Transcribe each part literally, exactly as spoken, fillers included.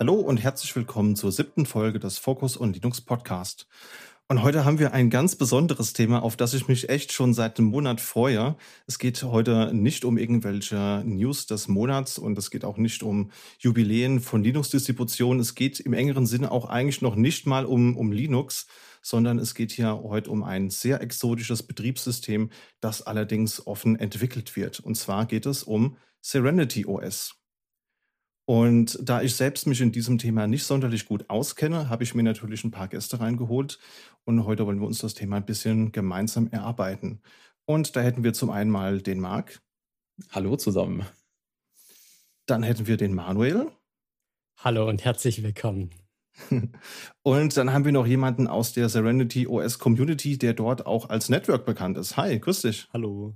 Hallo und herzlich willkommen zur siebten Folge des Focus on Linux Podcast. Und heute haben wir ein ganz besonderes Thema, auf das ich mich echt schon seit einem Monat freue. Es geht heute nicht um irgendwelche News des Monats und es geht auch nicht um Jubiläen von Linux-Distributionen. Es geht im engeren Sinne auch eigentlich noch nicht mal um, um Linux, sondern es geht hier heute um ein sehr exotisches Betriebssystem, das allerdings offen entwickelt wird. Und zwar geht es um Serenity O S. Und da ich selbst mich in diesem Thema nicht sonderlich gut auskenne, habe ich mir natürlich ein paar Gäste reingeholt und heute wollen wir uns das Thema ein bisschen gemeinsam erarbeiten. Und da hätten wir zum einen mal den Marc, Hallo zusammen. dann hätten wir den Manuel Hallo und herzlich willkommen. und dann haben wir noch jemanden aus der Serenity O S Community, der dort auch als Network bekannt ist. Hi, grüß dich. Hallo.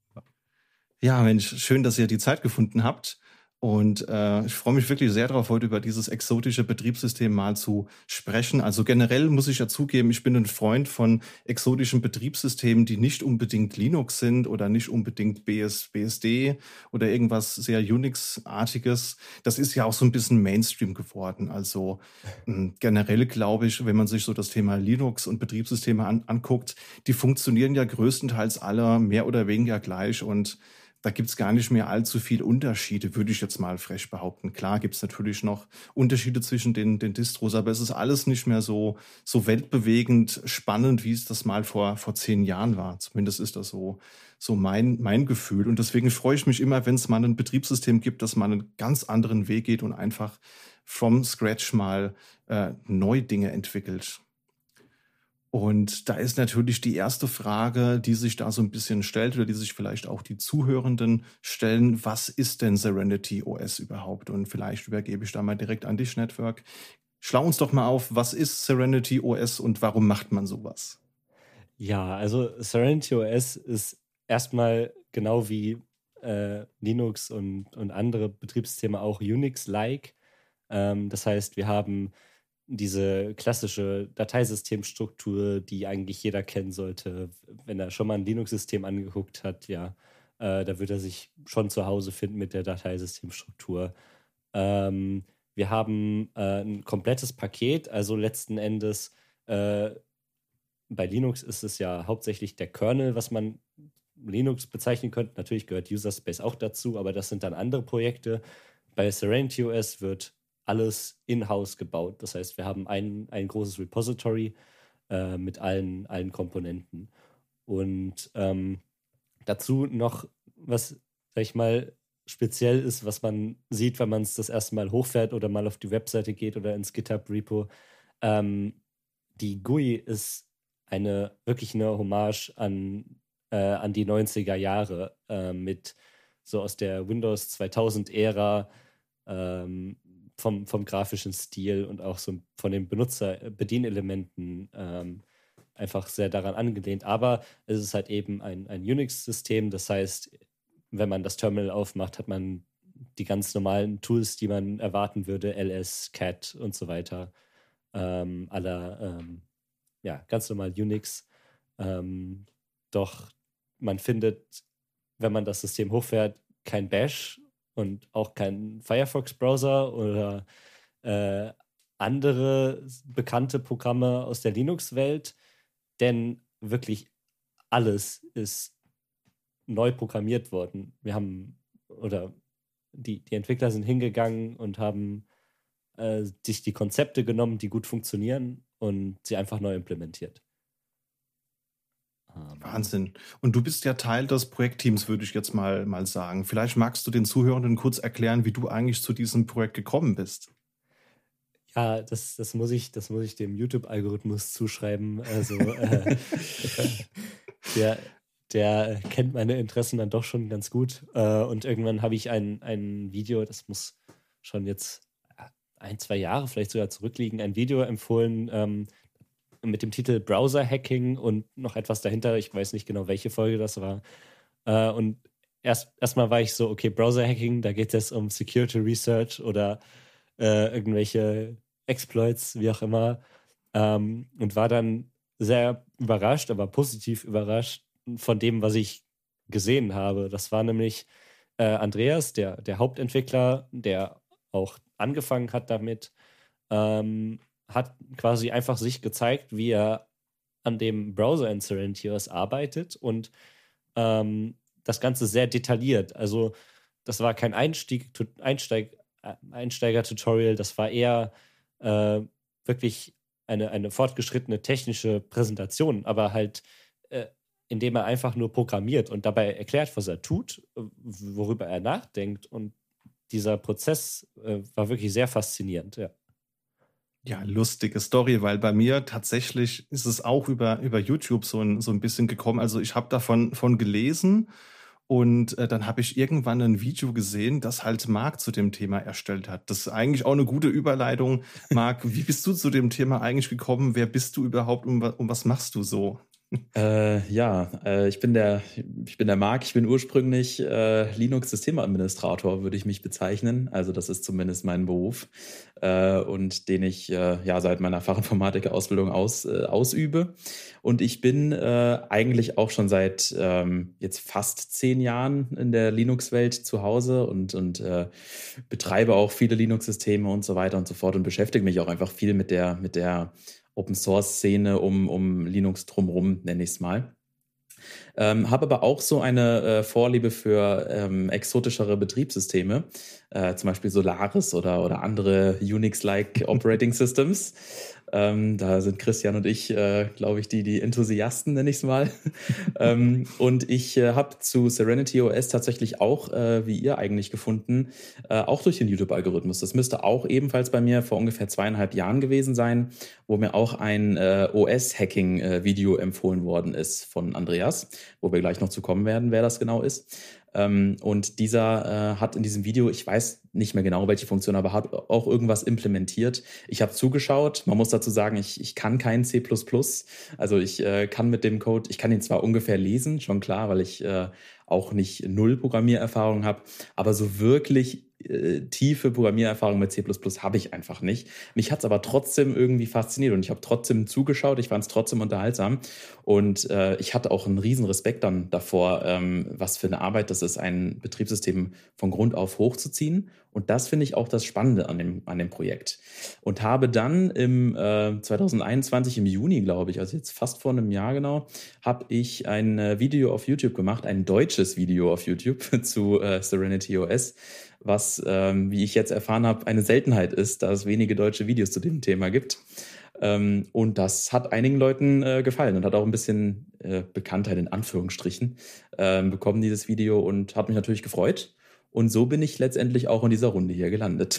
Ja, Mensch, schön, dass ihr die Zeit gefunden habt. Und äh, ich freue mich wirklich sehr darauf, heute über dieses exotische Betriebssystem mal zu sprechen. Also generell muss ich ja zugeben, ich bin ein Freund von exotischen Betriebssystemen, die nicht unbedingt Linux sind oder nicht unbedingt B S, B S D oder irgendwas sehr Unix-artiges. Das ist ja auch so ein bisschen Mainstream geworden. Also mh, generell glaube ich, wenn man sich so das Thema Linux und Betriebssysteme an, anguckt, die funktionieren ja größtenteils alle mehr oder weniger gleich und da gibt es gar nicht mehr allzu viel Unterschiede, würde ich jetzt mal frech behaupten. Klar gibt es natürlich noch Unterschiede zwischen den, den Distros, aber es ist alles nicht mehr so, so weltbewegend spannend, wie es das mal vor, vor zehn Jahren war. Zumindest ist das so, so mein, mein Gefühl. Und deswegen freue ich mich immer, wenn es mal ein Betriebssystem gibt, das mal einen ganz anderen Weg geht und einfach from scratch mal äh, neu Dinge entwickelt. Und da ist natürlich die erste Frage, die sich da so ein bisschen stellt oder die sich vielleicht auch die Zuhörenden stellen, was ist denn Serenity O S überhaupt? Und vielleicht übergebe ich da mal direkt an dich, Network. Schlau uns doch mal auf, was ist Serenity O S und warum macht man sowas? Ja, also Serenity O S ist erstmal genau wie äh, Linux und, und andere Betriebssysteme auch Unix-like. Ähm, das heißt, wir haben diese klassische Dateisystemstruktur, die eigentlich jeder kennen sollte. Wenn er schon mal ein Linux-System angeguckt hat, ja, äh, da wird er sich schon zu Hause finden mit der Dateisystemstruktur. Ähm, wir haben äh, ein komplettes Paket, also letzten Endes äh, bei Linux ist es ja hauptsächlich der Kernel, was man Linux bezeichnen könnte. Natürlich gehört User Space auch dazu, aber das sind dann andere Projekte. Bei Serenity O S wird alles in-house gebaut. Das heißt, wir haben ein, ein großes Repository äh, mit allen, allen Komponenten. Und ähm, dazu noch, was, sag ich mal, speziell ist, was man sieht, wenn man es das erste Mal hochfährt oder mal auf die Webseite geht oder ins GitHub-Repo. Ähm, die G U I ist eine wirklich eine Hommage an, äh, an die neunziger Jahre äh, mit so aus der Windows zweitausend-Ära ähm, vom, vom grafischen Stil und auch so von den Benutzer-Bedienelementen ähm, einfach sehr daran angelehnt. Aber es ist halt eben ein, ein Unix-System. Das heißt, wenn man das Terminal aufmacht, hat man die ganz normalen Tools, die man erwarten würde, L S, cat und so weiter. Ähm, aller, ähm, ja, ganz normal Unix. Ähm, doch man findet, wenn man das System hochfährt, kein Bash und auch kein Firefox-Browser oder äh, andere bekannte Programme aus der Linux-Welt, denn wirklich alles ist neu programmiert worden. Wir haben, oder die, die Entwickler sind hingegangen und haben äh, sich die Konzepte genommen, die gut funktionieren und sie einfach neu implementiert. Wahnsinn. Und du bist ja Teil des Projektteams, würde ich jetzt mal, mal sagen. Vielleicht magst du den Zuhörenden kurz erklären, wie du eigentlich zu diesem Projekt gekommen bist. Ja, das, das, muss, ich, das muss ich dem YouTube-Algorithmus zuschreiben. Also äh, der, der kennt meine Interessen dann doch schon ganz gut. Äh, und irgendwann habe ich ein, ein Video, das muss schon jetzt ein, zwei Jahre vielleicht sogar zurückliegen, ein Video empfohlen, ähm, mit dem Titel Browser-Hacking und noch etwas dahinter. Ich weiß nicht genau, welche Folge das war. Äh, und erst erstmal war ich so, okay, Browser-Hacking, da geht es um Security Research oder äh, irgendwelche Exploits, wie auch immer. Ähm, und war dann sehr überrascht, aber positiv überrascht von dem, was ich gesehen habe. Das war nämlich äh, Andreas, der, der Hauptentwickler, der auch angefangen hat damit, ähm, hat quasi einfach sich gezeigt, wie er an dem Browser in Serenity O S arbeitet und ähm, das Ganze sehr detailliert. Also das war kein Einstieg, Einsteig, Einsteiger-Tutorial, das war eher äh, wirklich eine, eine fortgeschrittene technische Präsentation, aber halt äh, indem er einfach nur programmiert und dabei erklärt, was er tut, worüber er nachdenkt. Und dieser Prozess äh, war wirklich sehr faszinierend, ja. Ja, lustige Story, weil bei mir tatsächlich ist es auch über, über YouTube so ein, so ein bisschen gekommen. Also ich habe davon von gelesen und äh, dann habe ich irgendwann ein Video gesehen, das halt Marc zu dem Thema erstellt hat. Das ist eigentlich auch eine gute Überleitung. Marc, wie bist du zu dem Thema eigentlich gekommen? Wer bist du überhaupt und, und was machst du so? Äh, ja, äh, ich bin der, ich bin der Marc, ich bin ursprünglich äh, Linux-Systemadministrator, würde ich mich bezeichnen. Also das ist zumindest mein Beruf äh, und den ich äh, ja seit meiner Fachinformatiker-Ausbildung aus, äh, ausübe. Und ich bin äh, eigentlich auch schon seit ähm, jetzt fast zehn Jahren in der Linux-Welt zu Hause und, und äh, betreibe auch viele Linux-Systeme und so weiter und so fort und beschäftige mich auch einfach viel mit der, mit der Open-Source-Szene um, um Linux drumherum, nenne ich es mal. Ähm, habe aber auch so eine äh, Vorliebe für ähm, exotischere Betriebssysteme, äh, zum Beispiel Solaris oder, oder andere Unix-like Operating Systems. Ähm, da sind Christian und ich, äh, glaube ich, die, die Enthusiasten, nenne ich es mal. ähm, und ich äh, habe zu Serenity O S tatsächlich auch, äh, wie ihr eigentlich gefunden, äh, auch durch den YouTube-Algorithmus. Das müsste auch ebenfalls bei mir vor ungefähr zweieinhalb Jahren gewesen sein, wo mir auch ein äh, O S-Hacking-Video empfohlen worden ist von Andreas, wo wir gleich noch zu kommen werden, wer das genau ist. Ähm, und dieser äh, hat in diesem Video, ich weiß nicht mehr genau, welche Funktion, aber hat auch irgendwas implementiert. Ich habe zugeschaut. Man muss dazu sagen, ich, ich kann kein C plus plus. Also ich äh, kann mit dem Code, ich kann ihn zwar ungefähr lesen, schon klar, weil ich äh, auch nicht null Programmiererfahrung habe, aber so wirklich äh, tiefe Programmiererfahrung mit C plus plus habe ich einfach nicht. Mich hat es aber trotzdem irgendwie fasziniert und ich habe trotzdem zugeschaut, ich fand es trotzdem unterhaltsam und äh, ich hatte auch einen riesen Respekt dann davor, ähm, was für eine Arbeit das ist, ein Betriebssystem von Grund auf hochzuziehen. Und das finde ich auch das Spannende an dem, an dem Projekt. Und habe dann im äh, zwanzig einundzwanzig, im Juni, glaube ich, also jetzt fast vor einem Jahr genau, habe ich ein äh, Video auf YouTube gemacht, ein deutsches Video auf YouTube zu äh, Serenity O S, was, ähm, wie ich jetzt erfahren habe, eine Seltenheit ist, da es wenige deutsche Videos zu dem Thema gibt. Ähm, und das hat einigen Leuten äh, gefallen und hat auch ein bisschen äh, Bekanntheit in Anführungsstrichen äh, bekommen, dieses Video, und hat mich natürlich gefreut. Und so bin ich letztendlich auch in dieser Runde hier gelandet.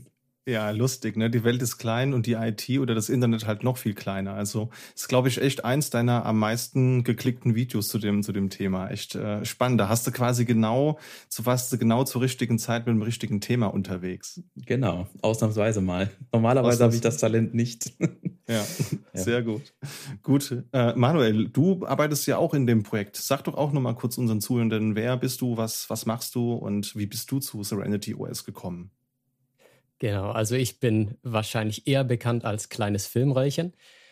Ja, lustig, ne? Die Welt ist klein und die I T oder das Internet halt noch viel kleiner. Also ist, glaube ich, echt eins deiner am meisten geklickten Videos zu dem, zu dem Thema. Echt äh, spannend. Da hast du quasi genau, zu warst du genau zur richtigen Zeit mit dem richtigen Thema unterwegs. Genau, ausnahmsweise mal. Normalerweise habe ich das Talent nicht. Ja, Ja. sehr gut. Gut, äh, Manuel, du arbeitest ja auch in dem Projekt. Sag doch auch noch mal kurz unseren Zuhörenden, wer bist du, was, was machst du und wie bist du zu Serenity O S gekommen? Genau, also ich bin wahrscheinlich eher bekannt als kleines Filmröllchen.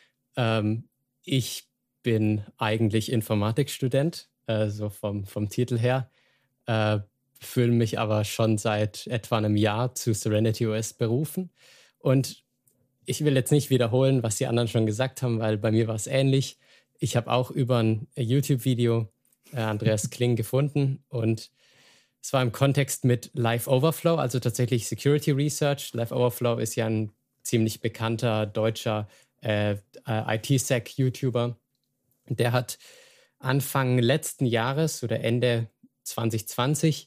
Ähm, ich bin eigentlich Informatikstudent, äh, so vom, vom Titel her, äh, fühle mich aber schon seit etwa einem Jahr zu Serenity O S berufen. Und ich will jetzt nicht wiederholen, was die anderen schon gesagt haben, weil bei mir war es ähnlich. Ich habe auch über ein YouTube-Video äh, Andreas Kling gefunden und es war im Kontext mit Live Overflow, also tatsächlich Security Research. Live Overflow ist ja ein ziemlich bekannter deutscher äh, I T-Sec-YouTuber. Der hat Anfang letzten Jahres oder Ende zwanzig zwanzig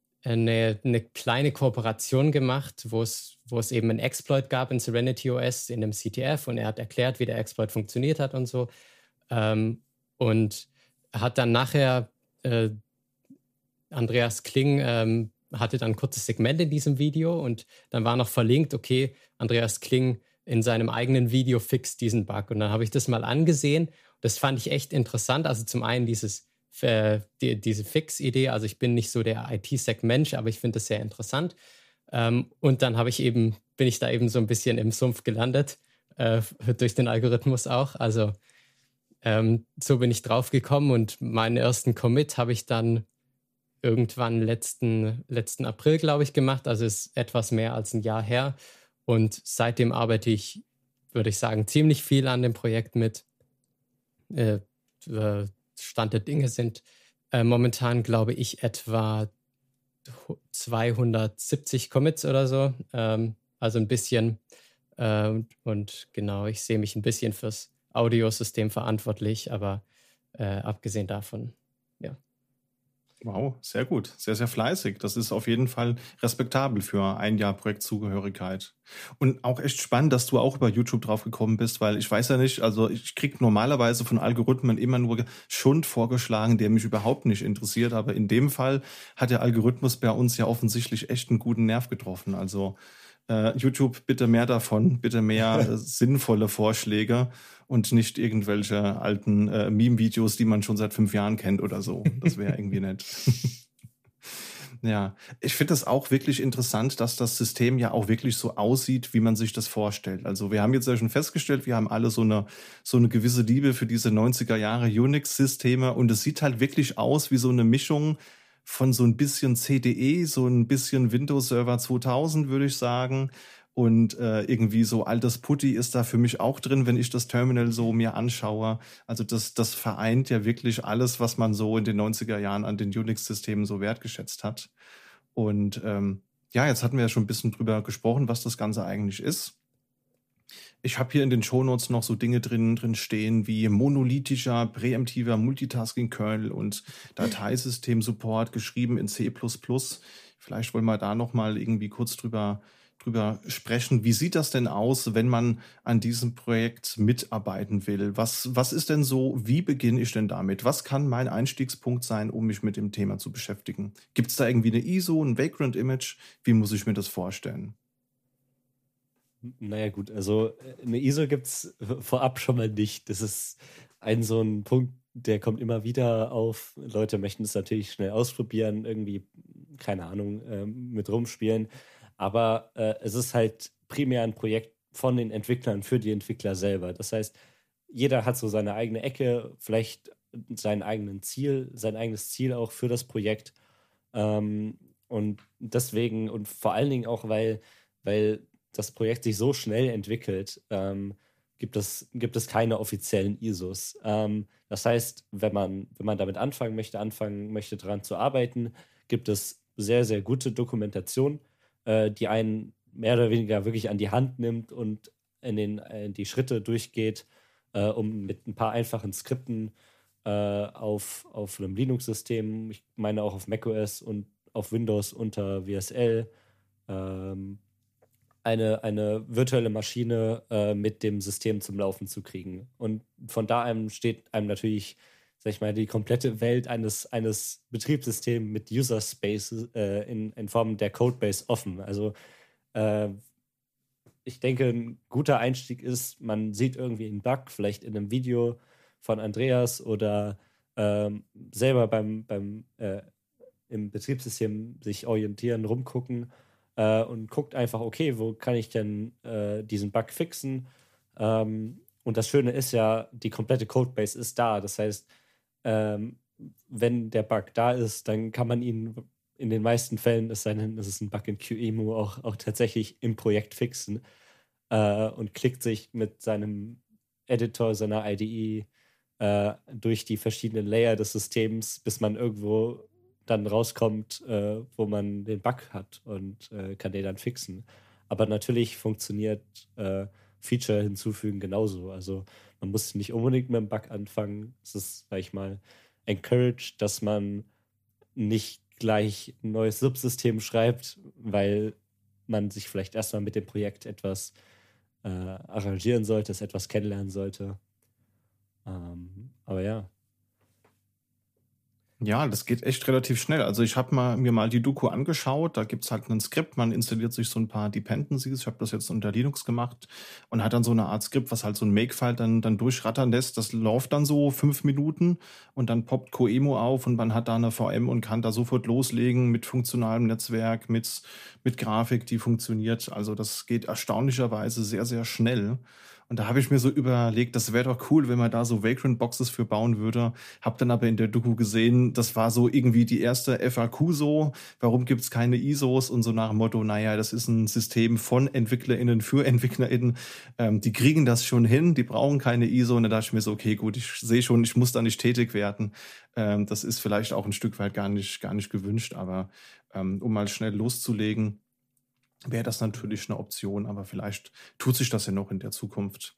eine, eine kleine Kooperation gemacht, wo es, wo es eben einen Exploit gab in Serenity O S in einem C T F und er hat erklärt, wie der Exploit funktioniert hat und so. Ähm, und hat dann nachher äh, Andreas Kling ähm, hatte dann ein kurzes Segment in diesem Video und dann war noch verlinkt, okay, Andreas Kling in seinem eigenen Video fixt diesen Bug. Und dann habe ich das mal angesehen. Das fand ich echt interessant. Also zum einen dieses, äh, die, diese Fix-Idee. Also ich bin nicht so der I T-Sec-Mensch, aber ich finde das sehr interessant. Ähm, und dann habe ich eben, bin ich da eben so ein bisschen im Sumpf gelandet, äh, durch den Algorithmus auch. Also ähm, so bin ich drauf gekommen und meinen ersten Commit habe ich dann irgendwann letzten, letzten April, glaube ich, gemacht. Also ist etwas mehr als ein Jahr her. Und seitdem arbeite ich, würde ich sagen, ziemlich viel an dem Projekt mit. Äh, Stand der Dinge sind äh, momentan, glaube ich, etwa zweihundertsiebzig Commits oder so. Ähm, also ein bisschen. Äh, und, und genau, ich sehe mich ein bisschen fürs Audiosystem verantwortlich, aber äh, abgesehen davon, ja. Wow, sehr gut. Sehr, sehr fleißig. Das ist auf jeden Fall respektabel für ein Jahr Projektzugehörigkeit. Und auch echt spannend, dass du auch über YouTube drauf gekommen bist, weil ich weiß ja nicht, also ich kriege normalerweise von Algorithmen immer nur Schund vorgeschlagen, der mich überhaupt nicht interessiert. Aber in dem Fall hat der Algorithmus bei uns ja offensichtlich echt einen guten Nerv getroffen. Also äh, YouTube, bitte mehr davon, bitte mehr äh, sinnvolle Vorschläge und nicht irgendwelche alten äh, Meme-Videos, die man schon seit fünf Jahren kennt oder so. Das wäre irgendwie nett. Ja, ich finde das auch wirklich interessant, dass das System ja auch wirklich so aussieht, wie man sich das vorstellt. Also wir haben jetzt ja schon festgestellt, wir haben alle so eine, so eine gewisse Liebe für diese neunziger Jahre Unix-Systeme und es sieht halt wirklich aus wie so eine Mischung von so ein bisschen C D E, so ein bisschen Windows Server zweitausend, würde ich sagen. Und äh, irgendwie so altes Putty ist da für mich auch drin, wenn ich das Terminal so mir anschaue. Also das, das vereint ja wirklich alles, was man so in den neunziger Jahren an den Unix-Systemen so wertgeschätzt hat. Und ähm, ja, jetzt hatten wir ja schon ein bisschen drüber gesprochen, was das Ganze eigentlich ist. Ich habe hier in den Shownotes noch so Dinge drin, drin stehen wie monolithischer, präemptiver Multitasking-Kernel und Dateisystem-Support geschrieben in C plus plus. Vielleicht wollen wir da noch mal irgendwie kurz drüber drüber sprechen. Wie sieht das denn aus, wenn man an diesem Projekt mitarbeiten will? Was, was ist denn so, wie beginne ich denn damit? Was kann mein Einstiegspunkt sein, um mich mit dem Thema zu beschäftigen? Gibt es da irgendwie eine I S O, ein Vagrant Image? Wie muss ich mir das vorstellen? Naja gut, also eine I S O gibt es vorab schon mal nicht. Das ist ein so ein Punkt, der kommt immer wieder auf. Leute möchten es natürlich schnell ausprobieren, irgendwie, keine Ahnung, ähm, mit rumspielen. Aber äh, es ist halt primär ein Projekt von den Entwicklern für die Entwickler selber. Das heißt, jeder hat so seine eigene Ecke, vielleicht sein eigenen Ziel, sein eigenes Ziel auch für das Projekt. Ähm, und deswegen und vor allen Dingen auch, weil, weil das Projekt sich so schnell entwickelt, ähm, gibt es, gibt es keine offiziellen I S Os. Ähm, das heißt, wenn man, wenn man damit anfangen möchte, anfangen möchte, daran zu arbeiten, gibt es sehr, sehr gute Dokumentation, die einen mehr oder weniger wirklich an die Hand nimmt und in, den, in die Schritte durchgeht, äh, um mit ein paar einfachen Skripten äh, auf, auf einem Linux-System, ich meine auch auf macOS und auf Windows unter V S L, ähm, eine, eine virtuelle Maschine äh, mit dem System zum Laufen zu kriegen. Und von da einem steht einem natürlich, sag ich mal, die komplette Welt eines, eines Betriebssystems mit User Space äh, in, in Form der Codebase offen. Also äh, ich denke, ein guter Einstieg ist, man sieht irgendwie einen Bug, vielleicht in einem Video von Andreas oder ähm, selber beim, beim äh, im Betriebssystem sich orientieren, rumgucken äh, und guckt einfach, okay, wo kann ich denn äh, diesen Bug fixen? Ähm, und das Schöne ist ja, die komplette Codebase ist da. Das heißt, Ähm, wenn der Bug da ist, dann kann man ihn in den meisten Fällen, es sei denn, es ist ein Bug in QEMU, auch, auch tatsächlich im Projekt fixen äh, und klickt sich mit seinem Editor, seiner I D E äh, durch die verschiedenen Layer des Systems, bis man irgendwo dann rauskommt, äh, wo man den Bug hat und äh, kann den dann fixen. Aber natürlich funktioniert äh, Feature hinzufügen genauso. Also man muss nicht unbedingt mit dem Bug anfangen. Es ist, sag ich mal, encouraged, dass man nicht gleich ein neues Subsystem schreibt, weil man sich vielleicht erstmal mit dem Projekt etwas äh, arrangieren sollte, es etwas kennenlernen sollte. Ähm, aber ja. Ja, das geht echt relativ schnell. Also ich habe mal, mir mal die Doku angeschaut, da gibt's halt ein Skript, man installiert sich so ein paar Dependencies, ich habe das jetzt unter Linux gemacht und hat dann so eine Art Skript, was halt so ein Makefile dann, dann durchrattern lässt. Das läuft dann so fünf Minuten und dann poppt QEMU auf und man hat da eine V M und kann da sofort loslegen mit funktionalem Netzwerk, mit, mit Grafik, die funktioniert. Also das geht erstaunlicherweise sehr, sehr schnell. Und da habe ich mir so überlegt, das wäre doch cool, wenn man da so Vagrant-Boxes für bauen würde. Hab dann aber in der Doku gesehen, das war so irgendwie die erste F A Q so, warum gibt es keine I S Os und so nach dem Motto, naja, das ist ein System von EntwicklerInnen für EntwicklerInnen. Ähm, die kriegen das schon hin, die brauchen keine I S O. Und da dachte ich mir so, okay, gut, ich sehe schon, ich muss da nicht tätig werden. Ähm, das ist vielleicht auch ein Stück weit gar nicht, gar nicht gewünscht, aber ähm, um mal schnell loszulegen, wäre das natürlich eine Option, aber vielleicht tut sich das ja noch in der Zukunft.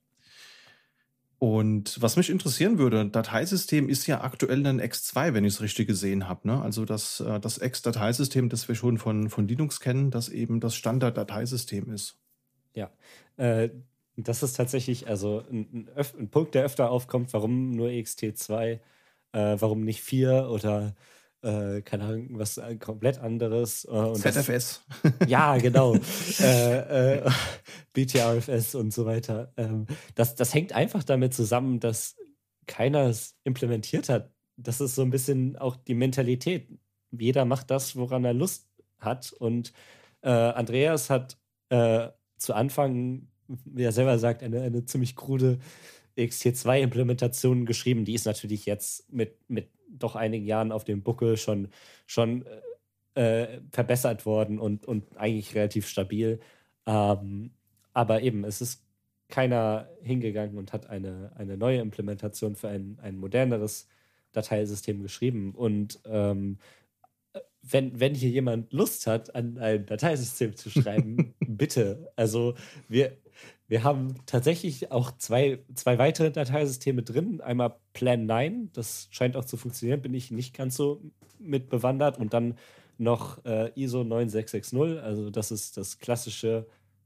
Und was mich interessieren würde, Dateisystem ist ja aktuell ein X zwei, wenn ich es richtig gesehen habe. Ne? Also das, äh, das X-Dateisystem, das wir schon von, von Linux kennen, das eben das Standard-Dateisystem ist. Ja, äh, das ist tatsächlich also ein, ein, ein Punkt, der öfter aufkommt, warum nur X T zwei, äh, warum nicht vier oder Äh, keine Ahnung, was äh, komplett anderes. Äh, und Z F S. Das, ja, genau. äh, äh, B T R F S und so weiter. Ähm, das, das hängt einfach damit zusammen, dass keiner es implementiert hat. Das ist so ein bisschen auch die Mentalität. Jeder macht das, woran er Lust hat. Und äh, Andreas hat äh, zu Anfang, wie er selber sagt, eine, eine ziemlich krude X T zwei Implementation geschrieben. Die ist natürlich jetzt mit, mit doch einigen Jahren auf dem Buckel schon, schon äh, verbessert worden und, und eigentlich relativ stabil. Ähm, aber eben, es ist keiner hingegangen und hat eine, eine neue Implementation für ein, ein moderneres Dateisystem geschrieben. Und ähm, wenn, wenn hier jemand Lust hat, an ein Dateisystem zu schreiben, bitte. Also wir, wir haben tatsächlich auch zwei, zwei weitere Dateisysteme drin. Einmal Plan neun, das scheint auch zu funktionieren, bin ich nicht ganz so mit bewandert. Und dann noch äh, I S O neun sechs sechs null, also das ist das klassische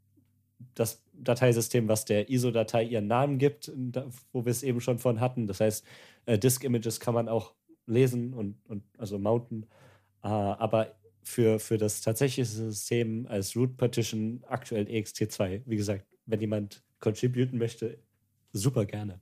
das Dateisystem, was der I S O-Datei ihren Namen gibt, da, wo wir es eben schon von hatten. Das heißt, äh, Disk-Images kann man auch lesen und, und also mounten. Äh, aber für, für das tatsächliche System als Root-Partition aktuell E X T zwei. Wie gesagt, wenn jemand contributen möchte, super gerne.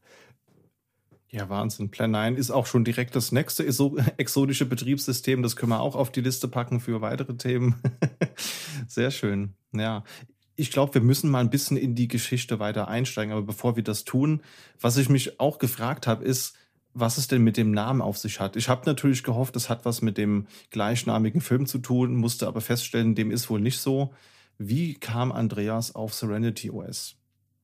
Ja, Wahnsinn. Plan neun ist auch schon direkt das nächste exotische Betriebssystem. Das können wir auch auf die Liste packen für weitere Themen. Sehr schön. Ja. Ich glaube, wir müssen mal ein bisschen in die Geschichte weiter einsteigen. Aber bevor wir das tun, was ich mich auch gefragt habe, ist, was es denn mit dem Namen auf sich hat. Ich habe natürlich gehofft, es hat was mit dem gleichnamigen Film zu tun, musste aber feststellen, dem ist wohl nicht so. Wie kam Andreas auf Serenity O S?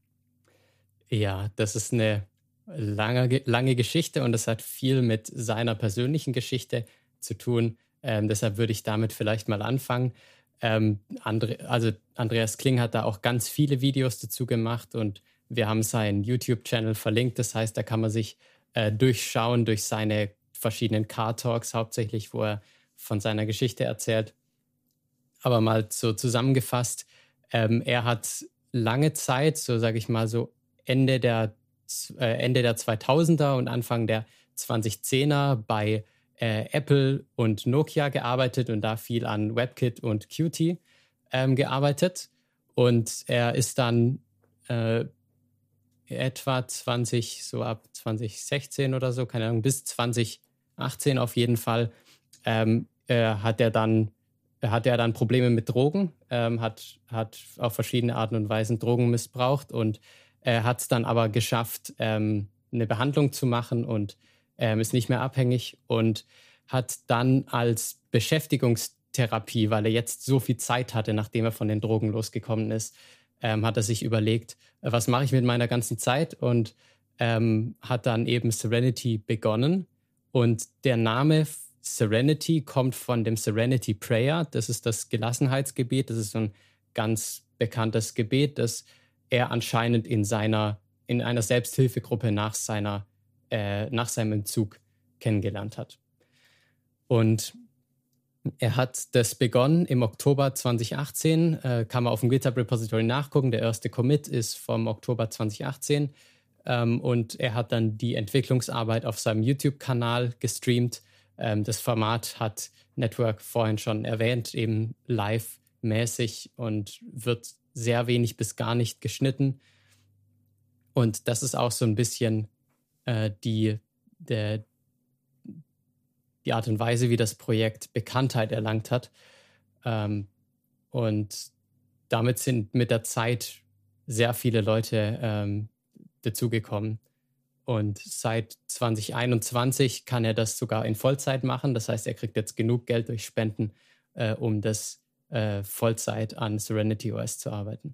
Ja, das ist eine lange, lange Geschichte und das hat viel mit seiner persönlichen Geschichte zu tun. Ähm, deshalb würde ich damit vielleicht mal anfangen. Ähm, Andre, also Andreas Kling hat da auch ganz viele Videos dazu gemacht und wir haben seinen YouTube-Channel verlinkt. Das heißt, da kann man sich äh, durchschauen durch seine verschiedenen Car-Talks hauptsächlich, wo er von seiner Geschichte erzählt. Aber mal so zusammengefasst, ähm, er hat lange Zeit, so sage ich mal so Ende der, äh, Ende der zweitausender und Anfang der zweitausendzehner bei äh, Apple und Nokia gearbeitet und da viel an WebKit und Qt ähm, gearbeitet. Und er ist dann äh, etwa zwanzig, so ab zwanzig sechzehn oder so, keine Ahnung, bis zwanzig achtzehn auf jeden Fall, ähm, äh, hat er dann hatte er dann Probleme mit Drogen, ähm, hat, hat auf verschiedene Arten und Weisen Drogen missbraucht und er hat es dann aber geschafft, ähm, eine Behandlung zu machen und ähm, ist nicht mehr abhängig und hat dann als Beschäftigungstherapie, weil er jetzt so viel Zeit hatte, nachdem er von den Drogen losgekommen ist, ähm, hat er sich überlegt, was mache ich mit meiner ganzen Zeit und ähm, hat dann eben Serenity begonnen und der Name Serenity kommt von dem Serenity Prayer. Das ist das Gelassenheitsgebet. Das ist so ein ganz bekanntes Gebet, das er anscheinend in seiner, in einer Selbsthilfegruppe nach seiner, äh, nach seinem Entzug kennengelernt hat. Und er hat das begonnen im Oktober zwanzig achtzehn. Äh, kann man auf dem GitHub-Repository nachgucken. Der erste Commit ist vom Oktober zwanzig achtzehn. Ähm, und er hat dann die Entwicklungsarbeit auf seinem YouTube-Kanal gestreamt. Das Format hat Network vorhin schon erwähnt, eben live-mäßig und wird sehr wenig bis gar nicht geschnitten. Und das ist auch so ein bisschen äh, die, der, die Art und Weise, wie das Projekt Bekanntheit erlangt hat. Ähm, und damit sind mit der Zeit sehr viele Leute ähm, dazugekommen. Und seit zwanzig einundzwanzig kann er das sogar in Vollzeit machen. Das heißt, er kriegt jetzt genug Geld durch Spenden, äh, um das äh, Vollzeit an Serenity O S zu arbeiten.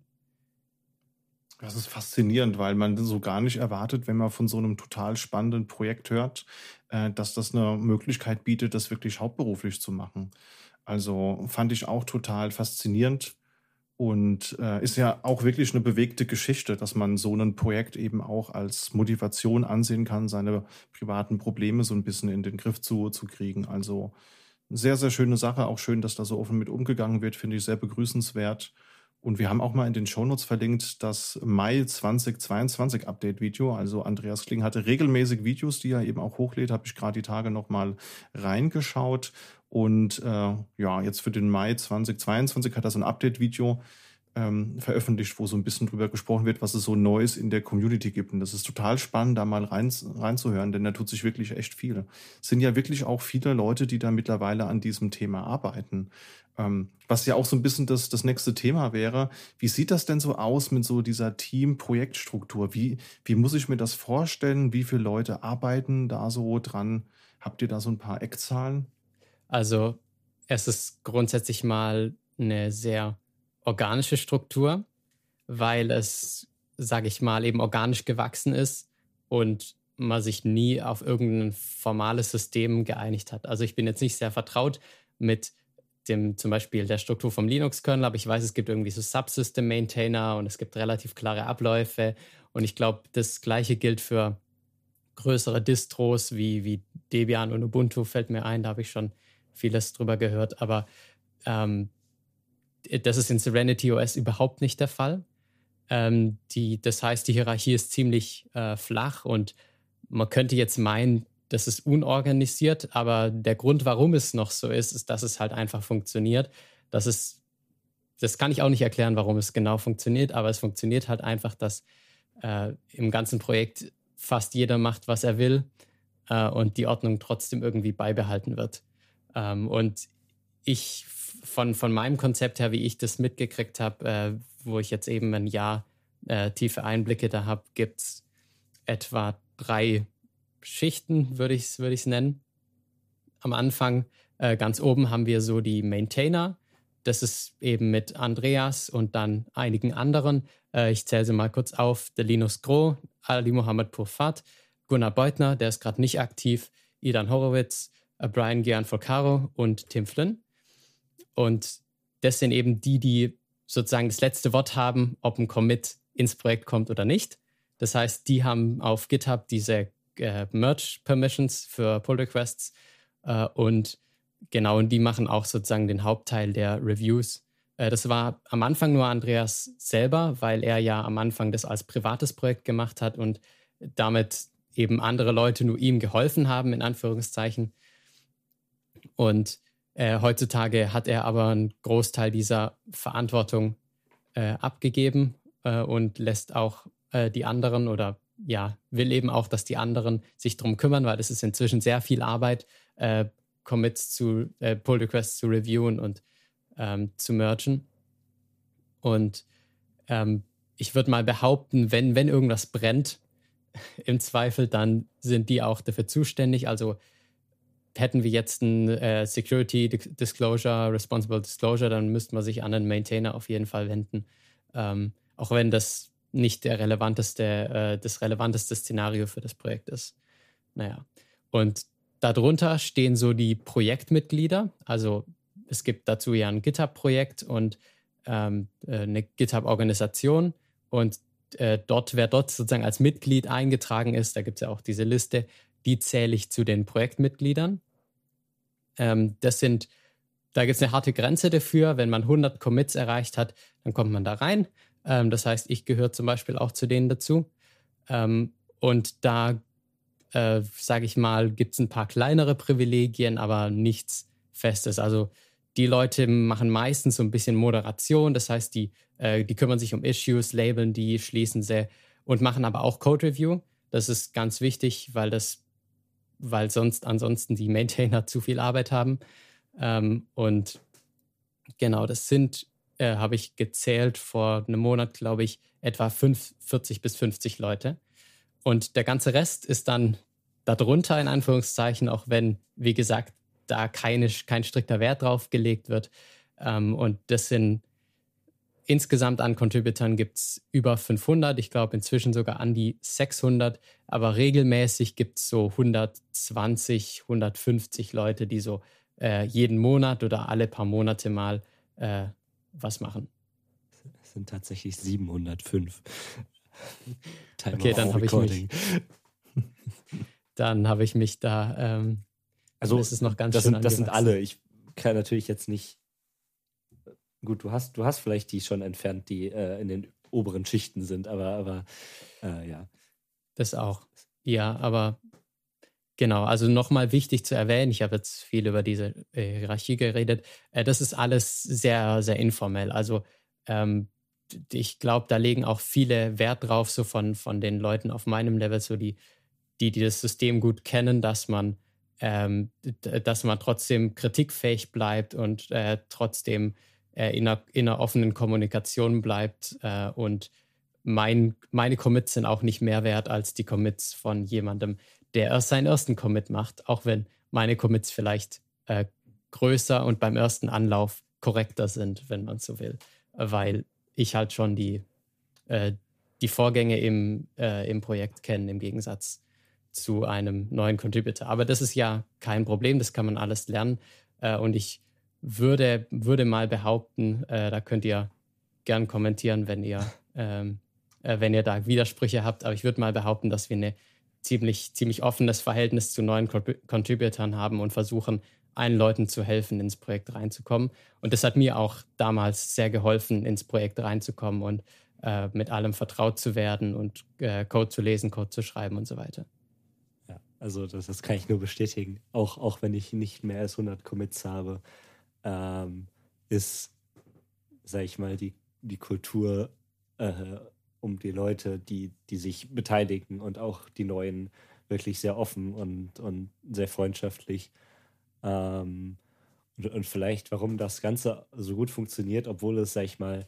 Das ist faszinierend, weil man so gar nicht erwartet, wenn man von so einem total spannenden Projekt hört, äh, dass das eine Möglichkeit bietet, das wirklich hauptberuflich zu machen. Also fand ich auch total faszinierend und äh, ist ja auch wirklich eine bewegte Geschichte, dass man so ein Projekt eben auch als Motivation ansehen kann, seine privaten Probleme so ein bisschen in den Griff zu, zu kriegen. Also sehr, sehr schöne Sache. Auch schön, dass da so offen mit umgegangen wird, finde ich sehr begrüßenswert. Und wir haben auch mal in den Shownotes verlinkt das Mai zweitausendzweiundzwanzig Update-Video. Also Andreas Kling hatte regelmäßig Videos, die er eben auch hochlädt. Habe ich gerade die Tage noch mal reingeschaut. Und äh, ja, jetzt für den Mai zweitausendzweiundzwanzig hat er so ein Update-Video ähm, veröffentlicht, wo so ein bisschen drüber gesprochen wird, was es so Neues in der Community gibt. Und das ist total spannend, da mal rein, reinzuhören, denn da tut sich wirklich echt viel. Es sind ja wirklich auch viele Leute, die da mittlerweile an diesem Thema arbeiten. Ähm, was ja auch so ein bisschen das, das nächste Thema wäre. Wie sieht das denn so aus mit so dieser Team-Projektstruktur? Wie, wie muss ich mir das vorstellen? Wie viele Leute arbeiten da so dran? Habt ihr da so ein paar Eckzahlen? Also es ist grundsätzlich mal eine sehr organische Struktur, weil es, sage ich mal, eben organisch gewachsen ist und man sich nie auf irgendein formales System geeinigt hat. Also ich bin jetzt nicht sehr vertraut mit dem zum Beispiel der Struktur vom Linux-Kernel, aber ich weiß, es gibt irgendwie so Subsystem-Maintainer und es gibt relativ klare Abläufe und ich glaube, das Gleiche gilt für größere Distros wie, wie Debian und Ubuntu, fällt mir ein, da habe ich schon vieles drüber gehört, aber ähm, das ist in Serenity O S überhaupt nicht der Fall. Ähm, die, das heißt, die Hierarchie ist ziemlich äh, flach und man könnte jetzt meinen, das ist unorganisiert, aber der Grund, warum es noch so ist, ist, dass es halt einfach funktioniert. Das ist, das kann ich auch nicht erklären, warum es genau funktioniert, aber es funktioniert halt einfach, dass äh, im ganzen Projekt fast jeder macht, was er will äh, und die Ordnung trotzdem irgendwie beibehalten wird. Ähm, und ich von, von meinem Konzept her, wie ich das mitgekriegt habe, äh, wo ich jetzt eben ein Jahr äh, tiefe Einblicke da habe, gibt es etwa drei Schichten, würde ich es würd ich's nennen. Am Anfang, äh, ganz oben, haben wir so die Maintainer. Das ist eben mit Andreas und dann einigen anderen. Äh, ich zähle sie mal kurz auf. Der Linus Groh, Ali Mohammed Purfat, Gunnar Beutner, der ist gerade nicht aktiv, Idan Horowitz, äh, Brian Gianfalcaro und Tim Flynn. Und das sind eben die, die sozusagen das letzte Wort haben, ob ein Commit ins Projekt kommt oder nicht. Das heißt, die haben auf GitHub diese äh, Merge-Permissions für Pull-Requests äh, und genau, und die machen auch sozusagen den Hauptteil der Reviews. Äh, das war am Anfang nur Andreas selber, weil er ja am Anfang das als privates Projekt gemacht hat und damit eben andere Leute nur ihm geholfen haben, in Anführungszeichen. Und Äh, heutzutage hat er aber einen Großteil dieser Verantwortung äh, abgegeben äh, und lässt auch äh, die anderen oder ja, will eben auch, dass die anderen sich darum kümmern, weil es ist inzwischen sehr viel Arbeit, äh, Commits zu, äh, Pull Requests zu reviewen und ähm, zu mergen. Und ähm, ich würde mal behaupten, wenn, wenn irgendwas brennt, im Zweifel, dann sind die auch dafür zuständig. Also hätten wir jetzt ein äh, Security Disclosure, Responsible Disclosure, dann müsste man sich an einen Maintainer auf jeden Fall wenden. Ähm, auch wenn das nicht der relevanteste, äh, das relevanteste Szenario für das Projekt ist. Naja. Und darunter stehen so die Projektmitglieder. Also es gibt dazu ja ein GitHub-Projekt und ähm, eine GitHub-Organisation. Und äh, dort, wer dort sozusagen als Mitglied eingetragen ist, da gibt es ja auch diese Liste, die zähle ich zu den Projektmitgliedern. Ähm, das sind, da gibt es eine harte Grenze dafür. Wenn man hundert Commits erreicht hat, dann kommt man da rein. Ähm, das heißt, ich gehöre zum Beispiel auch zu denen dazu. Ähm, und da, äh, sage ich mal, gibt es ein paar kleinere Privilegien, aber nichts Festes. Also die Leute machen meistens so ein bisschen Moderation. Das heißt, die, äh, die kümmern sich um Issues, labeln die, schließen sie und machen aber auch Code-Review. Das ist ganz wichtig, weil das weil sonst ansonsten die Maintainer zu viel Arbeit haben. Ähm, und genau, das sind, äh, habe ich gezählt vor einem Monat, glaube ich, etwa fünf, vierzig bis fünfzig Leute. und der ganze Rest ist dann darunter, in Anführungszeichen, auch wenn, wie gesagt, da keine, kein strikter Wert drauf gelegt wird. Ähm, und das sind insgesamt an Contributern gibt es über fünfhundert, ich glaube inzwischen sogar an die sechshundert, aber regelmäßig gibt es so hundertzwanzig, hundertfünfzig Leute, die so äh, jeden Monat oder alle paar Monate mal äh, was machen. Es sind tatsächlich siebenhundertfünf. Okay, dann habe ich mich, dann habe ich mich da, ähm, also das ist noch ganz das schön sind, das sind angewachsen. alle. Ich kann natürlich jetzt nicht, gut, du hast, du hast vielleicht die schon entfernt, die äh, in den oberen Schichten sind, aber, aber äh, ja. Das auch. Ja, aber genau, also nochmal wichtig zu erwähnen, ich habe jetzt viel über diese äh, Hierarchie geredet, äh, das ist alles sehr, sehr informell. Also ähm, d- ich glaube, da legen auch viele Wert drauf, so von, von den Leuten auf meinem Level, so die, die, die das System gut kennen, dass man, ähm, d- dass man trotzdem kritikfähig bleibt und äh, trotzdem äh, in, einer, in einer offenen Kommunikation bleibt. Äh, und mein, meine Commits sind auch nicht mehr wert als die Commits von jemandem, der erst seinen ersten Commit macht, auch wenn meine Commits vielleicht äh, größer und beim ersten Anlauf korrekter sind, wenn man so will, weil ich halt schon die, äh, die Vorgänge im, äh, im Projekt kenne, im Gegensatz zu einem neuen Contributor. Aber das ist ja kein Problem, das kann man alles lernen. Äh, und ich würde, würde mal behaupten, äh, da könnt ihr gern kommentieren, wenn ihr, ähm, äh, wenn ihr da Widersprüche habt, aber ich würde mal behaupten, dass wir eine ziemlich, ziemlich offenes Verhältnis zu neuen Contributern haben und versuchen, allen Leuten zu helfen, ins Projekt reinzukommen. Und das hat mir auch damals sehr geholfen, ins Projekt reinzukommen und äh, mit allem vertraut zu werden und äh, Code zu lesen, Code zu schreiben und so weiter. Ja, also das, das kann ich nur bestätigen. Auch, auch wenn ich nicht mehr als hundert Commits habe, ähm, ist, sag ich mal, die, die Kultur äh, um die Leute, die, die sich beteiligen und auch die Neuen wirklich sehr offen und, und sehr freundschaftlich. Ähm, und, und vielleicht, warum das Ganze so gut funktioniert, obwohl es, sag ich mal,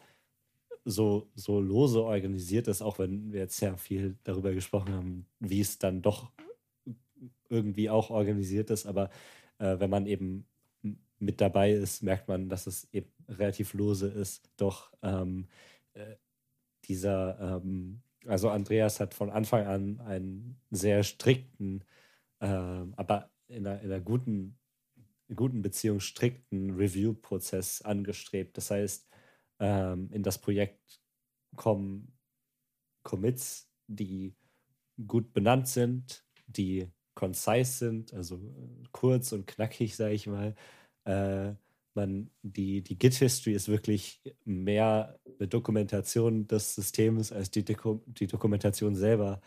so, so lose organisiert ist, auch wenn wir jetzt sehr viel darüber gesprochen haben, wie es dann doch irgendwie auch organisiert ist, aber äh, wenn man eben mit dabei ist, merkt man, dass es eben relativ lose ist. Doch ähm, äh, dieser, ähm, also Andreas hat von Anfang an einen sehr strikten, ähm, aber in einer, in einer guten, guten Beziehung strikten Review-Prozess angestrebt. Das heißt, ähm, in das Projekt kommen Commits, die gut benannt sind, die concise sind, also kurz und knackig, sage ich mal. Äh, man, die, die Git-History ist wirklich mehr eine Dokumentation des Systems als die, Deko die Dokumentation selber.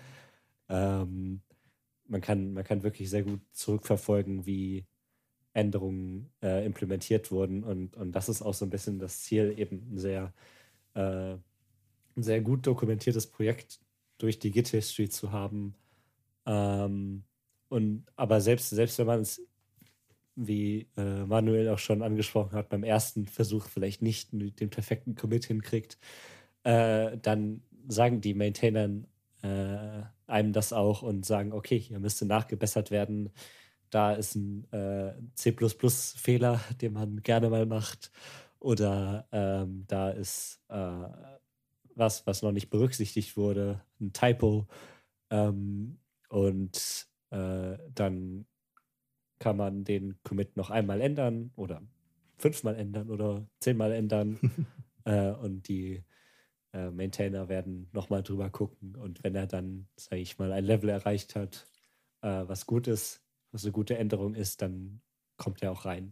Ähm, man, kann, man kann wirklich sehr gut zurückverfolgen, wie Änderungen äh, implementiert wurden. Und, und das ist auch so ein bisschen das Ziel, eben ein sehr, äh, ein sehr gut dokumentiertes Projekt durch die Git-History zu haben. Ähm, und aber selbst, selbst wenn man es, wie äh, Manuel auch schon angesprochen hat, beim ersten Versuch vielleicht nicht den perfekten Commit hinkriegt, äh, dann sagen die Maintainern äh, einem das auch und sagen, okay, hier müsste nachgebessert werden. Da ist ein äh, C plus plus-Fehler, den man gerne mal macht. Oder ähm, da ist äh, was, was noch nicht berücksichtigt wurde, ein Typo. Ähm, und äh, dann kann man den Commit noch einmal ändern oder fünfmal ändern oder zehnmal ändern. äh, und die äh, Maintainer werden nochmal drüber gucken. Und wenn er dann, sage ich mal, ein Level erreicht hat, äh, was gut ist, was eine gute Änderung ist, dann kommt er auch rein.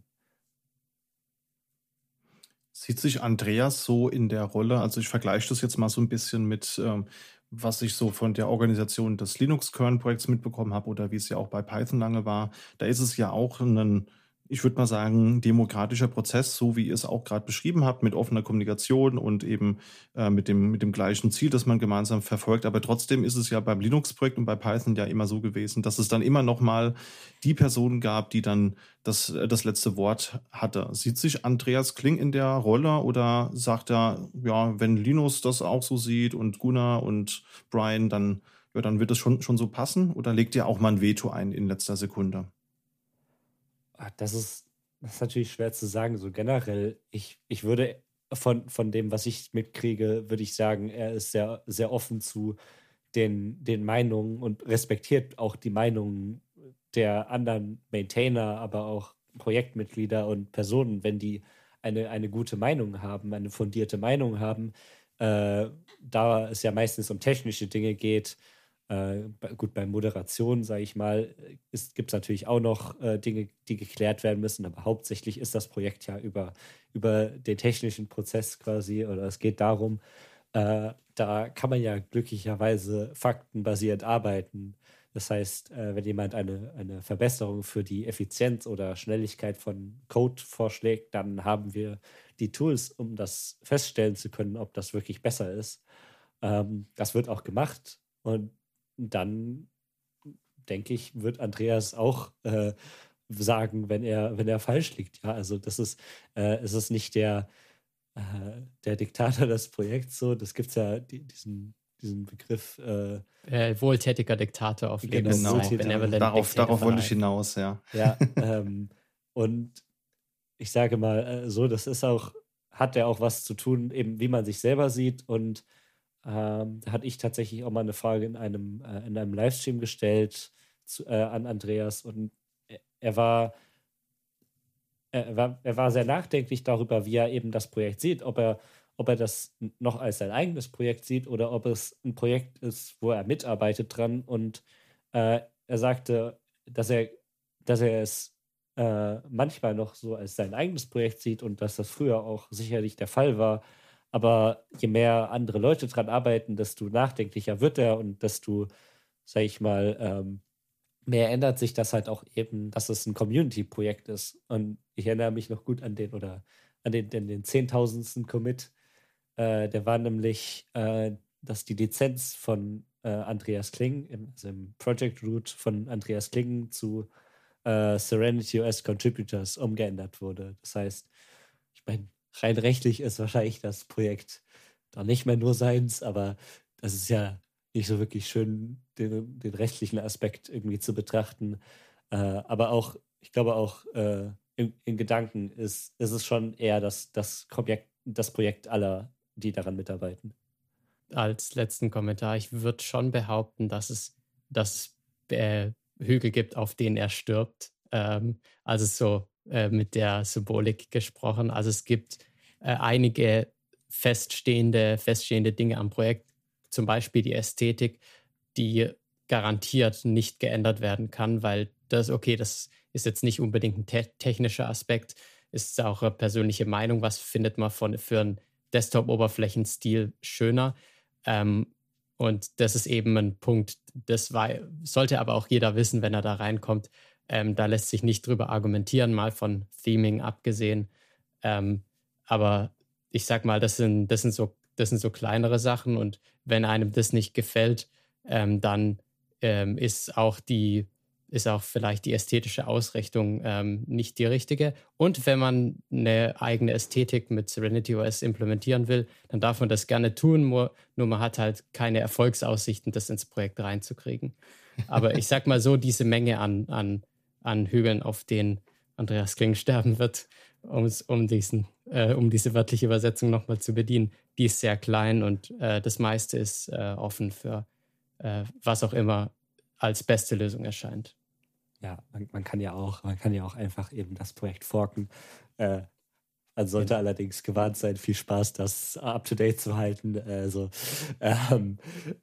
Sieht sich Andreas so in der Rolle, also ich vergleiche das jetzt mal so ein bisschen mit, ähm, was ich so von der Organisation des Linux-Kernel-Projekts mitbekommen habe oder wie es ja auch bei Python lange war. Da ist es ja auch ein, ich würde mal sagen, demokratischer Prozess, so wie ihr es auch gerade beschrieben habt, mit offener Kommunikation und eben äh, mit dem, mit dem gleichen Ziel, das man gemeinsam verfolgt. Aber trotzdem ist es ja beim Linux-Projekt und bei Python ja immer so gewesen, dass es dann immer noch mal die Person gab, die dann das, äh, das letzte Wort hatte. Sieht sich Andreas Kling in der Rolle oder sagt er, ja, wenn Linus das auch so sieht und Gunnar und Brian, dann ja, dann wird es schon, schon so passen? Oder legt ihr auch mal ein Veto ein in letzter Sekunde? Das ist, das ist natürlich schwer zu sagen. So generell, ich, ich würde von, von dem, was ich mitkriege, würde ich sagen, er ist sehr, sehr offen zu den, den Meinungen und respektiert auch die Meinungen der anderen Maintainer, aber auch Projektmitglieder und Personen, wenn die eine, eine gute Meinung haben, eine fundierte Meinung haben. Äh, da es ja meistens um technische Dinge geht, äh, gut, bei Moderation, sage ich mal, gibt es natürlich auch noch äh, Dinge, die geklärt werden müssen, aber hauptsächlich ist das Projekt ja über, über den technischen Prozess quasi, oder es geht darum, äh, da kann man ja glücklicherweise faktenbasiert arbeiten. Das heißt, äh, wenn jemand eine, eine Verbesserung für die Effizienz oder Schnelligkeit von Code vorschlägt, dann haben wir die Tools, um das feststellen zu können, ob das wirklich besser ist. Ähm, das wird auch gemacht und dann, denke ich, wird Andreas auch äh, sagen, wenn er, wenn er falsch liegt. Ja, also das ist, äh, es ist nicht der, äh, der Diktator des Projekts so. Das gibt es ja, die, diesen, diesen Begriff. Äh, äh, wohltätiger Diktator auf genau, Lebenszeit. Darauf, darauf wollte ich hinaus, ja. Ja, ähm, und ich sage mal äh, so, das ist auch, hat ja auch was zu tun, eben wie man sich selber sieht. Und ähm, da hatte ich tatsächlich auch mal eine Frage in einem, äh, in einem Livestream gestellt zu, äh, an Andreas, und er, er war er war, er war sehr nachdenklich darüber, wie er eben das Projekt sieht, ob er, ob er das noch als sein eigenes Projekt sieht oder ob es ein Projekt ist, wo er mitarbeitet dran. Und äh, er sagte, dass er, dass er es äh, manchmal noch so als sein eigenes Projekt sieht und dass das früher auch sicherlich der Fall war. Aber je mehr andere Leute dran arbeiten, desto nachdenklicher wird er und desto, sag ich mal, ähm, mehr ändert sich das halt auch eben, dass es ein Community-Projekt ist. Und ich erinnere mich noch gut an den oder an den, den, den zehntausendsten Commit. Äh, der war nämlich, äh, dass die Lizenz von äh, Andreas Kling, im, also im Project Root von Andreas Kling zu äh, Serenity O S Contributors umgeändert wurde. Das heißt, ich meine, rein rechtlich ist wahrscheinlich das Projekt da nicht mehr nur seins, aber das ist ja nicht so wirklich schön, den, den rechtlichen Aspekt irgendwie zu betrachten. Äh, aber auch, ich glaube auch, äh, in, in Gedanken ist, ist es schon eher das, das, Projekt, das Projekt aller, die daran mitarbeiten. Als letzten Kommentar, ich würde schon behaupten, dass es, dass es äh, Hügel gibt, auf denen er stirbt. Ähm, also so äh, mit der Symbolik gesprochen. Also es gibt äh, einige feststehende, feststehende Dinge am Projekt, zum Beispiel die Ästhetik, die garantiert nicht geändert werden kann, weil das, okay, das ist jetzt nicht unbedingt ein te- technischer Aspekt, ist auch eine persönliche Meinung, was findet man von, für einen Desktop-Oberflächenstil schöner. Ähm, und das ist eben ein Punkt, das war, sollte aber auch jeder wissen, wenn er da reinkommt. Ähm, da lässt sich nicht drüber argumentieren, mal von Theming abgesehen. Ähm, aber ich sag mal, das sind, das sind so Das sind so kleinere Sachen, und wenn einem das nicht gefällt, ähm, dann ähm, ist auch die, ist auch vielleicht die ästhetische Ausrichtung ähm, nicht die richtige. Und wenn man eine eigene Ästhetik mit Serenity O S implementieren will, dann darf man das gerne tun, nur, nur man hat halt keine Erfolgsaussichten, das ins Projekt reinzukriegen. Aber ich sag mal so, diese Menge an, an, an Hügeln, auf denen Andreas Kling sterben wird, um's, um, diesen, äh, um diese wörtliche Übersetzung nochmal zu bedienen, die ist sehr klein, und äh, das meiste ist äh, offen für äh, was auch immer als beste Lösung erscheint. Ja, man, man kann ja auch, man kann ja auch einfach eben das Projekt forken. Äh, man sollte ja allerdings gewarnt sein, viel Spaß, das up-to-date zu halten. Also ähm,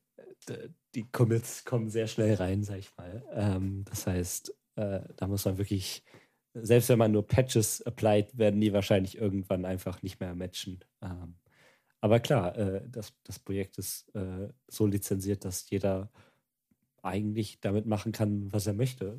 die Commits kommen sehr schnell rein, sag ich mal. Ähm, das heißt, äh, da muss man wirklich, selbst wenn man nur Patches applied, werden die wahrscheinlich irgendwann einfach nicht mehr matchen. Ähm, aber klar, äh, das, das Projekt ist äh, so lizenziert, dass jeder eigentlich damit machen kann, was er möchte.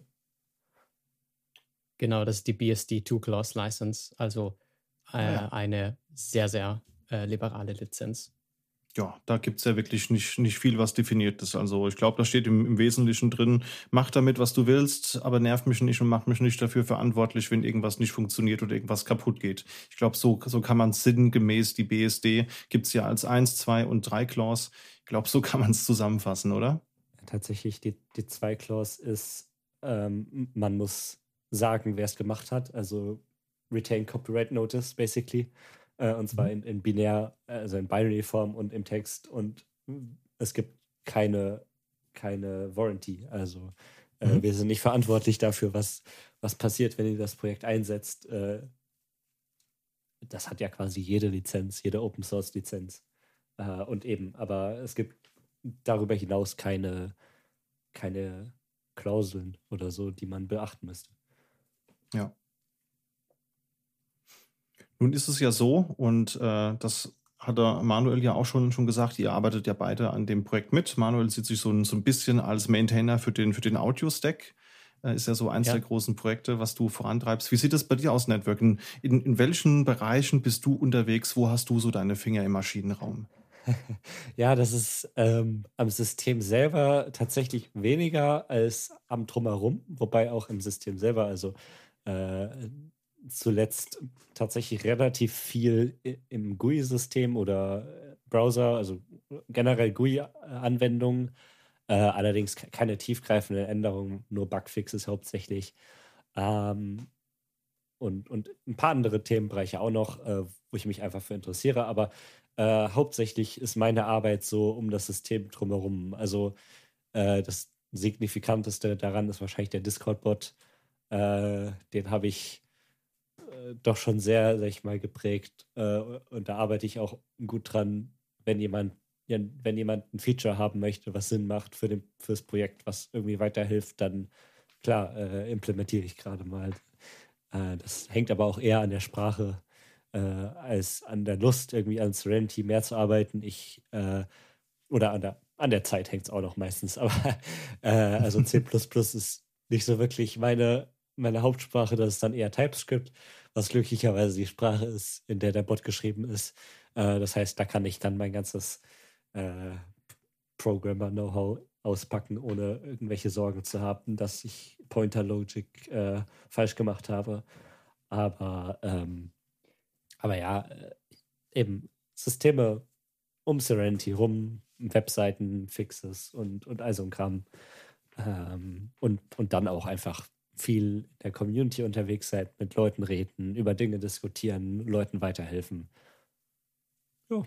Genau, das ist die B S D Two-Clause License, also äh, ja. eine sehr, sehr äh, liberale Lizenz. Ja, da gibt es ja wirklich nicht, nicht viel, was definiert ist. Also ich glaube, da steht im, im Wesentlichen drin, mach damit, was du willst, aber nerv mich nicht und mach mich nicht dafür verantwortlich, wenn irgendwas nicht funktioniert oder irgendwas kaputt geht. Ich glaube, so, so kann man sinngemäß die B S D, gibt es ja als eins, zwei und drei Clause. Ich glaube, so kann man es zusammenfassen, oder? tatsächlich die, die zwei Clause ist, ähm, man muss sagen, wer es gemacht hat, also Retain Copyright Notice, basically. Äh, und zwar in, in binär, also in Binary-Form und im Text. Und es gibt keine, keine Warranty. Also äh, Mhm. wir sind nicht verantwortlich dafür, was, was passiert, wenn ihr das Projekt einsetzt. Äh, das hat ja quasi jede Lizenz, jede Open-Source-Lizenz. Äh, und eben, aber es gibt darüber hinaus keine, keine Klauseln oder so, die man beachten müsste. Ja. Nun ist es ja so, und äh, das hat der Manuel ja auch schon, schon gesagt, ihr arbeitet ja beide an dem Projekt mit. Manuel sieht sich so ein, so ein bisschen als Maintainer für den, für den Audio-Stack. Äh, ist ja so eins Ja. der großen Projekte, was du vorantreibst. Wie sieht es bei dir aus, Network? In, in, in welchen Bereichen bist du unterwegs? Wo hast du so deine Finger im Maschinenraum? Ja, das ist ähm, am System selber tatsächlich weniger als am Drumherum, wobei auch im System selber, also äh, zuletzt tatsächlich relativ viel i- im G U I-System oder äh, Browser, also generell G U I-Anwendungen, äh, allerdings ke- keine tiefgreifenden Änderungen, nur Bugfixes hauptsächlich. Ähm, und, und ein paar andere Themenbereiche auch noch, äh, wo ich mich einfach für interessiere. Aber äh, hauptsächlich ist meine Arbeit so um das System drumherum. Also äh, das Signifikanteste daran ist wahrscheinlich der Discord-Bot. Äh, den habe ich äh, doch schon sehr, sag ich mal, geprägt. Äh, und da arbeite ich auch gut dran, wenn jemand, ja, wenn jemand ein Feature haben möchte, was Sinn macht für den, fürs Projekt, was irgendwie weiterhilft, dann klar, äh, implementiere ich gerade mal. Äh, das hängt aber auch eher an der Sprache äh, als an der Lust, irgendwie an Serenity mehr zu arbeiten. Ich, äh, oder an der, an der Zeit hängt es auch noch meistens. Aber äh, also C plus plus ist nicht so wirklich meine, meine Hauptsprache. Das ist dann eher TypeScript, was glücklicherweise die Sprache ist, in der der Bot geschrieben ist. Äh, das heißt, da kann ich dann mein ganzes äh, Programmer-Know-how auspacken, ohne irgendwelche Sorgen zu haben, dass ich Pointer-Logic äh, falsch gemacht habe. Aber, ähm, aber ja, äh, eben Systeme um Serenity rum, Webseiten, Fixes und, und all so ein Kram. Ähm, und, und dann auch einfach viel in der Community unterwegs sein, mit Leuten reden, über Dinge diskutieren, Leuten weiterhelfen. Ja.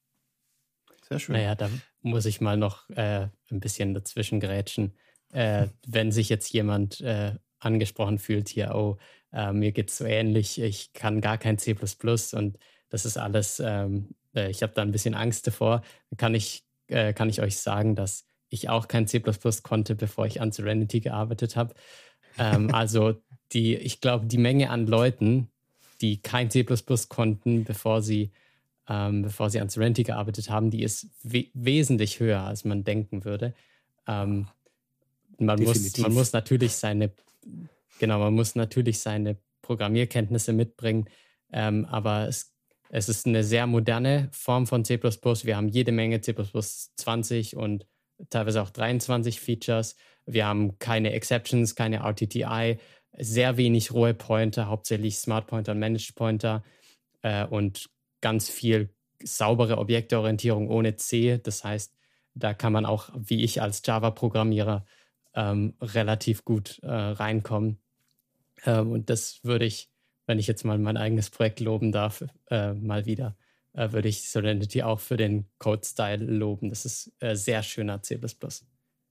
Sehr schön. Naja, da muss ich mal noch äh, ein bisschen dazwischen grätschen. Äh, wenn sich jetzt jemand äh, angesprochen fühlt, hier, oh, äh, mir geht es so ähnlich, ich kann gar kein C plus plus und das ist alles, ähm, äh, ich habe da ein bisschen Angst davor, kann ich, äh, kann ich euch sagen, dass ich auch kein C plus plus konnte, bevor ich an Serenity gearbeitet habe. Ähm, also die, ich glaube, die Menge an Leuten, die kein C plus plus konnten, bevor sie ähm, bevor sie an Serenity gearbeitet haben, die ist we wesentlich höher, als man denken würde. Ähm, man, muss, man muss natürlich seine, genau, man muss natürlich seine Programmierkenntnisse mitbringen, ähm, aber es, es ist eine sehr moderne Form von C plus plus. Wir haben jede Menge C plus plus zwanzig und teilweise auch dreiundzwanzig Features. Wir haben keine Exceptions, keine R T T I, sehr wenig rohe Pointer, hauptsächlich Smart Pointer und Managed Pointer äh, und ganz viel saubere Objekteorientierung ohne C. Das heißt, da kann man auch, wie ich als Java-Programmierer, ähm, relativ gut äh, reinkommen. Ähm, und das würde ich, wenn ich jetzt mal mein eigenes Projekt loben darf, äh, mal wieder, äh, würde ich Serenity auch für den Code-Style loben. Das ist äh, sehr schöner C plus plus.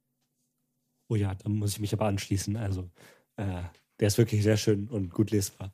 Oh ja, da muss ich mich aber anschließen. Also, äh, der ist wirklich sehr schön und gut lesbar.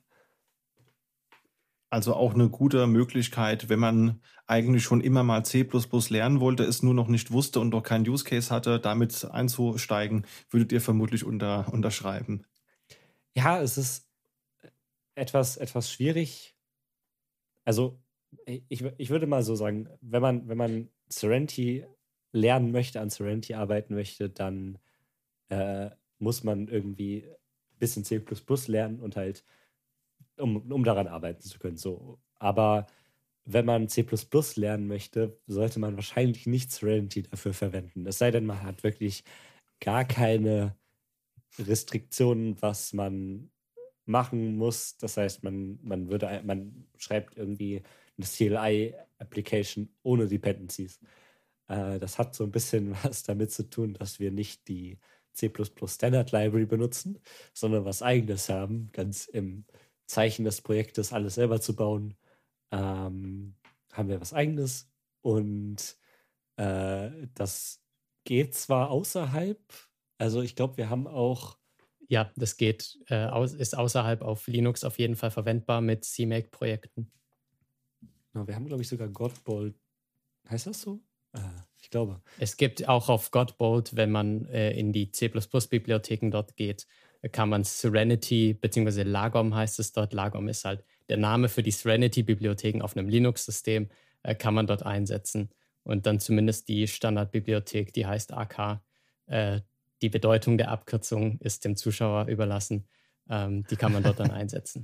Also auch eine gute Möglichkeit, wenn man eigentlich schon immer mal C plus plus lernen wollte, es nur noch nicht wusste und noch keinen Use Case hatte, damit einzusteigen, würdet ihr vermutlich unter, unterschreiben. Ja, es ist etwas, etwas schwierig. Also, ich, ich würde mal so sagen, wenn man, wenn man Serenity lernen möchte, an Serenity arbeiten möchte, dann äh, muss man irgendwie ein bisschen C plus plus lernen und halt, um, um daran arbeiten zu können. So. Aber wenn man C plus plus lernen möchte, sollte man wahrscheinlich nicht Serenity dafür verwenden. Es sei denn, man hat wirklich gar keine Restriktionen, was man machen muss. Das heißt, man, man würde, man schreibt irgendwie eine C L I-Application ohne Dependencies. Äh, das hat so ein bisschen was damit zu tun, dass wir nicht die C plus plus Standard Library benutzen, sondern was Eigenes haben, ganz im Zeichen des Projektes alles selber zu bauen, ähm, haben wir was Eigenes und äh, das geht zwar außerhalb, also ich glaube, wir haben auch Ja, das geht, äh, aus, ist außerhalb auf Linux auf jeden Fall verwendbar mit C M A C-Projekten. na, wir haben, glaube ich, sogar Godbolt. Heißt das so? Äh, ich glaube. Es gibt auch auf Godbolt, wenn man äh, in die C plus plus-Bibliotheken dort geht, äh, kann man Serenity, beziehungsweise Lagom heißt es dort. Lagom ist halt der Name für die Serenity-Bibliotheken auf einem Linux-System, äh, kann man dort einsetzen. Und dann zumindest die Standardbibliothek, die heißt A K. Äh, die Bedeutung der Abkürzung ist dem Zuschauer überlassen. Ähm, die kann man dort dann einsetzen.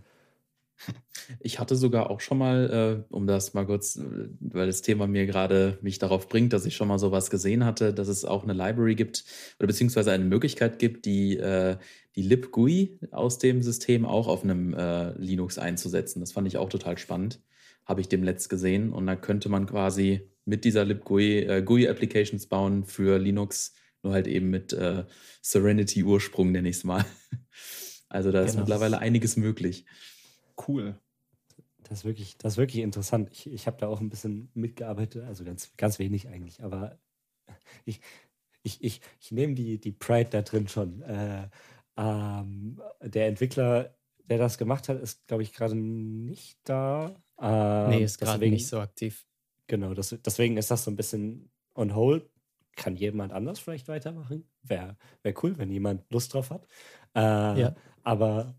Ich hatte sogar auch schon mal, äh, um das mal kurz, äh, weil das Thema mir gerade mich darauf bringt, dass ich schon mal sowas gesehen hatte, dass es auch eine Library gibt oder beziehungsweise eine Möglichkeit gibt, die, äh, die libg U I aus dem System auch auf einem äh, Linux einzusetzen. Das fand ich auch total spannend. Habe ich dem letzt gesehen. Und da könnte man quasi mit dieser libg U I äh, G U I-Applications bauen für Linux, nur halt eben mit äh, Serenity-Ursprung, nenne ich es mal. Also da ist Genau. mittlerweile einiges möglich. Cool. Das ist wirklich, das ist wirklich interessant. Ich, ich habe da auch ein bisschen mitgearbeitet, also ganz, ganz wenig eigentlich, aber ich, ich, ich, ich nehme die, die Pride da drin schon. Äh, ähm, der Entwickler, der das gemacht hat, ist, glaube ich, gerade nicht da. Ähm, Nee, ist gerade deswegen- nicht so aktiv. Genau, das, deswegen ist das so ein bisschen on hold. Kann jemand anders vielleicht weitermachen? Wäre wär cool, wenn jemand Lust drauf hat. Äh, Ja. Aber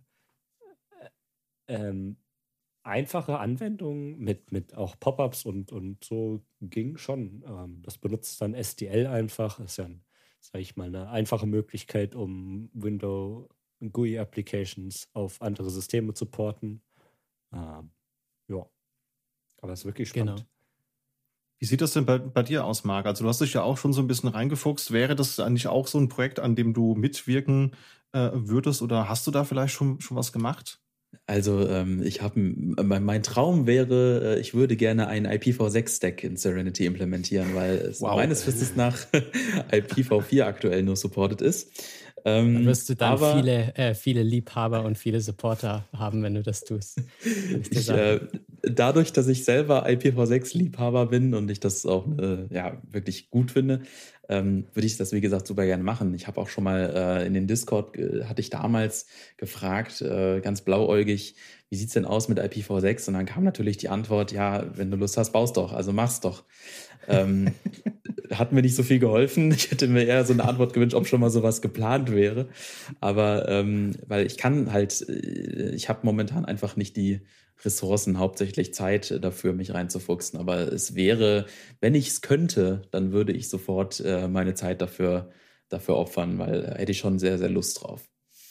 äh, ähm, einfache Anwendungen mit, mit auch Pop-ups und, und so ging schon. Ähm, das benutzt dann S D L einfach. Das ist ja, ein, sag ich mal, eine einfache Möglichkeit, um Windows G U I-Applications auf andere Systeme zu porten. Ähm, ja, aber es ist wirklich spannend. Genau. Wie sieht das denn bei, bei dir aus, Marc? Also du hast dich ja auch schon so ein bisschen reingefuchst. Wäre das eigentlich auch so ein Projekt, an dem du mitwirken äh, würdest oder hast du da vielleicht schon, schon was gemacht? Also ähm, ich habe mein, mein Traum wäre, äh, ich würde gerne einen I P v sechs Stack in Serenity implementieren, weil es Wow. meines Wissens nach I P v vier aktuell nur supported ist. Ähm, Da wirst du dann aber viele, äh, viele Liebhaber und viele Supporter haben, wenn du das tust. Kann ich dir ich, sagen. äh, dadurch, dass ich selber I P v sechs Liebhaber bin und ich das auch äh, ja, wirklich gut finde, ähm, würde ich das, wie gesagt, super gerne machen. Ich habe auch schon mal äh, in den Discord, äh, hatte ich damals gefragt, äh, ganz blauäugig, wie sieht's denn aus mit I P v sechs? Und dann kam natürlich die Antwort, ja, wenn du Lust hast, baust doch, also mach's doch. ähm, hat mir nicht so viel geholfen. Ich hätte mir eher so eine Antwort gewünscht, ob schon mal sowas geplant wäre. Aber ähm, weil ich kann halt, äh, ich habe momentan einfach nicht die Ressourcen, hauptsächlich Zeit dafür, mich reinzufuchsen. Aber es wäre, wenn ich es könnte, dann würde ich sofort äh, meine Zeit dafür, dafür opfern, weil äh, hätte ich schon sehr, sehr Lust drauf.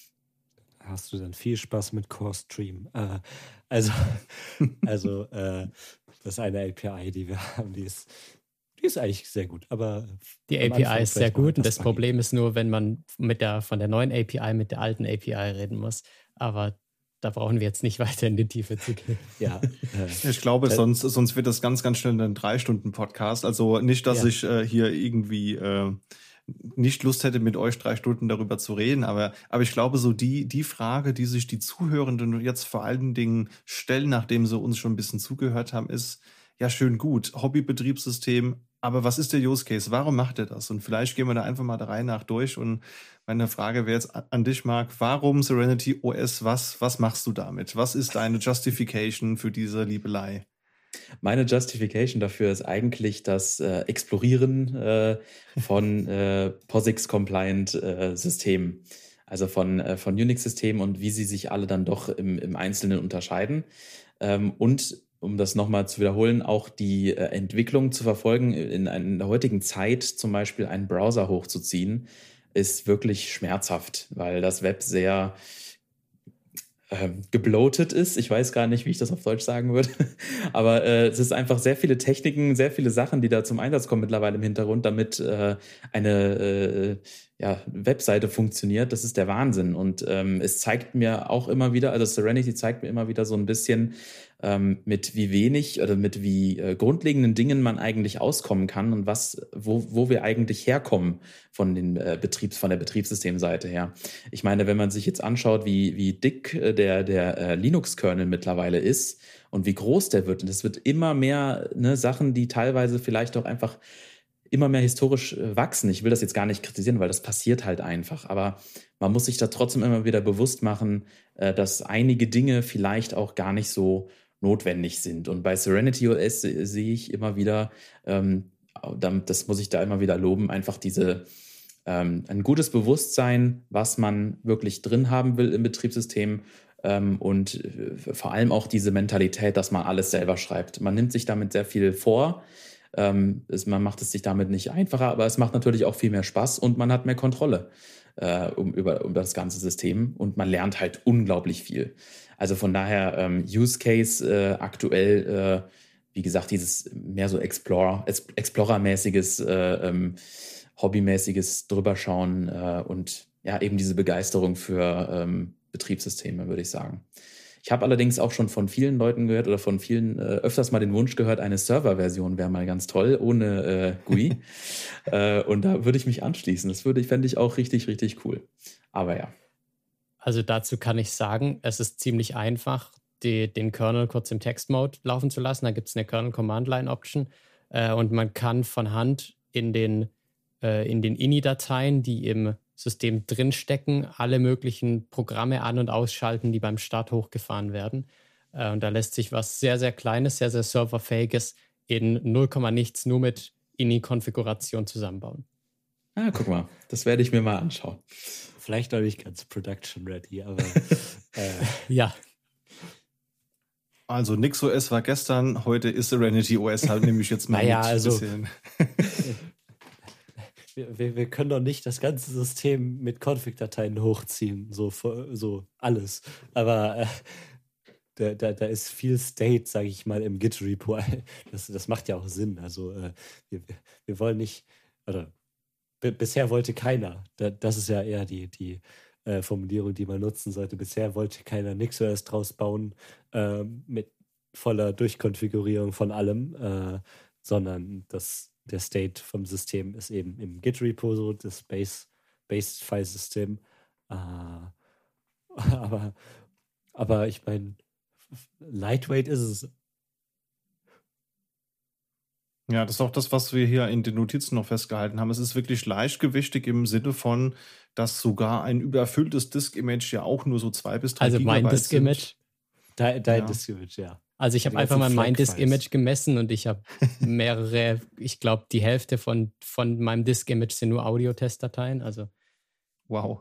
Hast du dann viel Spaß mit Core Stream? Äh, also, also äh, das ist eine A P I, die wir haben, die ist, die ist eigentlich sehr gut. Aber Die am A P Anfang I ist sehr vielleicht mal gut und etwas das Problem ist nur, wenn man mit der, von der neuen A P I mit der alten A P I reden muss. Aber da brauchen wir jetzt nicht weiter in die Tiefe zu gehen. Ja, äh, Ich glaube, Äh, sonst, sonst wird das ganz, ganz schnell ein Drei-Stunden-Podcast. Also nicht, dass Ja. ich äh, hier irgendwie äh, nicht Lust hätte, mit euch drei Stunden darüber zu reden, aber, aber ich glaube, so die, die Frage, die sich die Zuhörenden jetzt vor allen Dingen stellen, nachdem sie uns schon ein bisschen zugehört haben, ist, ja, schön gut, Hobbybetriebssystem, aber was ist der Use Case? Warum macht er das? Und vielleicht gehen wir da einfach mal der Reihe nach durch. Und meine Frage wäre jetzt an dich, Marc, warum Serenity O S? Was, was machst du damit? Was ist deine Justification für diese Liebelei? Meine Justification dafür ist eigentlich das äh, Explorieren äh, von äh, POSIX-compliant äh, Systemen, also von, äh, von Unix-Systemen und wie sie sich alle dann doch im, im Einzelnen unterscheiden. Ähm, und um das nochmal zu wiederholen, auch die äh, Entwicklung zu verfolgen, in, in der heutigen Zeit zum Beispiel einen Browser hochzuziehen, ist wirklich schmerzhaft, weil das Web sehr ähm, gebloatet ist. Ich weiß gar nicht, wie ich das auf Deutsch sagen würde. Aber äh, es ist einfach sehr viele Techniken, sehr viele Sachen, die da zum Einsatz kommen mittlerweile im Hintergrund, damit äh, eine, äh, ja, Webseite funktioniert, das ist der Wahnsinn. Und ähm, es zeigt mir auch immer wieder, also Serenity zeigt mir immer wieder so ein bisschen, ähm, mit wie wenig oder mit wie äh, grundlegenden Dingen man eigentlich auskommen kann und was, wo, wo wir eigentlich herkommen von den äh, Betriebs, von der Betriebssystemseite her. Ich meine, wenn man sich jetzt anschaut, wie, wie dick äh, der, der äh, Linux-Kernel mittlerweile ist und wie groß der wird, und es wird immer mehr, ne, Sachen, die teilweise vielleicht auch einfach immer mehr historisch äh, wachsen. Ich will das jetzt gar nicht kritisieren, weil das passiert halt einfach. Aber man muss sich da trotzdem immer wieder bewusst machen, äh, dass einige Dinge vielleicht auch gar nicht so notwendig sind. Und bei Serenity O S se- sehe ich immer wieder, ähm, damit- das muss ich da immer wieder loben, einfach diese ähm, ein gutes Bewusstsein, was man wirklich drin haben will im Betriebssystem, ähm, und äh, vor allem auch diese Mentalität, dass man alles selber schreibt. Man nimmt sich damit sehr viel vor. Ähm, es, man macht es sich damit nicht einfacher, aber es macht natürlich auch viel mehr Spaß und man hat mehr Kontrolle äh, um, über, um das ganze System und man lernt halt unglaublich viel. Also von daher ähm, Use Case äh, aktuell, äh, wie gesagt, dieses mehr so Explorer, Explorer-mäßiges, äh, ähm, Hobbymäßiges Drüberschauen äh, und ja, eben diese Begeisterung für ähm, Betriebssysteme, würde ich sagen. Ich habe allerdings auch schon von vielen Leuten gehört oder von vielen äh, öfters mal den Wunsch gehört, eine Server-Version wäre mal ganz toll, ohne äh, G U I. äh, und da würde ich mich anschließen. Das würde ich, fände ich auch richtig, richtig cool. Aber ja. Also dazu kann ich sagen, es ist ziemlich einfach, die, den Kernel kurz im Text-Mode laufen zu lassen. Da gibt es eine Kernel-Command-Line-Option äh, und man kann von Hand in den, äh, in den I N I-Dateien, die im System drinstecken, alle möglichen Programme an- und ausschalten, die beim Start hochgefahren werden. Äh, und da lässt sich was sehr, sehr Kleines, sehr, sehr serverfähiges in null, nichts nur mit I N I-Konfiguration zusammenbauen. Ah, guck mal, das werde ich mir mal anschauen. Vielleicht noch nicht ganz production-ready, aber äh, Ja. Also NixOS war gestern, heute ist Serenity O S halt nämlich jetzt mal Naja, mit also- bisschen. wir, wir, wir können doch nicht das ganze System mit Config-Dateien hochziehen, so, vor- so alles. Aber äh, da, da, da ist viel State, sage ich mal, im Git-Repo. Das, das macht ja auch Sinn. Also äh, wir, wir- wir wollen nicht, oder b- bisher wollte keiner, da, das ist ja eher die, die äh, Formulierung, die man nutzen sollte. Bisher wollte keiner NixOS draus bauen äh, mit voller Durchkonfigurierung von allem, äh, sondern das, der State vom System ist eben im Git-Repo so, das Base, Base-File-System. Äh, aber, aber ich meine, lightweight ist es. Ja, das ist auch das, was wir hier in den Notizen noch festgehalten haben. Es ist wirklich leichtgewichtig im Sinne von, dass sogar ein überfülltes Disk-Image ja auch nur so zwei bis drei Also mein Gigabyte Disk-Image. sind. Dein, dein Ja. Disk-Image, ja. Also ich habe Die einfach mal ganzen mein Flag-Files. Disk-Image gemessen und ich habe mehrere, ich glaube, die Hälfte von, von meinem Disk-Image sind nur Audio-Testdateien. Also Wow.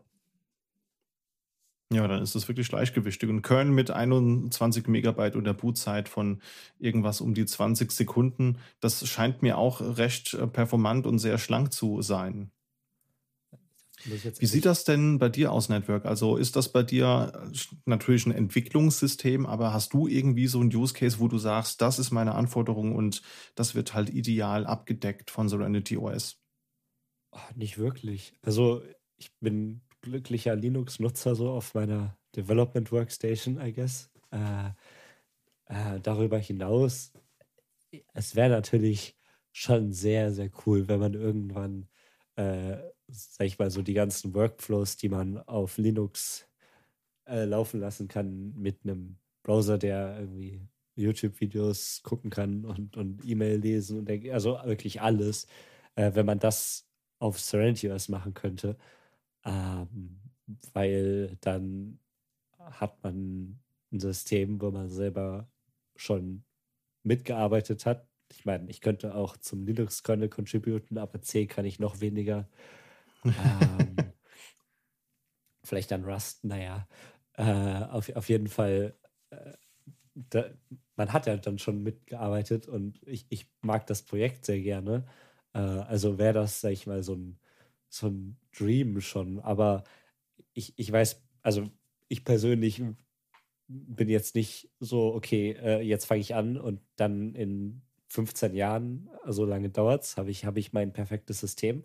Ja, dann ist das wirklich leichtgewichtig. Und Kernel mit einundzwanzig Megabyte und der Bootzeit von irgendwas um die zwanzig Sekunden, das scheint mir auch recht äh, performant und sehr schlank zu sein. Muss ich jetzt Wie sieht das denn bei dir aus, Network? Also ist das bei dir äh, natürlich ein Entwicklungssystem, aber hast du irgendwie so einen Use Case, wo du sagst, das ist meine Anforderung und das wird halt ideal abgedeckt von Serenity O S? Oh, nicht wirklich. Also ich bin glücklicher Linux-Nutzer so auf meiner Development Workstation, I guess. Äh, äh, darüber hinaus, es wäre natürlich schon sehr, sehr cool, wenn man irgendwann, äh, sag ich mal, so die ganzen Workflows, die man auf Linux äh, laufen lassen kann, mit einem Browser, der irgendwie YouTube-Videos gucken kann und, und E-Mail lesen und denk- also wirklich alles, äh, wenn man das auf Serenity O S machen könnte, ähm, weil dann hat man ein System, wo man selber schon mitgearbeitet hat. Ich meine, ich könnte auch zum Linux-Kernel contributen, aber C kann ich noch weniger. ähm, vielleicht dann Rust, naja. Äh, auf, auf jeden Fall, äh, da, man hat ja dann schon mitgearbeitet und ich, ich mag das Projekt sehr gerne. Äh, also wäre das, sag ich mal, so ein, so ein Dream schon. Aber ich, ich weiß, also ich persönlich bin jetzt nicht so, okay, äh, jetzt fange ich an und dann in fünfzehn Jahren, so lange dauert es, habe ich, hab ich mein perfektes System.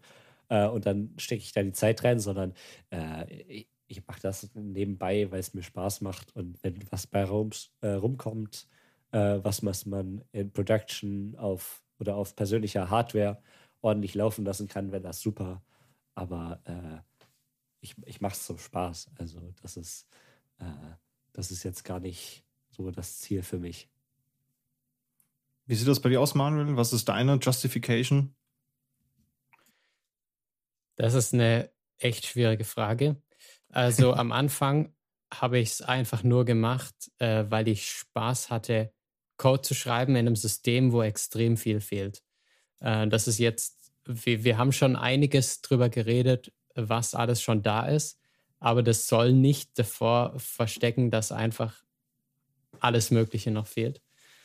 äh, und dann stecke ich da die Zeit rein, sondern äh, ich, ich mache das nebenbei, weil es mir Spaß macht. Und wenn was bei Rums, äh, rumkommt, äh, was, was man in Production auf oder auf persönlicher Hardware ordentlich laufen lassen kann, wäre das super. Aber äh, ich, ich mache es zum Spaß. Also das ist, äh, das ist jetzt gar nicht so das Ziel für mich. Wie sieht das bei dir aus, Manuel? Was ist deine Justification? Das ist eine echt schwierige Frage. Also am Anfang habe ich es einfach nur gemacht, äh, weil ich Spaß hatte, Code zu schreiben in einem System, wo extrem viel fehlt. Äh, das ist jetzt, wir, wir haben schon einiges drüber geredet, was alles schon da ist, aber das soll nicht davor verstecken, dass einfach alles Mögliche noch fehlt.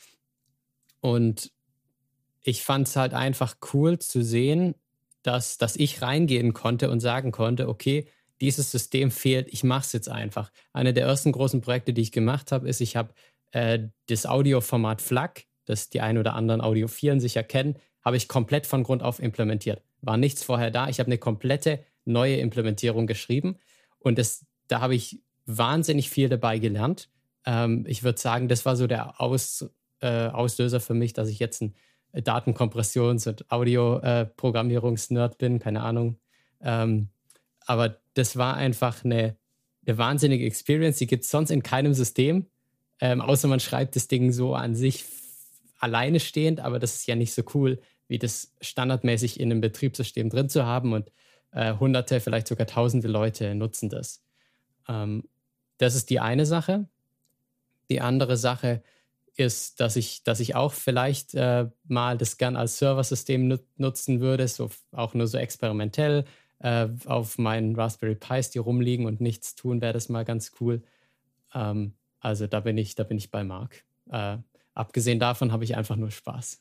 Und ich fand es halt einfach cool zu sehen, dass, dass ich reingehen konnte und sagen konnte, okay, dieses System fehlt, ich mache es jetzt einfach. Eine der ersten großen Projekte, die ich gemacht habe, ist, ich habe äh, das Audioformat FLAC, das die ein oder anderen Audiophilen sicher kennen, habe ich komplett von Grund auf implementiert. War nichts vorher da. Ich habe eine komplette neue Implementierung geschrieben und das, da habe ich wahnsinnig viel dabei gelernt. Ähm, ich würde sagen, das war so der Aus, äh, Auslöser für mich, dass ich jetzt ein Datenkompressions- und Audio-Programmierungsnerd äh, bin, keine Ahnung. Ähm, aber das war einfach eine, eine wahnsinnige Experience, die gibt es sonst in keinem System, ähm, außer man schreibt das Ding so an sich f- alleine stehend, aber das ist ja nicht so cool, wie das standardmäßig in einem Betriebssystem drin zu haben und äh, hunderte, vielleicht sogar tausende Leute nutzen das. Ähm, das ist die eine Sache. Die andere Sache ist, dass ich, dass ich auch vielleicht äh, mal das gern als Serversystem nut- nutzen würde, so auch nur so experimentell äh, auf meinen Raspberry Pis, die rumliegen und nichts tun, wäre das mal ganz cool. Ähm, also da bin ich, da bin ich bei Marc. Äh, abgesehen davon habe ich einfach nur Spaß.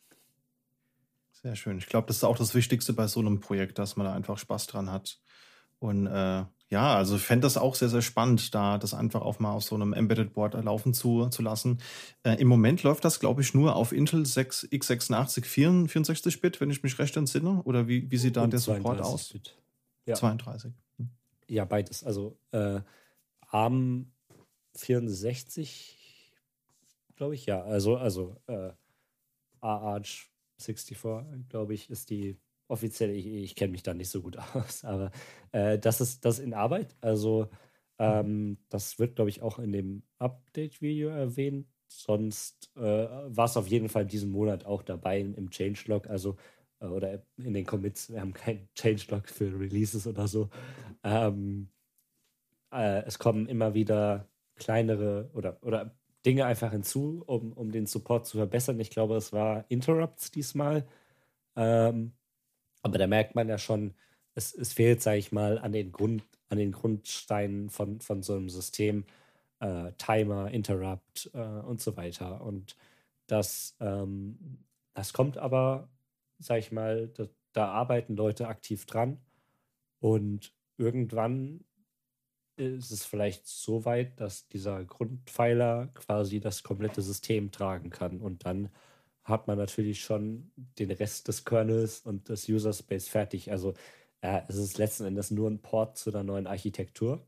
Sehr schön. Ich glaube, das ist auch das Wichtigste bei so einem Projekt, dass man da einfach Spaß dran hat. Und äh, ja, also ich fände das auch sehr, sehr spannend, da das einfach auch mal auf so einem Embedded Board laufen zu, zu lassen. Äh, Im Moment läuft das, glaube ich, nur auf Intel sechs, x sechsundachtzig vierundsechzig Bit, wenn ich mich recht entsinne. Oder wie, wie sieht da Und der Support aus? Bit. Ja. zweiunddreißig. Hm. Ja, beides. Also äh, ARM vierundsechzig, glaube ich, ja. Also, also äh, Arch vierundsechzig, glaube ich, ist die offizielle. Ich, ich kenne mich da nicht so gut aus, aber äh, das ist das in Arbeit. Also ähm, das wird, glaube ich, auch in dem Update-Video erwähnt. Sonst äh, war es auf jeden Fall diesen Monat auch dabei im Changelog, also äh, oder in den Commits. Wir haben keinen Changelog für Releases oder so. Ähm, äh, es kommen immer wieder kleinere oder, oder Dinge einfach hinzu, um, um den Support zu verbessern. Ich glaube, es war Interrupts diesmal. Ähm, aber da merkt man ja schon, es, es fehlt, sage ich mal, an den, Grund, an den Grundsteinen von, von so einem System. Äh, Timer, Interrupt äh, und so weiter. Und das, ähm, das kommt aber, sage ich mal, da, da arbeiten Leute aktiv dran. Und irgendwann ist es vielleicht so weit, dass dieser Grundpfeiler quasi das komplette System tragen kann. Und dann hat man natürlich schon den Rest des Kernels und des User Space fertig. Also äh, es ist letzten Endes nur ein Port zu einer neuen Architektur.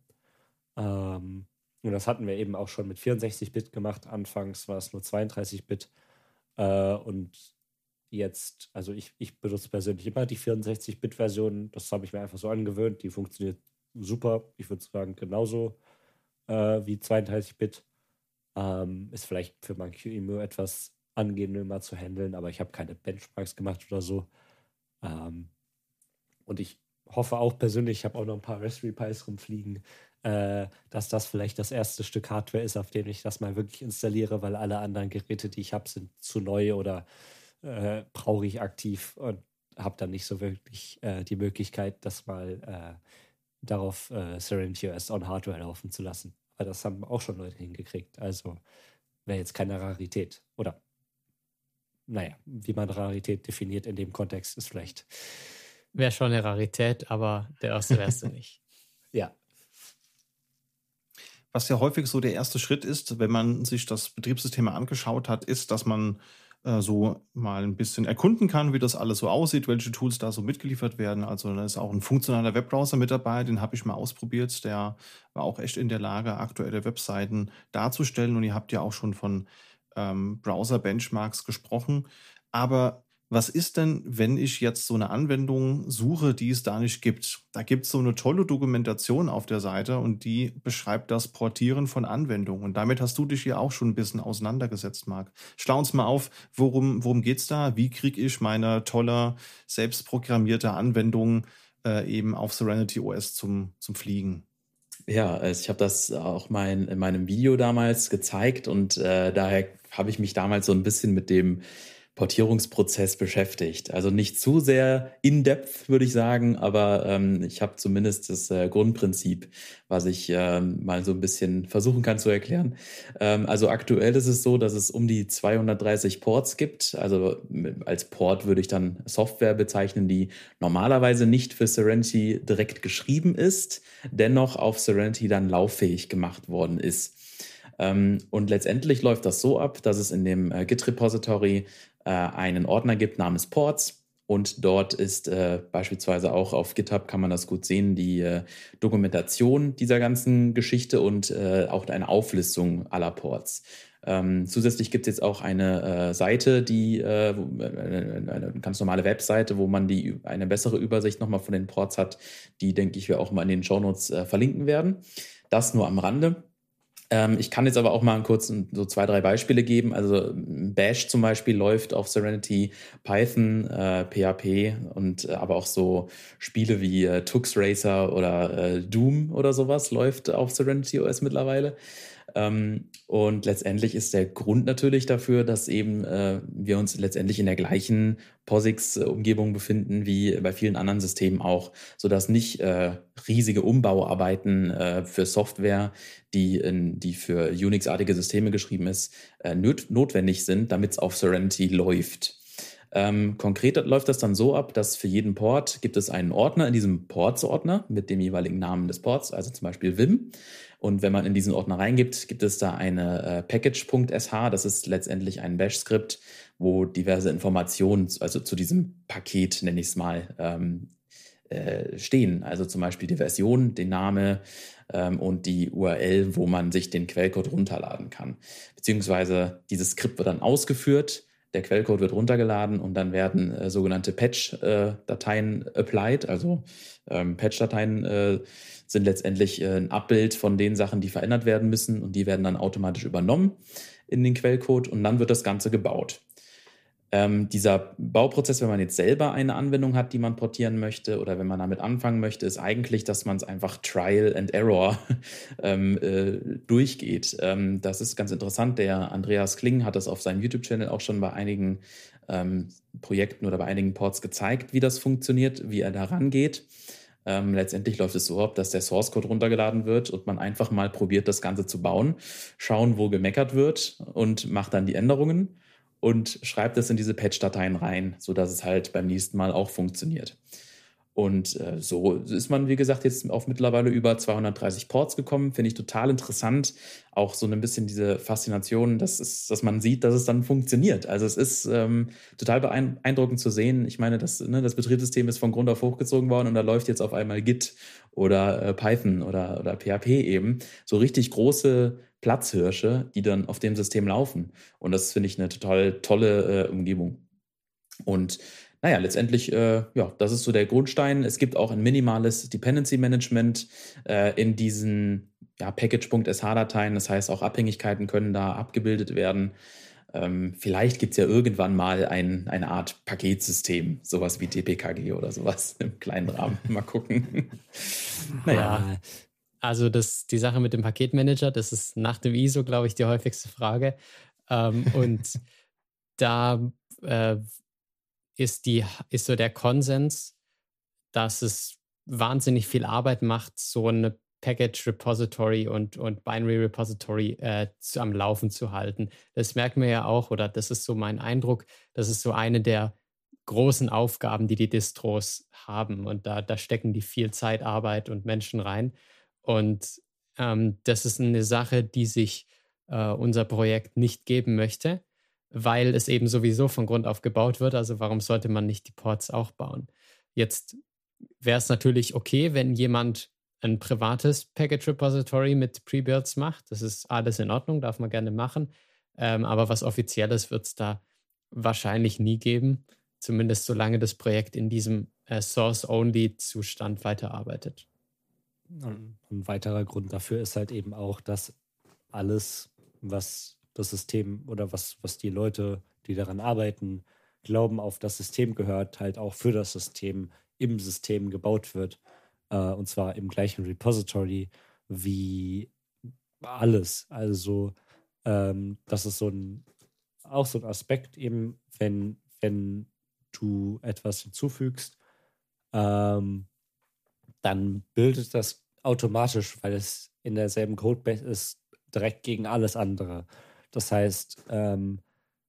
Ähm, und das hatten wir eben auch schon mit vierundsechzig Bit gemacht. Anfangs war es nur zweiunddreißig Bit. Äh, und jetzt, also ich, ich benutze persönlich immer die vierundsechzig Bit Version. Das habe ich mir einfach so angewöhnt. Die funktioniert super. Ich würde sagen, genauso äh, wie zweiunddreißig Bit. Ähm, ist vielleicht für mein Q E M U etwas angenehmer zu handeln, aber ich habe keine Benchmarks gemacht oder so. Ähm, und ich hoffe auch persönlich, ich habe auch noch ein paar Raspberry Pis rumfliegen, äh, dass das vielleicht das erste Stück Hardware ist, auf dem ich das mal wirklich installiere, weil alle anderen Geräte, die ich habe, sind zu neu oder äh, brauche ich aktiv und habe dann nicht so wirklich äh, die Möglichkeit, das mal äh, darauf äh, Serenity O S on Hardware laufen zu lassen. Aber das haben auch schon Leute hingekriegt. Also wäre jetzt keine Rarität. Oder naja, wie man Rarität definiert in dem Kontext, ist vielleicht. Wäre schon eine Rarität, aber der erste wärst du nicht. Ja. Was ja häufig so der erste Schritt ist, wenn man sich das Betriebssystem mal angeschaut hat, ist, dass man äh, so mal ein bisschen erkunden kann, wie das alles so aussieht, welche Tools da so mitgeliefert werden. Also da ist auch ein funktionaler Webbrowser mit dabei, den habe ich mal ausprobiert. Der war auch echt in der Lage, aktuelle Webseiten darzustellen. Und ihr habt ja auch schon von ähm, Browser-Benchmarks gesprochen. Aber was ist denn, wenn ich jetzt so eine Anwendung suche, die es da nicht gibt? Da gibt es so eine tolle Dokumentation auf der Seite und die beschreibt das Portieren von Anwendungen. Und damit hast du dich hier auch schon ein bisschen auseinandergesetzt, Marc. Schlau uns mal auf, worum, worum geht es da? Wie kriege ich meine tolle, selbstprogrammierte Anwendung äh, eben auf Serenity O S zum, zum Fliegen? Ja, also ich habe das auch mein, in meinem Video damals gezeigt und äh, daher habe ich mich damals so ein bisschen mit dem Portierungsprozess beschäftigt. Also nicht zu sehr in-depth, würde ich sagen, aber ähm, ich habe zumindest das äh, Grundprinzip, was ich ähm, mal so ein bisschen versuchen kann zu erklären. Ähm, also aktuell ist es so, dass es um die zweihundertdreißig Ports gibt. Also als Port würde ich dann Software bezeichnen, die normalerweise nicht für Serenity direkt geschrieben ist, dennoch auf Serenity dann lauffähig gemacht worden ist. Ähm, und letztendlich läuft das so ab, dass es in dem äh, Git-Repository äh, einen Ordner gibt namens Ports und dort ist äh, beispielsweise auch auf GitHub, kann man das gut sehen, die äh, Dokumentation dieser ganzen Geschichte und äh, auch eine Auflistung aller Ports. Ähm, zusätzlich gibt es jetzt auch eine äh, Seite, die äh, eine, eine ganz normale Webseite, wo man die eine bessere Übersicht nochmal von den Ports hat, die, denke ich, wir auch mal in den Shownotes äh, verlinken werden. Das nur am Rande. Ähm, ich kann jetzt aber auch mal kurz so zwei, drei Beispiele geben. Also Bash zum Beispiel läuft auf Serenity, Python, äh, P H P und äh, aber auch so Spiele wie äh, Tux Racer oder äh, Doom oder sowas läuft auf Serenity O S mittlerweile. Ähm, und letztendlich ist der Grund natürlich dafür, dass eben äh, wir uns letztendlich in der gleichen POSIX-Umgebung befinden wie bei vielen anderen Systemen auch, sodass nicht äh, riesige Umbauarbeiten äh, für Software, die, in, die für Unix-artige Systeme geschrieben ist, äh, not- notwendig sind, damit es auf Serenity läuft. Ähm, konkret läuft das dann so ab, dass für jeden Port gibt es einen Ordner in diesem Ports-Ordner mit dem jeweiligen Namen des Ports, also zum Beispiel Vim. Und wenn man in diesen Ordner reingibt, gibt es da eine äh, package.sh, das ist letztendlich ein Bash-Skript, wo diverse Informationen, also zu diesem Paket, nenne ich es mal, ähm, äh, stehen. Also zum Beispiel die Version, den Name ähm, und die U R L, wo man sich den Quellcode runterladen kann. Beziehungsweise dieses Skript wird dann ausgeführt, der Quellcode wird runtergeladen und dann werden äh, sogenannte Patch-Dateien äh, applied. Also ähm, Patch-Dateien äh, sind letztendlich äh, ein Abbild von den Sachen, die verändert werden müssen und die werden dann automatisch übernommen in den Quellcode und dann wird das Ganze gebaut. Ähm, dieser Bauprozess, wenn man jetzt selber eine Anwendung hat, die man portieren möchte oder wenn man damit anfangen möchte, ist eigentlich, dass man es einfach Trial and Error ähm, äh, durchgeht. Ähm, das ist ganz interessant. Der Andreas Kling hat das auf seinem YouTube-Channel auch schon bei einigen ähm, Projekten oder bei einigen Ports gezeigt, wie das funktioniert, wie er da rangeht. Ähm, letztendlich läuft es so ab, dass der Source-Code runtergeladen wird und man einfach mal probiert, das Ganze zu bauen, schauen, wo gemeckert wird und macht dann die Änderungen und schreibt es in diese Patch-Dateien rein, sodass es halt beim nächsten Mal auch funktioniert. Und äh, so ist man, wie gesagt, jetzt auf mittlerweile über zweihundertdreißig Ports gekommen. Finde ich total interessant. Auch so ein bisschen diese Faszination, dass, es, dass man sieht, dass es dann funktioniert. Also es ist ähm, total beeindruckend zu sehen. Ich meine, das, ne, das Betriebssystem ist von Grund auf hochgezogen worden und da läuft jetzt auf einmal Git oder äh, Python oder, oder P H P eben. So richtig große Platzhirsche, die dann auf dem System laufen. Und das finde ich eine total tolle äh, Umgebung. Und naja, letztendlich, äh, ja, das ist so der Grundstein. Es gibt auch ein minimales Dependency Management äh, in diesen ja, Package.sh-Dateien. Das heißt, auch Abhängigkeiten können da abgebildet werden. Ähm, vielleicht gibt es ja irgendwann mal ein, eine Art Paketsystem, sowas wie T P K G oder sowas im kleinen Rahmen. Mal gucken. Naja. Also das, die Sache mit dem Paketmanager, das ist nach dem I S O, glaube ich, die häufigste Frage. Ähm, und da äh, ist, die, ist so der Konsens, dass es wahnsinnig viel Arbeit macht, so eine Package Repository und, und Binary Repository äh, zu, am Laufen zu halten. Das merken wir ja auch, oder das ist so mein Eindruck, das ist so eine der großen Aufgaben, die die Distros haben. Und da, da stecken die viel Zeit, Arbeit und Menschen rein. Und ähm, das ist eine Sache, die sich äh, unser Projekt nicht geben möchte. weil es eben sowieso von Grund auf gebaut wird. Also warum sollte man nicht die Ports auch bauen? Jetzt wäre es natürlich okay, wenn jemand ein privates Package Repository mit Pre-Builds macht. Das ist alles in Ordnung, darf man gerne machen. Ähm, aber was Offizielles wird es da wahrscheinlich nie geben, zumindest solange das Projekt in diesem äh, Source-Only-Zustand weiterarbeitet. Und ein weiterer Grund dafür ist halt eben auch, dass alles, was das System oder was, was die Leute, die daran arbeiten, glauben, auf das System gehört, halt auch für das System im System gebaut wird. Äh, und zwar im gleichen Repository wie alles. Also ähm, das ist so ein auch so ein Aspekt eben, wenn, wenn du etwas hinzufügst, ähm, dann bildet das automatisch, weil es in derselben Codebase ist, direkt gegen alles andere. Das heißt, ähm,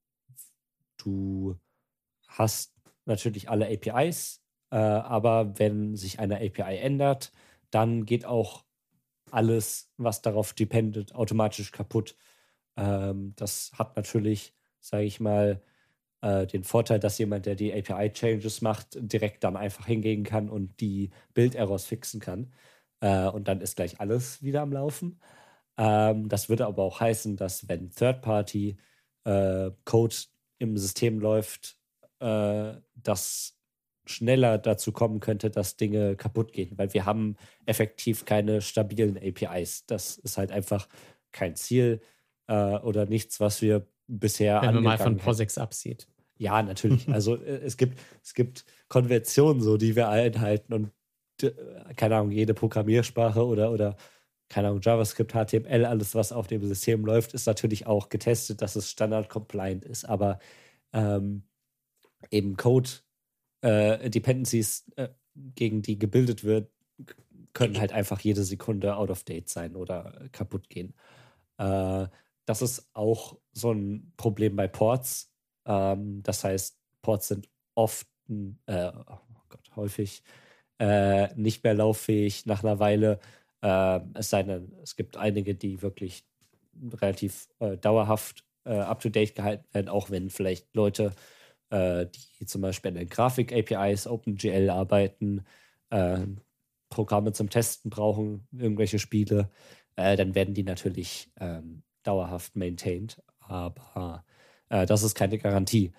du hast natürlich alle A P Is, äh, aber wenn sich eine A P I ändert, dann geht auch alles, was darauf dependet, automatisch kaputt. Ähm, das hat natürlich, sage ich mal, äh, den Vorteil, dass jemand, der die A P I-Changes macht, direkt dann einfach hingehen kann und die Build-Errors fixen kann. Äh, und dann ist gleich alles wieder am Laufen. Ähm, das würde aber auch heißen, dass wenn Third-Party-Code äh, im System läuft, äh, das schneller dazu kommen könnte, dass Dinge kaputt gehen, weil wir haben effektiv keine stabilen A P Is. Das ist halt einfach kein Ziel äh, oder nichts, was wir bisher Wenn man mal von angegangen hätten. POSIX absieht. Ja, natürlich. Also äh, es gibt, es gibt Konventionen, so, die wir einhalten und äh, keine Ahnung, jede Programmiersprache oder, oder keine Ahnung, JavaScript, H T M L, alles, was auf dem System läuft, ist natürlich auch getestet, dass es standard-compliant ist. Aber ähm, eben Code äh, Dependencies, äh, gegen die gebildet wird, können halt einfach jede Sekunde out of date sein oder äh, kaputt gehen. Äh, das ist auch so ein Problem bei Ports. Ähm, das heißt, Ports sind oft, äh, oh Gott, häufig äh, nicht mehr lauffähig nach einer Weile. Äh, es sei denn, es gibt einige, die wirklich relativ äh, dauerhaft äh, up-to-date gehalten werden, auch wenn vielleicht Leute, äh, die zum Beispiel an den Grafik-A P Is, OpenGL arbeiten, äh, Programme zum Testen brauchen, irgendwelche Spiele, äh, dann werden die natürlich ähm, dauerhaft maintained. Aber äh, das ist keine Garantie.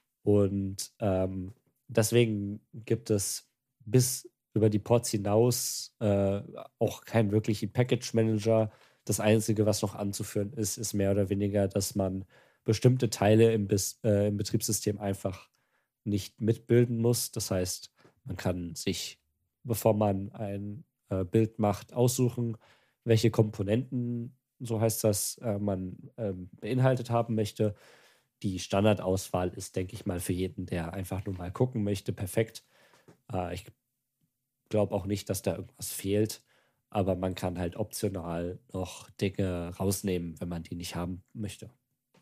Und ähm, deswegen gibt es bis über die Ports hinaus äh, auch keinen wirklichen Package-Manager. Das Einzige, was noch anzuführen ist, ist mehr oder weniger, dass man bestimmte Teile im, Bis, äh, im Betriebssystem einfach nicht mitbilden muss. Das heißt, man kann sich, bevor man ein äh, Bild macht, aussuchen, welche Komponenten, so heißt das, äh, man ähm, beinhaltet haben möchte. Die Standardauswahl ist, denke ich mal, für jeden, der einfach nur mal gucken möchte, perfekt. Äh, ich glaube auch nicht, dass da irgendwas fehlt, aber man kann halt optional noch Dinge rausnehmen, wenn man die nicht haben möchte.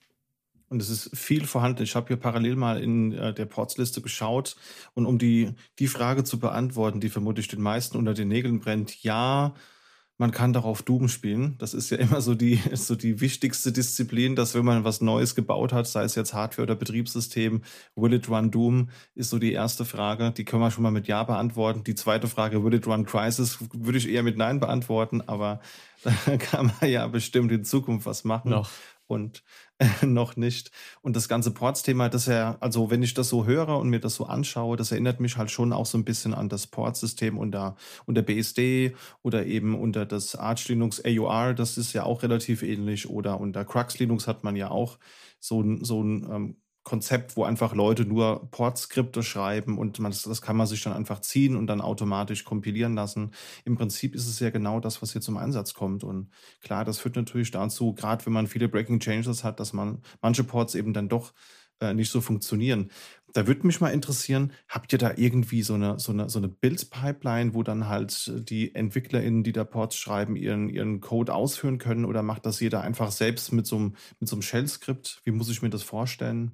Und es ist viel vorhanden. Ich habe hier parallel mal in äh, der Portsliste geschaut und um die, die Frage zu beantworten, die vermutlich den meisten unter den Nägeln brennt, ja, man kann darauf Doom spielen. Das ist ja immer so die, so die wichtigste Disziplin, dass wenn man was Neues gebaut hat, sei es jetzt Hardware oder Betriebssystem, will it run Doom, ist so die erste Frage. Die können wir schon mal mit Ja beantworten. Die zweite Frage, will it run Crysis, würde ich eher mit Nein beantworten, aber da kann man ja bestimmt in Zukunft was machen. Noch. Und äh, noch nicht. Und das ganze Ports-Thema, das ja, also wenn ich das so höre und mir das so anschaue, das erinnert mich halt schon auch so ein bisschen an das Port-System unter, unter B S D oder eben unter das Arch Linux A U R, das ist ja auch relativ ähnlich. Oder unter Crux Linux hat man ja auch so ein, so ein ähm, Konzept, wo einfach Leute nur Port-Skripte schreiben und man, das kann man sich dann einfach ziehen und dann automatisch kompilieren lassen. Im Prinzip ist es ja genau das, was hier zum Einsatz kommt. Und klar, das führt natürlich dazu, gerade wenn man viele Breaking Changes hat, dass man manche Ports eben dann doch äh, nicht so funktionieren. Da würde mich mal interessieren, habt ihr da irgendwie so eine, so eine, so eine Build-Pipeline, wo dann halt die EntwicklerInnen, die da Ports schreiben, ihren, ihren Code ausführen können oder macht das jeder einfach selbst mit so einem, mit so einem Shell-Skript? Wie muss ich mir das vorstellen?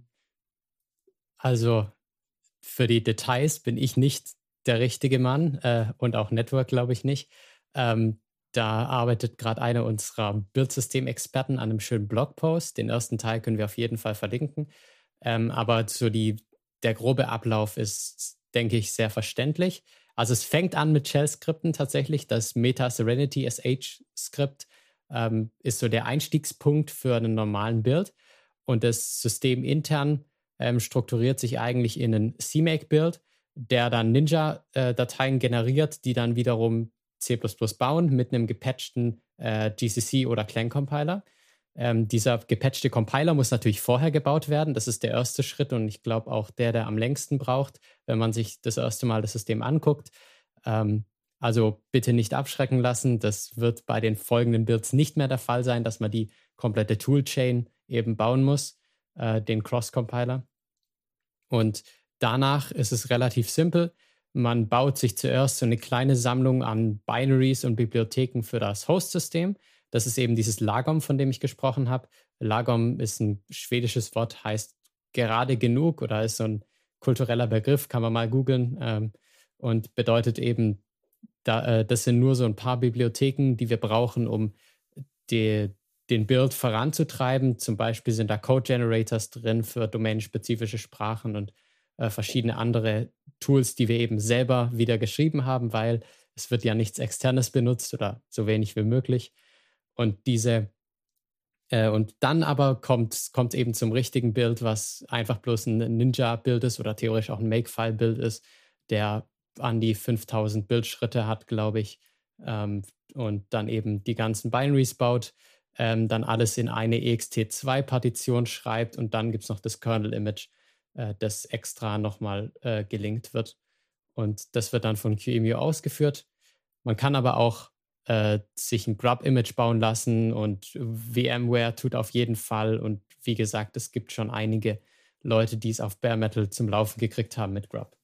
Also für die Details bin ich nicht der richtige Mann äh, und auch Network glaube ich nicht. Ähm, da arbeitet gerade einer unserer Bildsystem-Experten an einem schönen Blogpost. Den ersten Teil können wir auf jeden Fall verlinken. Ähm, aber so die, der grobe Ablauf ist, denke ich, sehr verständlich. Also es fängt an mit Shell-Skripten tatsächlich. Das Meta Serenity S H-Skript ähm, ist so der Einstiegspunkt für einen normalen Build. Und das System intern ähm, strukturiert sich eigentlich in einen C Make-Build, der dann Ninja-Dateien äh, generiert, die dann wiederum C plus plus bauen mit einem gepatchten äh, G C C oder Clang-Compiler. Ähm, dieser gepatchte Compiler muss natürlich vorher gebaut werden. Das ist der erste Schritt und ich glaube auch der, der am längsten braucht, wenn man sich das erste Mal das System anguckt. Ähm, also bitte nicht abschrecken lassen. Das wird bei den folgenden Builds nicht mehr der Fall sein, dass man die komplette Toolchain eben bauen muss, äh, den Cross-Compiler. Und danach ist es relativ simpel. Man baut sich zuerst so eine kleine Sammlung an Binaries und Bibliotheken für das Host-System. Das ist eben dieses Lagom, von dem ich gesprochen habe. Lagom ist ein schwedisches Wort, heißt gerade genug oder ist so ein kultureller Begriff, kann man mal googeln, ähm, und bedeutet eben, da, äh, das sind nur so ein paar Bibliotheken, die wir brauchen, um die, den Build voranzutreiben. Zum Beispiel sind da Code-Generators drin für domänenspezifische Sprachen und äh, verschiedene andere Tools, die wir eben selber wieder geschrieben haben, weil es wird ja nichts Externes benutzt oder so wenig wie möglich. Und diese äh, und dann aber kommt kommt eben zum richtigen Build, was einfach bloß ein Ninja-Build ist oder theoretisch auch ein Makefile-Build ist, der an die fünftausend Bildschritte hat, glaube ich, ähm, und dann eben die ganzen Binaries baut, ähm, dann alles in eine E X T zwei Partition schreibt und dann gibt es noch das Kernel-Image, äh, das extra nochmal äh, gelinkt wird. Und das wird dann von Q E M U ausgeführt. Man kann aber auch äh, sich ein Grub-Image bauen lassen und VMware tut auf jeden Fall. Und wie gesagt, es gibt schon einige Leute, die es auf Bare Metal zum Laufen gekriegt haben mit Grub.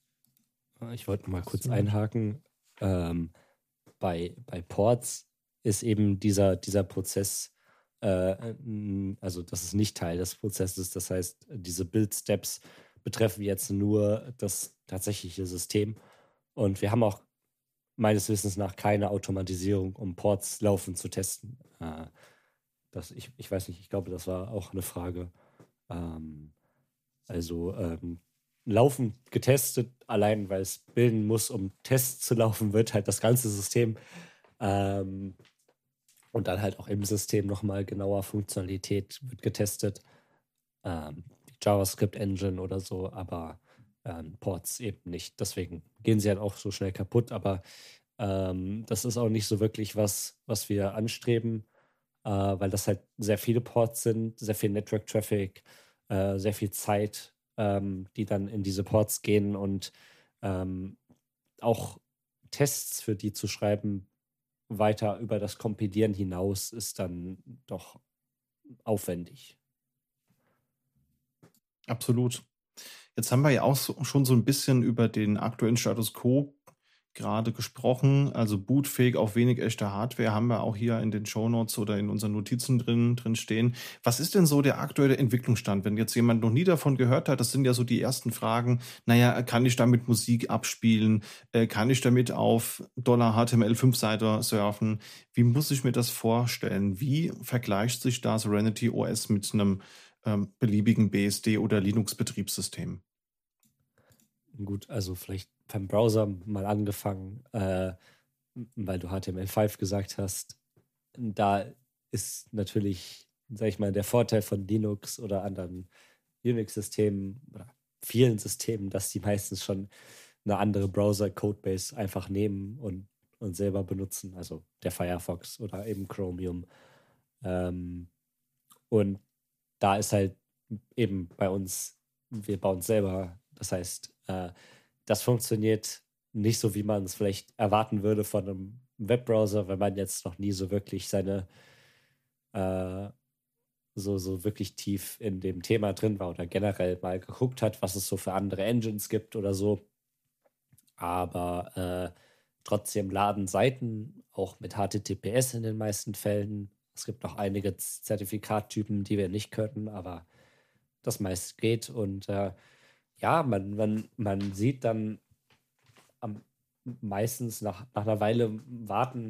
Ich wollte mal kurz einhaken. Ähm, bei, bei Ports ist eben dieser, dieser Prozess, äh, also das ist nicht Teil des Prozesses. Das heißt, diese Build-Steps betreffen jetzt nur das tatsächliche System. Und wir haben auch meines Wissens nach keine Automatisierung, um Ports laufen zu testen. Äh, das, ich, ich weiß nicht, ich glaube, das war auch eine Frage. Ähm, also ähm, Laufen getestet, allein weil es bilden muss, um Tests zu laufen, wird halt das ganze System ähm, und dann halt auch im System nochmal genauer Funktionalität wird getestet. Ähm, die JavaScript-Engine oder so, aber ähm, Ports eben nicht. Deswegen gehen sie halt auch so schnell kaputt, aber ähm, das ist auch nicht so wirklich was, was wir anstreben, äh, weil das halt sehr viele Ports sind, sehr viel Network-Traffic, äh, sehr viel Zeit, ähm, die dann in diese Ports gehen und ähm, auch Tests für die zu schreiben, weiter über das Kompilieren hinaus, ist dann doch aufwendig. Absolut. Jetzt haben wir ja auch so, schon so ein bisschen über den aktuellen Status Quo gerade gesprochen. Also bootfähig auf wenig echter Hardware haben wir auch hier in den Shownotes oder in unseren Notizen drin, drin stehen. Was ist denn so der aktuelle Entwicklungsstand? Wenn jetzt jemand noch nie davon gehört hat, das sind ja so die ersten Fragen. Naja, kann ich damit Musik abspielen? Äh, kann ich damit auf H T M L fünf Seite surfen? Wie muss ich mir das vorstellen? Wie vergleicht sich da Serenity O S mit einem ähm, beliebigen B S D oder Linux-Betriebssystem? Gut, also vielleicht beim Browser mal angefangen, äh, weil du H T M L fünf gesagt hast. Da ist natürlich, sag ich mal, der Vorteil von Linux oder anderen Unix-Systemen oder vielen Systemen, dass die meistens schon eine andere Browser-Codebase einfach nehmen und, und selber benutzen. Also der Firefox oder eben Chromium. Ähm, und da ist halt eben bei uns, wir bauen es selber. Das heißt, äh, das funktioniert nicht so, wie man es vielleicht erwarten würde von einem Webbrowser, wenn man jetzt noch nie so wirklich seine äh, so, so wirklich tief in dem Thema drin war oder generell mal geguckt hat, was es so für andere Engines gibt oder so. Aber äh, trotzdem laden Seiten auch mit H T T P S in den meisten Fällen. Es gibt noch einige Zertifikattypen, die wir nicht können, aber das meiste geht. Und äh, ja, man, man, man sieht dann am, meistens nach, nach einer Weile warten,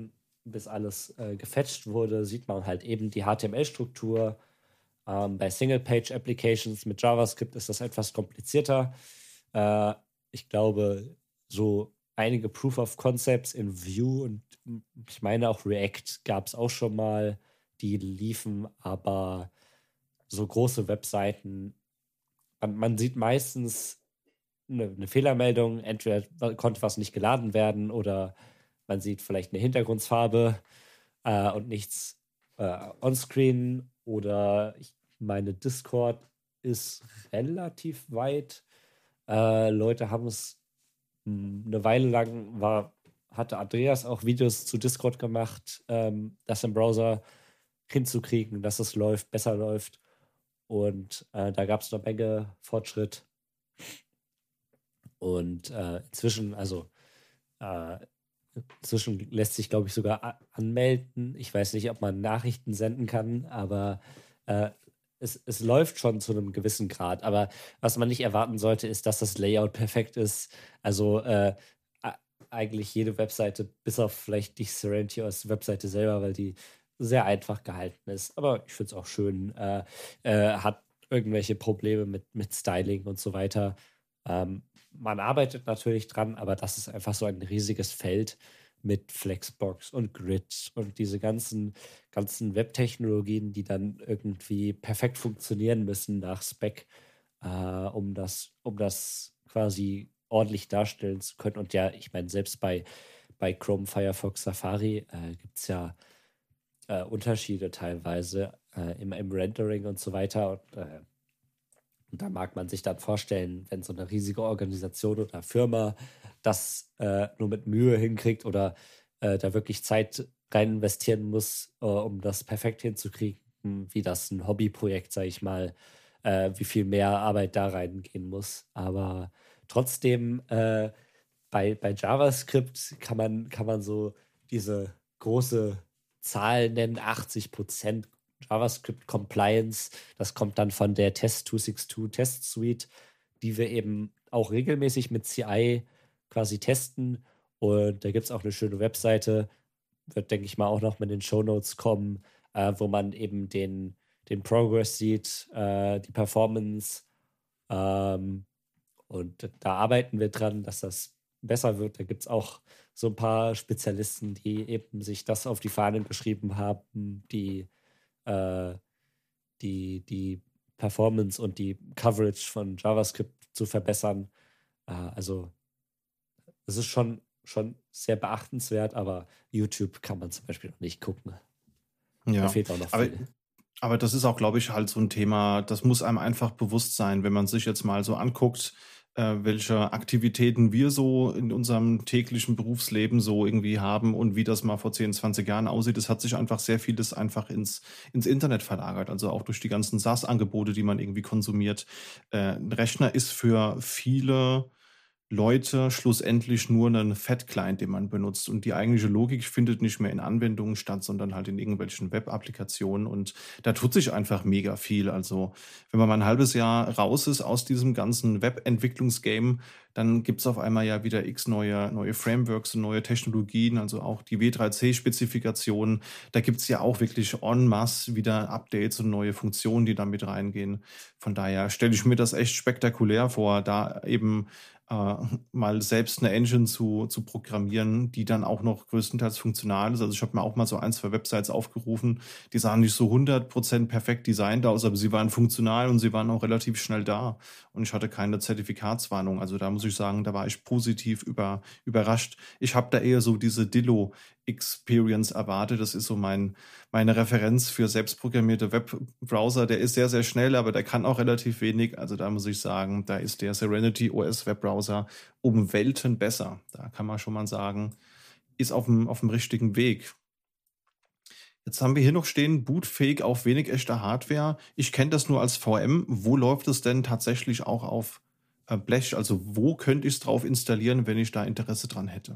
bis alles äh, gefetcht wurde, sieht man halt eben die H T M L-Struktur. Ähm, bei Single-Page-Applications mit JavaScript ist das etwas komplizierter. Äh, ich glaube, so einige Proof of Concepts in Vue und ich meine auch React gab es auch schon mal, die liefen, aber so große Webseiten, man, man sieht meistens eine, eine Fehlermeldung, entweder konnte was nicht geladen werden oder man sieht vielleicht eine Hintergrundfarbe äh, und nichts äh, onscreen, oder ich meine, Discord ist relativ weit. Äh, Leute haben es eine Weile lang, war, hatte Andreas auch Videos zu Discord gemacht, ähm, das im Browser hinzukriegen, dass es läuft, besser läuft. Und äh, da gab es eine Menge Fortschritt. Und äh, inzwischen, also äh, inzwischen lässt sich, glaube ich, sogar a- anmelden. Ich weiß nicht, ob man Nachrichten senden kann, aber äh, es, es läuft schon zu einem gewissen Grad. Aber was man nicht erwarten sollte, ist, dass das Layout perfekt ist. Also äh, a- eigentlich jede Webseite, bis auf vielleicht die Serenity O S Webseite selber, weil die sehr einfach gehalten ist. Aber ich finde es auch schön. Äh, äh, hat irgendwelche Probleme mit, mit Styling und so weiter. Ähm, man arbeitet natürlich dran, aber das ist einfach so ein riesiges Feld mit Flexbox und Grid und diese ganzen, ganzen Webtechnologien, die dann irgendwie perfekt funktionieren müssen nach Spec, äh, um das, um das quasi ordentlich darstellen zu können. Und ja, ich meine, selbst bei, bei Chrome, Firefox, Safari äh, gibt es ja äh, Unterschiede teilweise äh, im, im Rendering und so weiter. Und äh, und da mag man sich dann vorstellen, wenn so eine riesige Organisation oder Firma das äh, nur mit Mühe hinkriegt oder äh, da wirklich Zeit rein investieren muss, äh, um das perfekt hinzukriegen, wie das ein Hobbyprojekt, sage ich mal, äh, wie viel mehr Arbeit da reingehen muss. Aber trotzdem, äh, bei, bei JavaScript kann man, kann man so diese große Zahl nennen, achtzig Prozent JavaScript Compliance. Das kommt dann von der Test zweihundertzweiundsechzig Test Suite, die wir eben auch regelmäßig mit C I quasi testen. Und da gibt es auch eine schöne Webseite, wird, denke ich mal, auch noch mit den Shownotes kommen, äh, wo man eben den, den Progress sieht, äh, die Performance. Ähm, und da arbeiten wir dran, dass das besser wird. Da gibt es auch so ein paar Spezialisten, die eben sich das auf die Fahnen geschrieben haben, die äh, die, die Performance und die Coverage von JavaScript zu verbessern. Äh, also es ist schon, schon sehr beachtenswert, aber YouTube kann man zum Beispiel noch nicht gucken. Da Ja, fehlt auch noch aber, viel. aber das ist auch, glaube ich, halt so ein Thema, das muss einem einfach bewusst sein, wenn man sich jetzt mal so anguckt, äh, welche Aktivitäten wir so in unserem täglichen Berufsleben so irgendwie haben und wie das mal vor zehn, zwanzig Jahren aussieht. Es hat sich einfach sehr vieles einfach ins, ins Internet verlagert, also auch durch die ganzen SaaS-Angebote, die man irgendwie konsumiert. Äh, ein Rechner ist für viele Leute schlussendlich nur ein Fat-Client, den man benutzt. Und die eigentliche Logik findet nicht mehr in Anwendungen statt, sondern halt in irgendwelchen Web-Applikationen. Und da tut sich einfach mega viel. Also wenn man mal ein halbes Jahr raus ist aus diesem ganzen Web-Entwicklungsgame, dann gibt es auf einmal ja wieder x neue, neue Frameworks und neue Technologien, also auch die W drei C-Spezifikationen. Da gibt es ja auch wirklich en masse wieder Updates und neue Funktionen, die da mit reingehen. Von daher stelle ich mir das echt spektakulär vor, da eben äh, mal selbst eine Engine zu, zu programmieren, die dann auch noch größtenteils funktional ist. Also ich habe mir auch mal so ein, zwei Websites aufgerufen, die sahen nicht so hundert Prozent perfekt designt aus, aber sie waren funktional und sie waren auch relativ schnell da. Und ich hatte keine Zertifikatswarnung. Also da muss ich sagen, da war ich positiv über, überrascht. Ich habe da eher so diese Dillo Experience erwartet. Das ist so mein, meine Referenz für selbstprogrammierte Webbrowser. Der ist sehr, sehr schnell, aber der kann auch relativ wenig. Also da muss ich sagen, da ist der Serenity O S Webbrowser um Welten besser. Da kann man schon mal sagen, ist auf dem, auf dem richtigen Weg. Jetzt haben wir hier noch stehen, bootfähig auf wenig echter Hardware. Ich kenne das nur als V M. Wo läuft es denn tatsächlich auch auf äh, Blech? Also wo könnte ich es drauf installieren, wenn ich da Interesse dran hätte?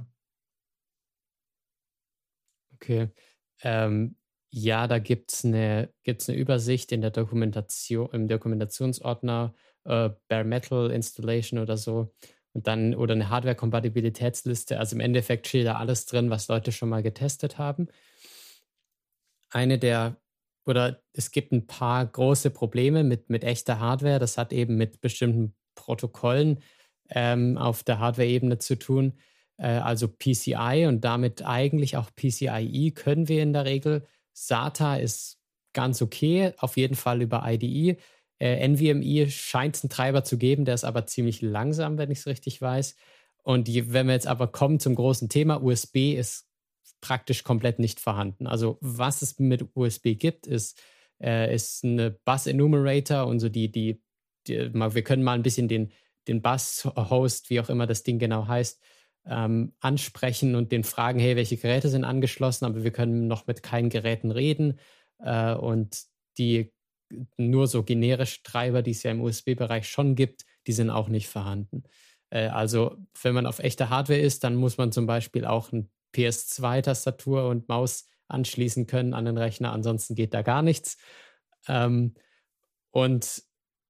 Okay. Ähm, ja, da gibt es eine, gibt's eine Übersicht in der Dokumentation, im Dokumentationsordner, äh, Bare Metal Installation oder so. und dann oder eine Hardware-Kompatibilitätsliste. Also im Endeffekt steht da alles drin, was Leute schon mal getestet haben. Eine der, oder es gibt ein paar große Probleme mit, mit echter Hardware. Das hat eben mit bestimmten Protokollen ähm, auf der Hardware-Ebene zu tun. Äh, also P C I und damit eigentlich auch P C I E können wir in der Regel. SATA ist ganz okay, auf jeden Fall über I D E. Äh, NVMe scheint es einen Treiber zu geben, der ist aber ziemlich langsam, wenn ich es richtig weiß. Und die, wenn wir jetzt aber kommen zum großen Thema, U S B ist praktisch komplett nicht vorhanden. Also was es mit U S B gibt, ist, äh, ist eine Bus Enumerator und so die, die, die mal, wir können mal ein bisschen den, den Bus-Host, wie auch immer das Ding genau heißt, ähm, ansprechen und den fragen, hey, welche Geräte sind angeschlossen, aber wir können noch mit keinen Geräten reden äh, und die nur so generische Treiber, die es ja im U S B-Bereich schon gibt, die sind auch nicht vorhanden. Äh, also wenn man auf echter Hardware ist, dann muss man zum Beispiel auch ein P S zwei Tastatur und Maus anschließen können an den Rechner, ansonsten geht da gar nichts. Ähm, und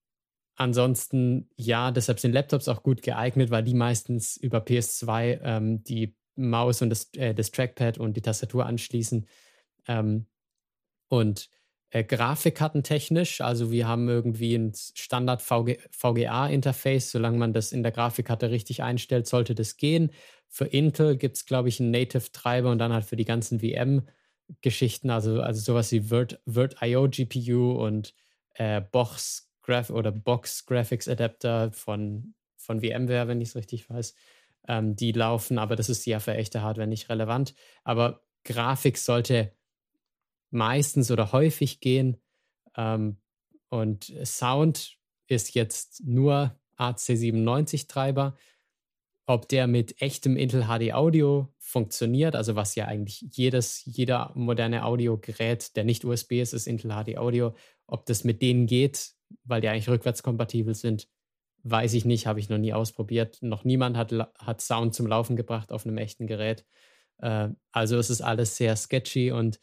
ansonsten, ja, deshalb sind Laptops auch gut geeignet, weil die meistens über P S zwei ähm, die Maus und das, äh, das Trackpad und die Tastatur anschließen. Ähm, und äh, Grafikkartentechnisch, also wir haben irgendwie ein Standard V G A-Interface, solange man das in der Grafikkarte richtig einstellt, sollte das gehen. Für Intel gibt es, glaube ich, einen Native-Treiber und dann halt für die ganzen V M-Geschichten, also, also sowas wie Virt, Virt.io G P U und äh, Box Graph oder Box Graphics Adapter von, von VMware, wenn ich es richtig weiß. Ähm, die laufen, aber das ist ja für echte Hardware nicht relevant. Aber Grafik sollte meistens oder häufig gehen. Ähm, und Sound ist jetzt nur A C siebenundneunzig Treiber. Ob der mit echtem Intel H D Audio funktioniert, also was ja eigentlich jedes, jeder moderne Audiogerät, der nicht U S B ist, ist Intel H D Audio. Ob das mit denen geht, weil die eigentlich rückwärtskompatibel sind, weiß ich nicht, habe ich noch nie ausprobiert. Noch niemand hat, hat Sound zum Laufen gebracht auf einem echten Gerät. Äh, also es ist alles sehr sketchy und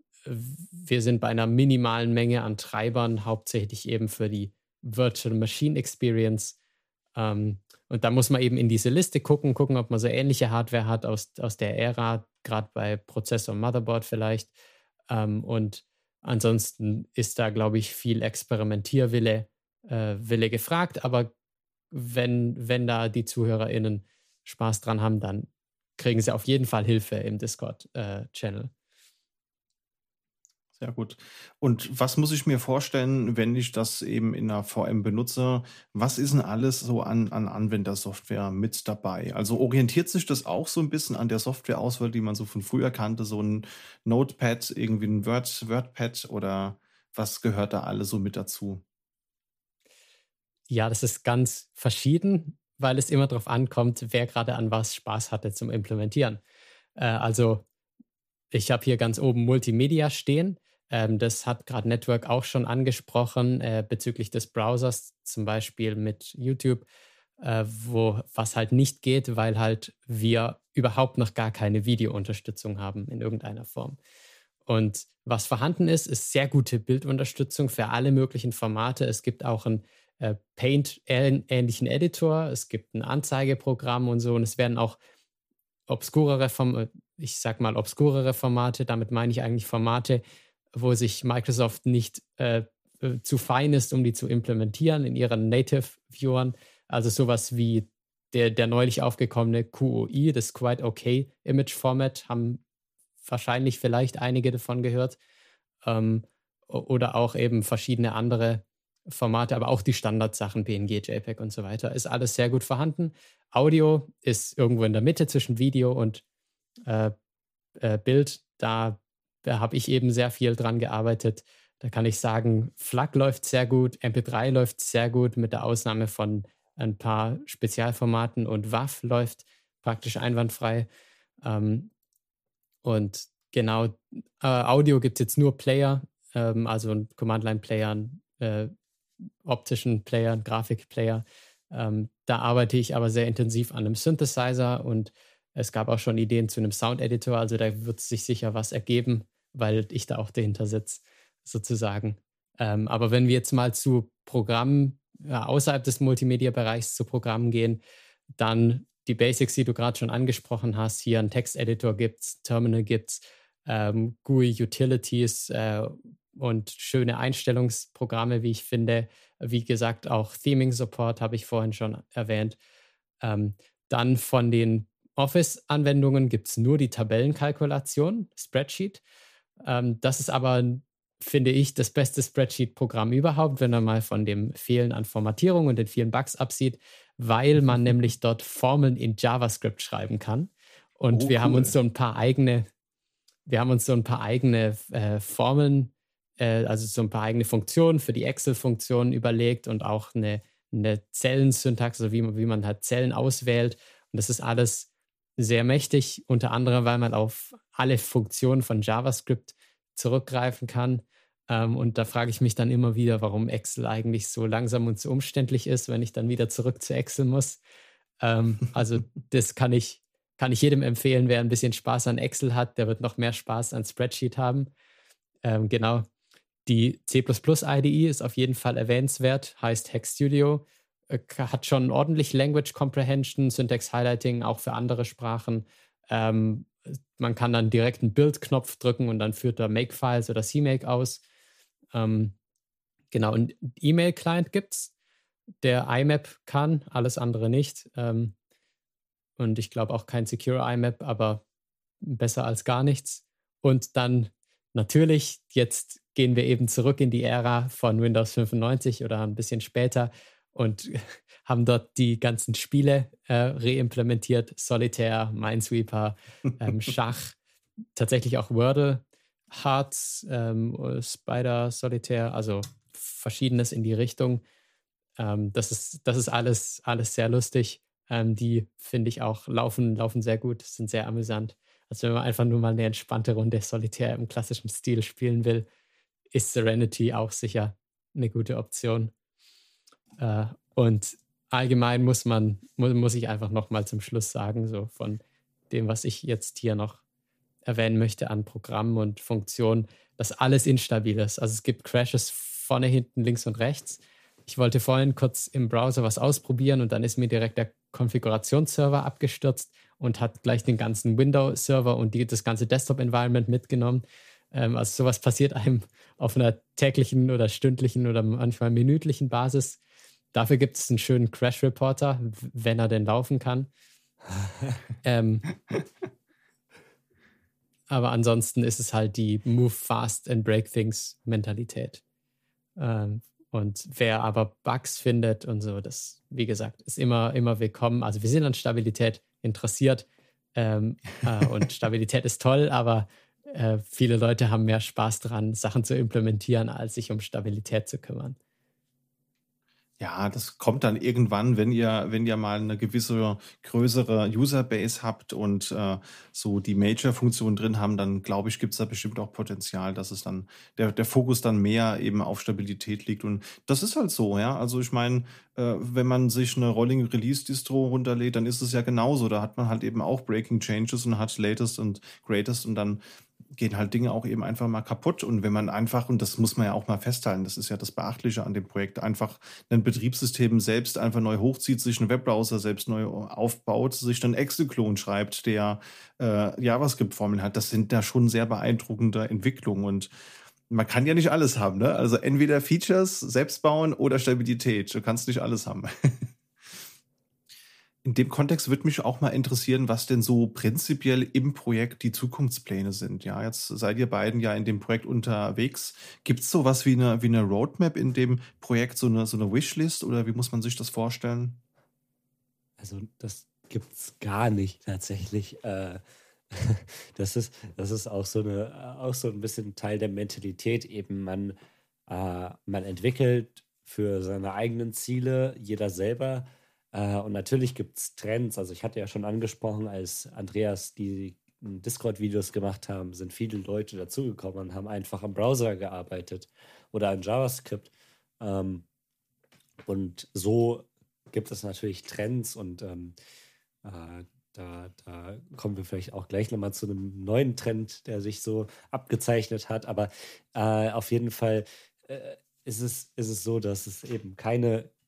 wir sind bei einer minimalen Menge an Treibern, hauptsächlich eben für die Virtual Machine Experience. Ähm, und da muss man eben in diese Liste gucken, gucken, ob man so ähnliche Hardware hat aus, aus der Ära, gerade bei Prozessor und Motherboard vielleicht. Ähm, und ansonsten ist da, glaube ich, viel Experimentierwille äh, Wille gefragt. Aber wenn, wenn da die ZuhörerInnen Spaß dran haben, dann kriegen sie auf jeden Fall Hilfe im Discord-Channel. Äh, Sehr gut. Und was muss ich mir vorstellen, wenn ich das eben in einer V M benutze? Was ist denn alles so an, an Anwendersoftware mit dabei? Also orientiert sich das auch so ein bisschen an der Softwareauswahl, die man so von früher kannte, so ein Notepad, irgendwie ein Word, WordPad oder was gehört da alles so mit dazu? Ja, das ist ganz verschieden, weil es immer darauf ankommt, wer gerade an was Spaß hatte zum Implementieren. Äh, also ich habe hier ganz oben Multimedia stehen. Ähm, das hat gerade Network auch schon angesprochen äh, bezüglich des Browsers, zum Beispiel mit YouTube, äh, wo was halt nicht geht, weil halt wir überhaupt noch gar keine Videounterstützung haben in irgendeiner Form. Und was vorhanden ist, ist sehr gute Bildunterstützung für alle möglichen Formate. Es gibt auch einen äh, Paint-ähnlichen Editor, es gibt ein Anzeigeprogramm und so, und es werden auch obskurere Form, ich sag mal obskurere Formate, damit meine ich eigentlich Formate, wo sich Microsoft nicht äh, zu fein ist, um die zu implementieren in ihren Native-Viewern. Also sowas wie der, der neulich aufgekommene Q O I, das Quite Okay Image Format, haben wahrscheinlich vielleicht einige davon gehört. Ähm, oder auch eben verschiedene andere Formate, aber auch die Standardsachen, P N G, JPEG und so weiter, ist alles sehr gut vorhanden. Audio ist irgendwo in der Mitte zwischen Video und äh, äh, Bild. Da, da habe ich eben sehr viel dran gearbeitet. Da kann ich sagen, FLAC läuft sehr gut, M P drei läuft sehr gut, mit der Ausnahme von ein paar Spezialformaten, und W A V läuft praktisch einwandfrei. Ähm, und genau, äh, Audio gibt es jetzt nur Player, ähm, also ein Command-Line-Player, äh, optischen Player, Grafikplayer. Ähm, da arbeite ich aber sehr intensiv an einem Synthesizer, und es gab auch schon Ideen zu einem Sound-Editor, also da wird sich sicher was ergeben, weil ich da auch dahinter sitze, sozusagen. Ähm, aber wenn wir jetzt mal zu Programmen, ja, außerhalb des Multimedia-Bereichs zu Programmen gehen, dann die Basics, die du gerade schon angesprochen hast. Hier einen Texteditor gibt es, Terminal gibt es, ähm, G U I-Utilities äh, und schöne Einstellungsprogramme, wie ich finde. Wie gesagt, auch Theming-Support habe ich vorhin schon erwähnt. Ähm, dann von den Office-Anwendungen gibt es nur die Tabellenkalkulation, Spreadsheet. Ähm, das ist aber, finde ich, das beste Spreadsheet-Programm überhaupt, wenn man mal von dem Fehlen an Formatierung und den vielen Bugs absieht, weil man nämlich dort Formeln in JavaScript schreiben kann. Und Oh, wir haben cool. uns so ein paar eigene, wir haben uns so ein paar eigene äh, Formeln, äh, also so ein paar eigene Funktionen für die Excel-Funktionen überlegt und auch eine, eine Zellensyntax, also wie, man- wie man halt Zellen auswählt. Und das ist alles sehr mächtig, unter anderem, weil man auf alle Funktionen von JavaScript zurückgreifen kann. Ähm, und da frage ich mich dann immer wieder, warum Excel eigentlich so langsam und so umständlich ist, wenn ich dann wieder zurück zu Excel muss. Ähm, also das kann ich, kann ich jedem empfehlen, wer ein bisschen Spaß an Excel hat, der wird noch mehr Spaß an Spreadsheet haben. Ähm, genau. Die C plus plus I D E ist auf jeden Fall erwähnenswert, heißt Hack Studio, äh, hat schon ordentlich Language Comprehension, Syntax Highlighting, auch für andere Sprachen. Ähm, man kann dann direkt einen Build-Knopf drücken und dann führt er Make-Files oder C Make aus. Ähm, genau, und E-Mail-Client gibt es, der I M A P kann, alles andere nicht. Ähm, und ich glaube auch kein Secure I M A P, aber besser als gar nichts. Und dann natürlich, jetzt gehen wir eben zurück in die Ära von Windows fünfundneunzig oder ein bisschen später und haben dort die ganzen Spiele äh, reimplementiert. Solitaire, Minesweeper, ähm, Schach, tatsächlich auch Wordle, Hearts, ähm, Spider, Solitaire, also verschiedenes in die Richtung. Ähm, das ist, das ist alles, alles sehr lustig. Ähm, die finde ich auch laufen, laufen sehr gut, sind sehr amüsant. Also wenn man einfach nur mal eine entspannte Runde Solitär im klassischen Stil spielen will, ist Serenity auch sicher eine gute Option. Äh, und allgemein muss man, mu muss ich einfach noch mal zum Schluss sagen, so von dem, was ich jetzt hier noch erwähnen möchte an Programmen und Funktionen, dass alles instabil ist. Also es gibt Crashes vorne, hinten, links und rechts. Ich wollte vorhin kurz im Browser was ausprobieren und dann ist mir direkt der Konfigurationsserver abgestürzt und hat gleich den ganzen Windows-Server und die, das ganze Desktop-Environment mitgenommen. Ähm, also sowas passiert einem auf einer täglichen oder stündlichen oder manchmal minütlichen Basis. Dafür gibt es einen schönen Crash-Reporter, wenn er denn laufen kann. ähm, aber ansonsten ist es halt die Move fast and break things Mentalität. Ähm, und wer aber Bugs findet und so, das, wie gesagt, ist immer, immer willkommen. Also wir sind an Stabilität interessiert ähm, äh, und Stabilität ist toll, aber äh, viele Leute haben mehr Spaß dran, Sachen zu implementieren, als sich um Stabilität zu kümmern. Ja, das kommt dann irgendwann, wenn ihr, wenn ihr mal eine gewisse größere Userbase habt und äh, so die Major-Funktionen drin haben, dann glaube ich, gibt es da bestimmt auch Potenzial, dass es dann der, der Fokus dann mehr eben auf Stabilität liegt. Und das ist halt so, ja. Also ich meine, äh, wenn man sich eine Rolling Release Distro runterlädt, dann ist es ja genauso. Da hat man halt eben auch Breaking Changes und hat Latest und Greatest und dann gehen halt Dinge auch eben einfach mal kaputt. Und wenn man einfach, und das muss man ja auch mal festhalten, das ist ja das Beachtliche an dem Projekt, einfach ein Betriebssystem selbst einfach neu hochzieht, sich einen Webbrowser selbst neu aufbaut, sich dann Excel-Klon schreibt, der äh, JavaScript-Formeln hat, das sind da schon sehr beeindruckende Entwicklungen. Und man kann ja nicht alles haben, ne? Also entweder Features selbst bauen oder Stabilität. Du kannst nicht alles haben. In dem Kontext würde mich auch mal interessieren, was denn so prinzipiell im Projekt die Zukunftspläne sind. Ja, jetzt seid ihr beiden ja in dem Projekt unterwegs. Gibt es sowas wie eine, wie eine Roadmap in dem Projekt, so eine, so eine Wishlist oder wie muss man sich das vorstellen? Also das gibt es gar nicht tatsächlich. Äh, das ist, das ist auch so eine, auch so ein bisschen Teil der Mentalität eben. Man, äh, man entwickelt für seine eigenen Ziele, jeder selber. Äh, und natürlich gibt es Trends. Also ich hatte ja schon angesprochen, als Andreas die Discord-Videos gemacht haben, sind viele Leute dazugekommen und haben einfach am Browser gearbeitet oder an JavaScript. Ähm, und so gibt es natürlich Trends und ähm, äh, da, da kommen wir vielleicht auch gleich nochmal zu einem neuen Trend, der sich so abgezeichnet hat. Aber äh, auf jeden Fall äh, ist es, ist es so, dass es eben keine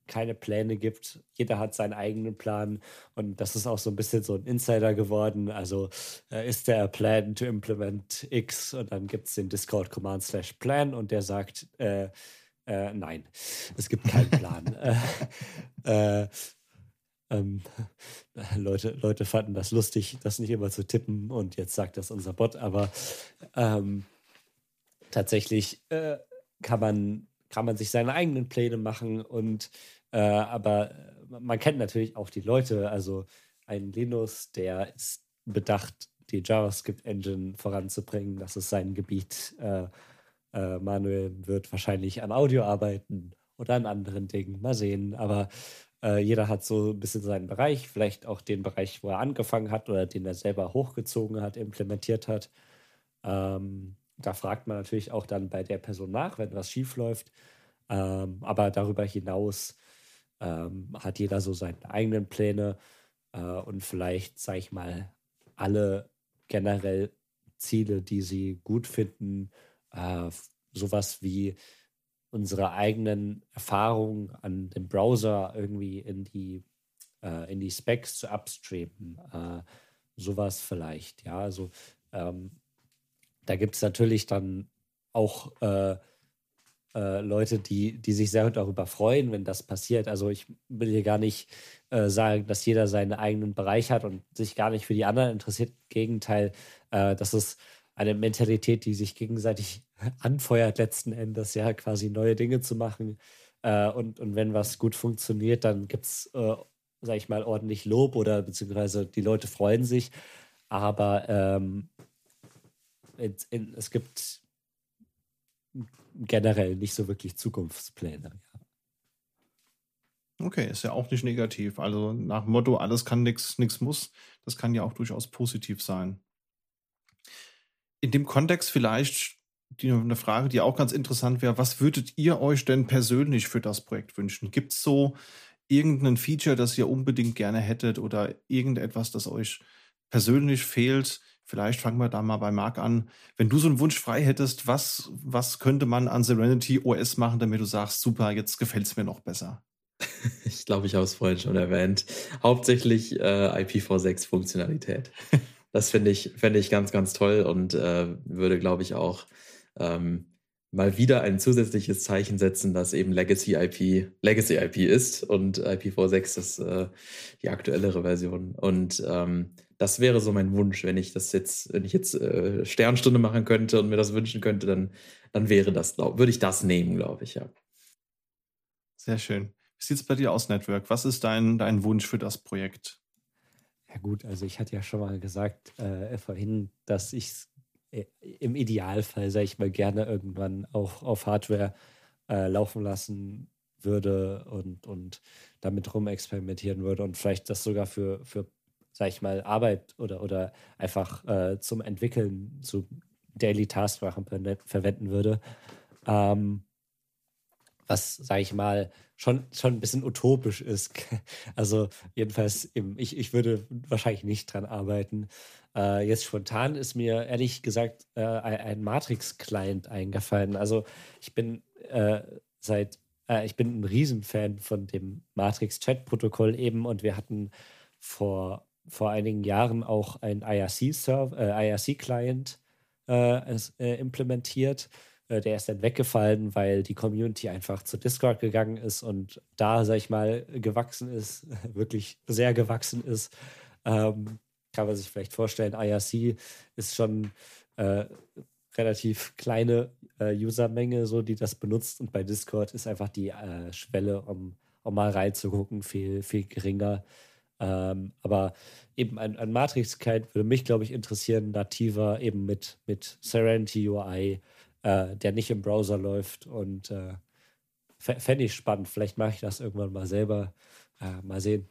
keine Pläne gibt. Jeder hat seinen eigenen Plan und das ist auch so ein bisschen so ein Insider geworden. Also äh, ist der Plan to implement X und dann gibt es den Discord Command slash Plan und der sagt, äh, äh, nein, es gibt keinen Plan. äh, äh, ähm, Leute, Leute fanden das lustig, das nicht immer zu tippen und jetzt sagt das unser Bot, aber ähm, tatsächlich äh, kann man kann man sich seine eigenen Pläne machen und äh, aber man kennt natürlich auch die Leute, also ein Linus, der ist bedacht, die JavaScript-Engine voranzubringen, das ist sein Gebiet. Äh, äh, Manuel wird wahrscheinlich an Audio arbeiten oder an anderen Dingen, mal sehen, aber äh, jeder hat so ein bisschen seinen Bereich, vielleicht auch den Bereich, wo er angefangen hat oder den er selber hochgezogen hat, implementiert hat. Ähm, da fragt man natürlich auch dann bei der Person nach, wenn was schief läuft. Ähm, aber darüber hinaus ähm, hat jeder so seine eigenen Pläne äh, und vielleicht, sage ich mal, alle generell Ziele, die sie gut finden, äh, sowas wie unsere eigenen Erfahrungen an dem Browser irgendwie in die, äh, in die Specs zu upstreamen. Äh, sowas vielleicht, ja. Also ähm, da gibt es natürlich dann auch äh, äh, Leute, die, die sich sehr darüber freuen, wenn das passiert. Also ich will hier gar nicht äh, sagen, dass jeder seinen eigenen Bereich hat und sich gar nicht für die anderen interessiert. Im Gegenteil, äh, das ist eine Mentalität, die sich gegenseitig anfeuert, letzten Endes, ja, quasi neue Dinge zu machen. Äh, und, und wenn was gut funktioniert, dann gibt es, äh, sag ich mal, ordentlich Lob oder beziehungsweise die Leute freuen sich. Aber ähm, es, in, es gibt generell nicht so wirklich Zukunftspläne. Ja. Okay, ist ja auch nicht negativ. Also nach dem Motto, alles kann, nichts nichts muss. Das kann ja auch durchaus positiv sein. In dem Kontext vielleicht die, eine Frage, die auch ganz interessant wäre. Was würdet ihr euch denn persönlich für das Projekt wünschen? Gibt es so irgendein Feature, das ihr unbedingt gerne hättet oder irgendetwas, das euch persönlich fehlt? Vielleicht fangen wir da mal bei Marc an. Wenn du so einen Wunsch frei hättest, was, was könnte man an Serenity O S machen, damit du sagst, super, jetzt gefällt es mir noch besser? Ich glaube, ich habe es vorhin schon erwähnt. Hauptsächlich äh, I P v sechs Funktionalität. Das finde ich, fände ich ganz, ganz toll und äh, würde, glaube ich, auch ähm, mal wieder ein zusätzliches Zeichen setzen, dass eben Legacy I P Legacy I P ist und I P v sechs ist äh, die aktuellere Version. Und ähm, das wäre so mein Wunsch, wenn ich das jetzt, wenn ich jetzt äh, Sternstunde machen könnte und mir das wünschen könnte, dann, dann wäre das, glaub, würde ich das nehmen, glaube ich, ja. Sehr schön. Wie sieht es bei dir aus, Network? Was ist dein, dein Wunsch für das Projekt? Ja gut, also ich hatte ja schon mal gesagt äh, vorhin, dass ich es äh, im Idealfall, sage ich mal, gerne irgendwann auch auf Hardware äh, laufen lassen würde und, und damit rumexperimentieren würde und vielleicht das sogar für, für sage ich mal, Arbeit oder, oder einfach äh, zum Entwickeln, zu Daily Task machen verwenden würde. Ähm, was, sage ich mal, schon, schon ein bisschen utopisch ist. Also jedenfalls, im, ich, ich würde wahrscheinlich nicht dran arbeiten. Äh, jetzt spontan ist mir ehrlich gesagt äh, ein, ein Matrix-Client eingefallen. Also ich bin äh, seit, äh, ich bin ein Riesenfan von dem Matrix-Chat-Protokoll eben und wir hatten vor, vor einigen Jahren auch ein I R C-Server, äh, I R C-Client äh, äh, implementiert. Der ist dann weggefallen, weil die Community einfach zu Discord gegangen ist und da, sag ich mal, gewachsen ist, wirklich sehr gewachsen ist. Ähm, kann man sich vielleicht vorstellen, I R C ist schon äh, relativ kleine äh, Usermenge, so, die das benutzt und bei Discord ist einfach die äh, Schwelle, um, um mal reinzugucken, viel, viel geringer. Ähm, aber eben ein, ein Matrix-Client würde mich, glaube ich, interessieren, nativer, eben mit, mit Serenity U I, Äh, der nicht im Browser läuft und äh, fände ich spannend. Vielleicht mache ich das irgendwann mal selber. Äh, mal sehen.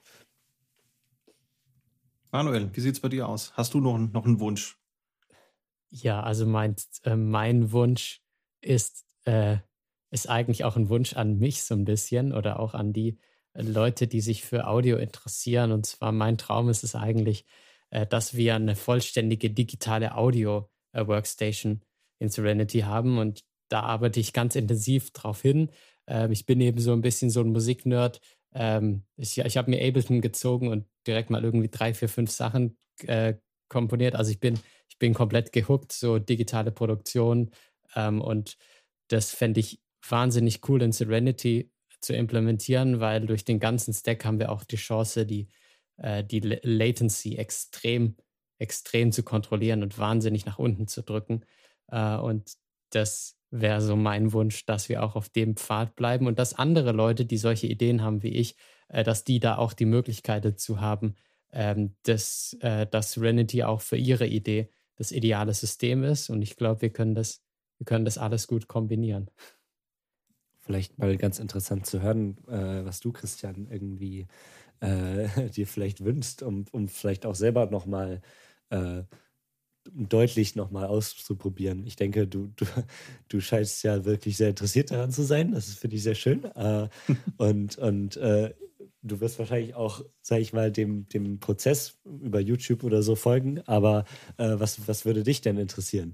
Manuel, wie sieht es bei dir aus? Hast du noch, noch einen Wunsch? Ja, also mein, äh, mein Wunsch ist, äh, ist eigentlich auch ein Wunsch an mich so ein bisschen oder auch an die äh, Leute, die sich für Audio interessieren. Und zwar mein Traum ist es eigentlich, äh, dass wir eine vollständige digitale Audio-Workstation in Serenity haben und da arbeite ich ganz intensiv drauf hin. Ähm, ich bin eben so ein bisschen so ein Musiknerd. Ähm, ich ich habe mir Ableton gezogen und direkt mal irgendwie drei, vier, fünf Sachen äh, komponiert. Also ich bin, ich bin komplett gehuckt, so digitale Produktion. Ähm, und das fände ich wahnsinnig cool in Serenity zu implementieren, weil durch den ganzen Stack haben wir auch die Chance, die, äh, die La- Latency extrem, extrem zu kontrollieren und wahnsinnig nach unten zu drücken. Äh, und das wäre so mein Wunsch, dass wir auch auf dem Pfad bleiben und dass andere Leute, die solche Ideen haben wie ich, äh, dass die da auch die Möglichkeit dazu haben, ähm, dass, äh, dass Serenity auch für ihre Idee das ideale System ist. Und ich glaube, wir können das, wir können das alles gut kombinieren. Vielleicht mal ganz interessant zu hören, äh, was du, Christian, irgendwie äh, dir vielleicht wünschst, um, um vielleicht auch selber nochmal äh, deutlich nochmal auszuprobieren. Ich denke, du, du, du scheinst ja wirklich sehr interessiert daran zu sein. Das finde ich sehr schön. Äh, und und äh, du wirst wahrscheinlich auch, sag ich mal, dem, dem Prozess über YouTube oder so folgen. Aber äh, was, was würde dich denn interessieren?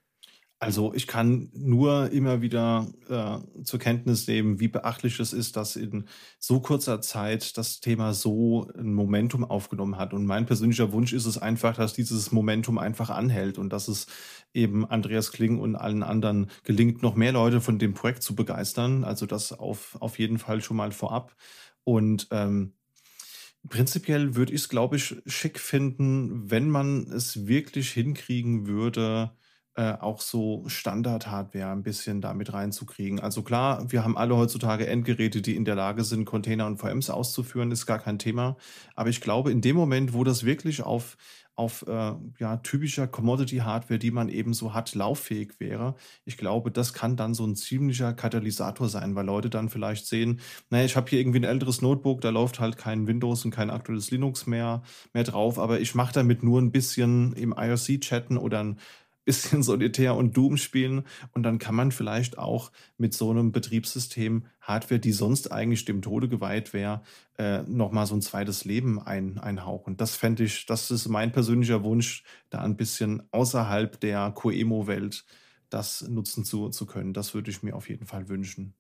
Also ich kann nur immer wieder äh, zur Kenntnis nehmen, wie beachtlich es ist, dass in so kurzer Zeit das Thema so ein Momentum aufgenommen hat. Und mein persönlicher Wunsch ist es einfach, dass dieses Momentum einfach anhält und dass es eben Andreas Kling und allen anderen gelingt, noch mehr Leute von dem Projekt zu begeistern. Also das auf, auf jeden Fall schon mal vorab. Und ähm, prinzipiell würde ich es, glaube ich, schick finden, wenn man es wirklich hinkriegen würde, äh, auch so Standard-Hardware ein bisschen damit reinzukriegen. Also klar, wir haben alle heutzutage Endgeräte, die in der Lage sind, Container und V Ms auszuführen, ist gar kein Thema. Aber ich glaube, in dem Moment, wo das wirklich auf, auf äh, ja, typischer Commodity-Hardware, die man eben so hat, lauffähig wäre, ich glaube, das kann dann so ein ziemlicher Katalysator sein, weil Leute dann vielleicht sehen, naja, ich habe hier irgendwie ein älteres Notebook, da läuft halt kein Windows und kein aktuelles Linux mehr, mehr drauf, aber ich mache damit nur ein bisschen im I R C chatten oder ein bisschen Solitär und Doom spielen und dann kann man vielleicht auch mit so einem Betriebssystem Hardware, die sonst eigentlich dem Tode geweiht wäre, äh, nochmal so ein zweites Leben ein, einhauchen. Das fände ich, das ist mein persönlicher Wunsch, da ein bisschen außerhalb der Coemo-Welt das nutzen zu, zu können. Das würde ich mir auf jeden Fall wünschen.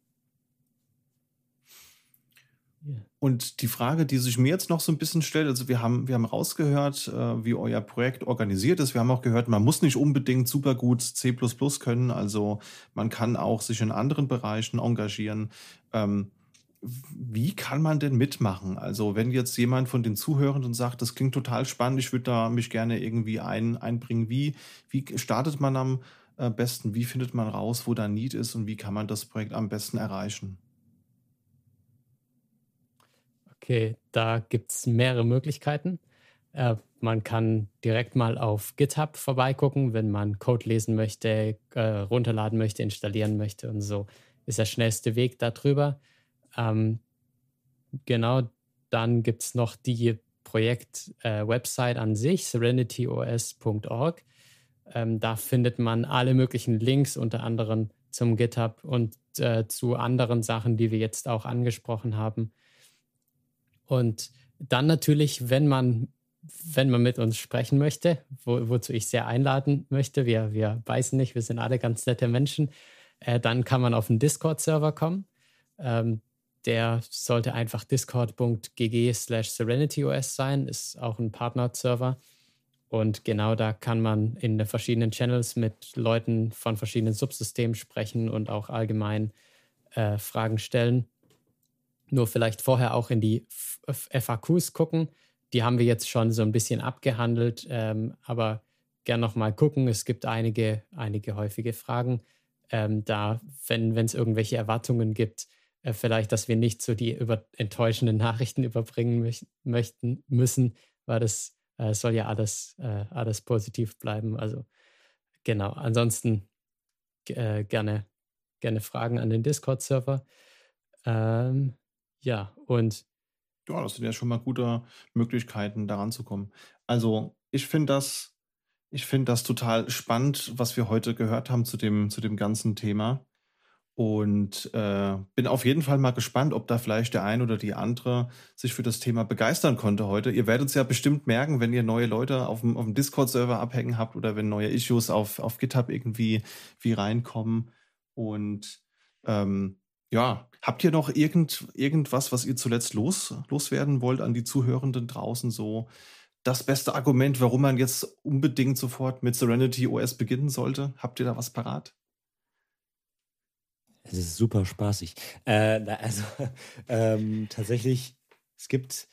Ja. Und die Frage, die sich mir jetzt noch so ein bisschen stellt, also wir haben, wir haben rausgehört, äh, wie euer Projekt organisiert ist. Wir haben auch gehört, man muss nicht unbedingt super gut C plus plus können. Also man kann auch sich in anderen Bereichen engagieren. Ähm, wie kann man denn mitmachen? Also wenn jetzt jemand von den Zuhörenden sagt, das klingt total spannend, ich würde da mich gerne irgendwie ein, einbringen. Wie, wie startet man am äh, besten? Wie findet man raus, wo da Need ist und wie kann man das Projekt am besten erreichen? Okay, da gibt es mehrere Möglichkeiten. Äh, man kann direkt mal auf GitHub vorbeigucken, wenn man Code lesen möchte, äh, runterladen möchte, installieren möchte und so ist der schnellste Weg darüber. Ähm, genau, dann gibt es noch die Projekt-Website äh, an sich, serenity o s punkt org. Ähm, da findet man alle möglichen Links, unter anderem zum GitHub und äh, zu anderen Sachen, die wir jetzt auch angesprochen haben. Und dann natürlich, wenn man, wenn man mit uns sprechen möchte, wo, wozu ich sehr einladen möchte, wir, wir beißen nicht, wir sind alle ganz nette Menschen, äh, dann kann man auf den Discord-Server kommen. Ähm, der sollte einfach discord.gg slash serenityos sein, ist auch ein Partner-Server. Und genau da kann man in den verschiedenen Channels mit Leuten von verschiedenen Subsystemen sprechen und auch allgemein äh, Fragen stellen. Nur vielleicht vorher auch in die F A Qs gucken. Die haben wir jetzt schon so ein bisschen abgehandelt, ähm, aber gern noch mal gucken. Es gibt einige, einige häufige Fragen. Ähm, da, wenn es irgendwelche Erwartungen gibt, äh, vielleicht, dass wir nicht so die über enttäuschenden Nachrichten überbringen möch möchten müssen, weil das äh, soll ja alles, äh, alles positiv bleiben. Also genau, ansonsten äh, gerne, gerne Fragen an den Discord-Server. Ähm, Ja, und Ja, das sind ja schon mal gute Möglichkeiten, da ranzukommen. Also ich finde das, ich finde das total spannend, was wir heute gehört haben zu dem, zu dem ganzen Thema. Und äh, bin auf jeden Fall mal gespannt, ob da vielleicht der ein oder die andere sich für das Thema begeistern konnte heute. Ihr werdet es ja bestimmt merken, wenn ihr neue Leute auf dem, auf dem Discord-Server abhängen habt oder wenn neue Issues auf, auf GitHub irgendwie wie reinkommen. Und ähm, Ja, habt ihr noch irgend, irgendwas, was ihr zuletzt los, loswerden wollt an die Zuhörenden draußen? So das beste Argument, warum man jetzt unbedingt sofort mit Serenity O S beginnen sollte? Habt ihr da was parat? Es ist super spaßig. Äh, na, also ähm, tatsächlich, es gibt,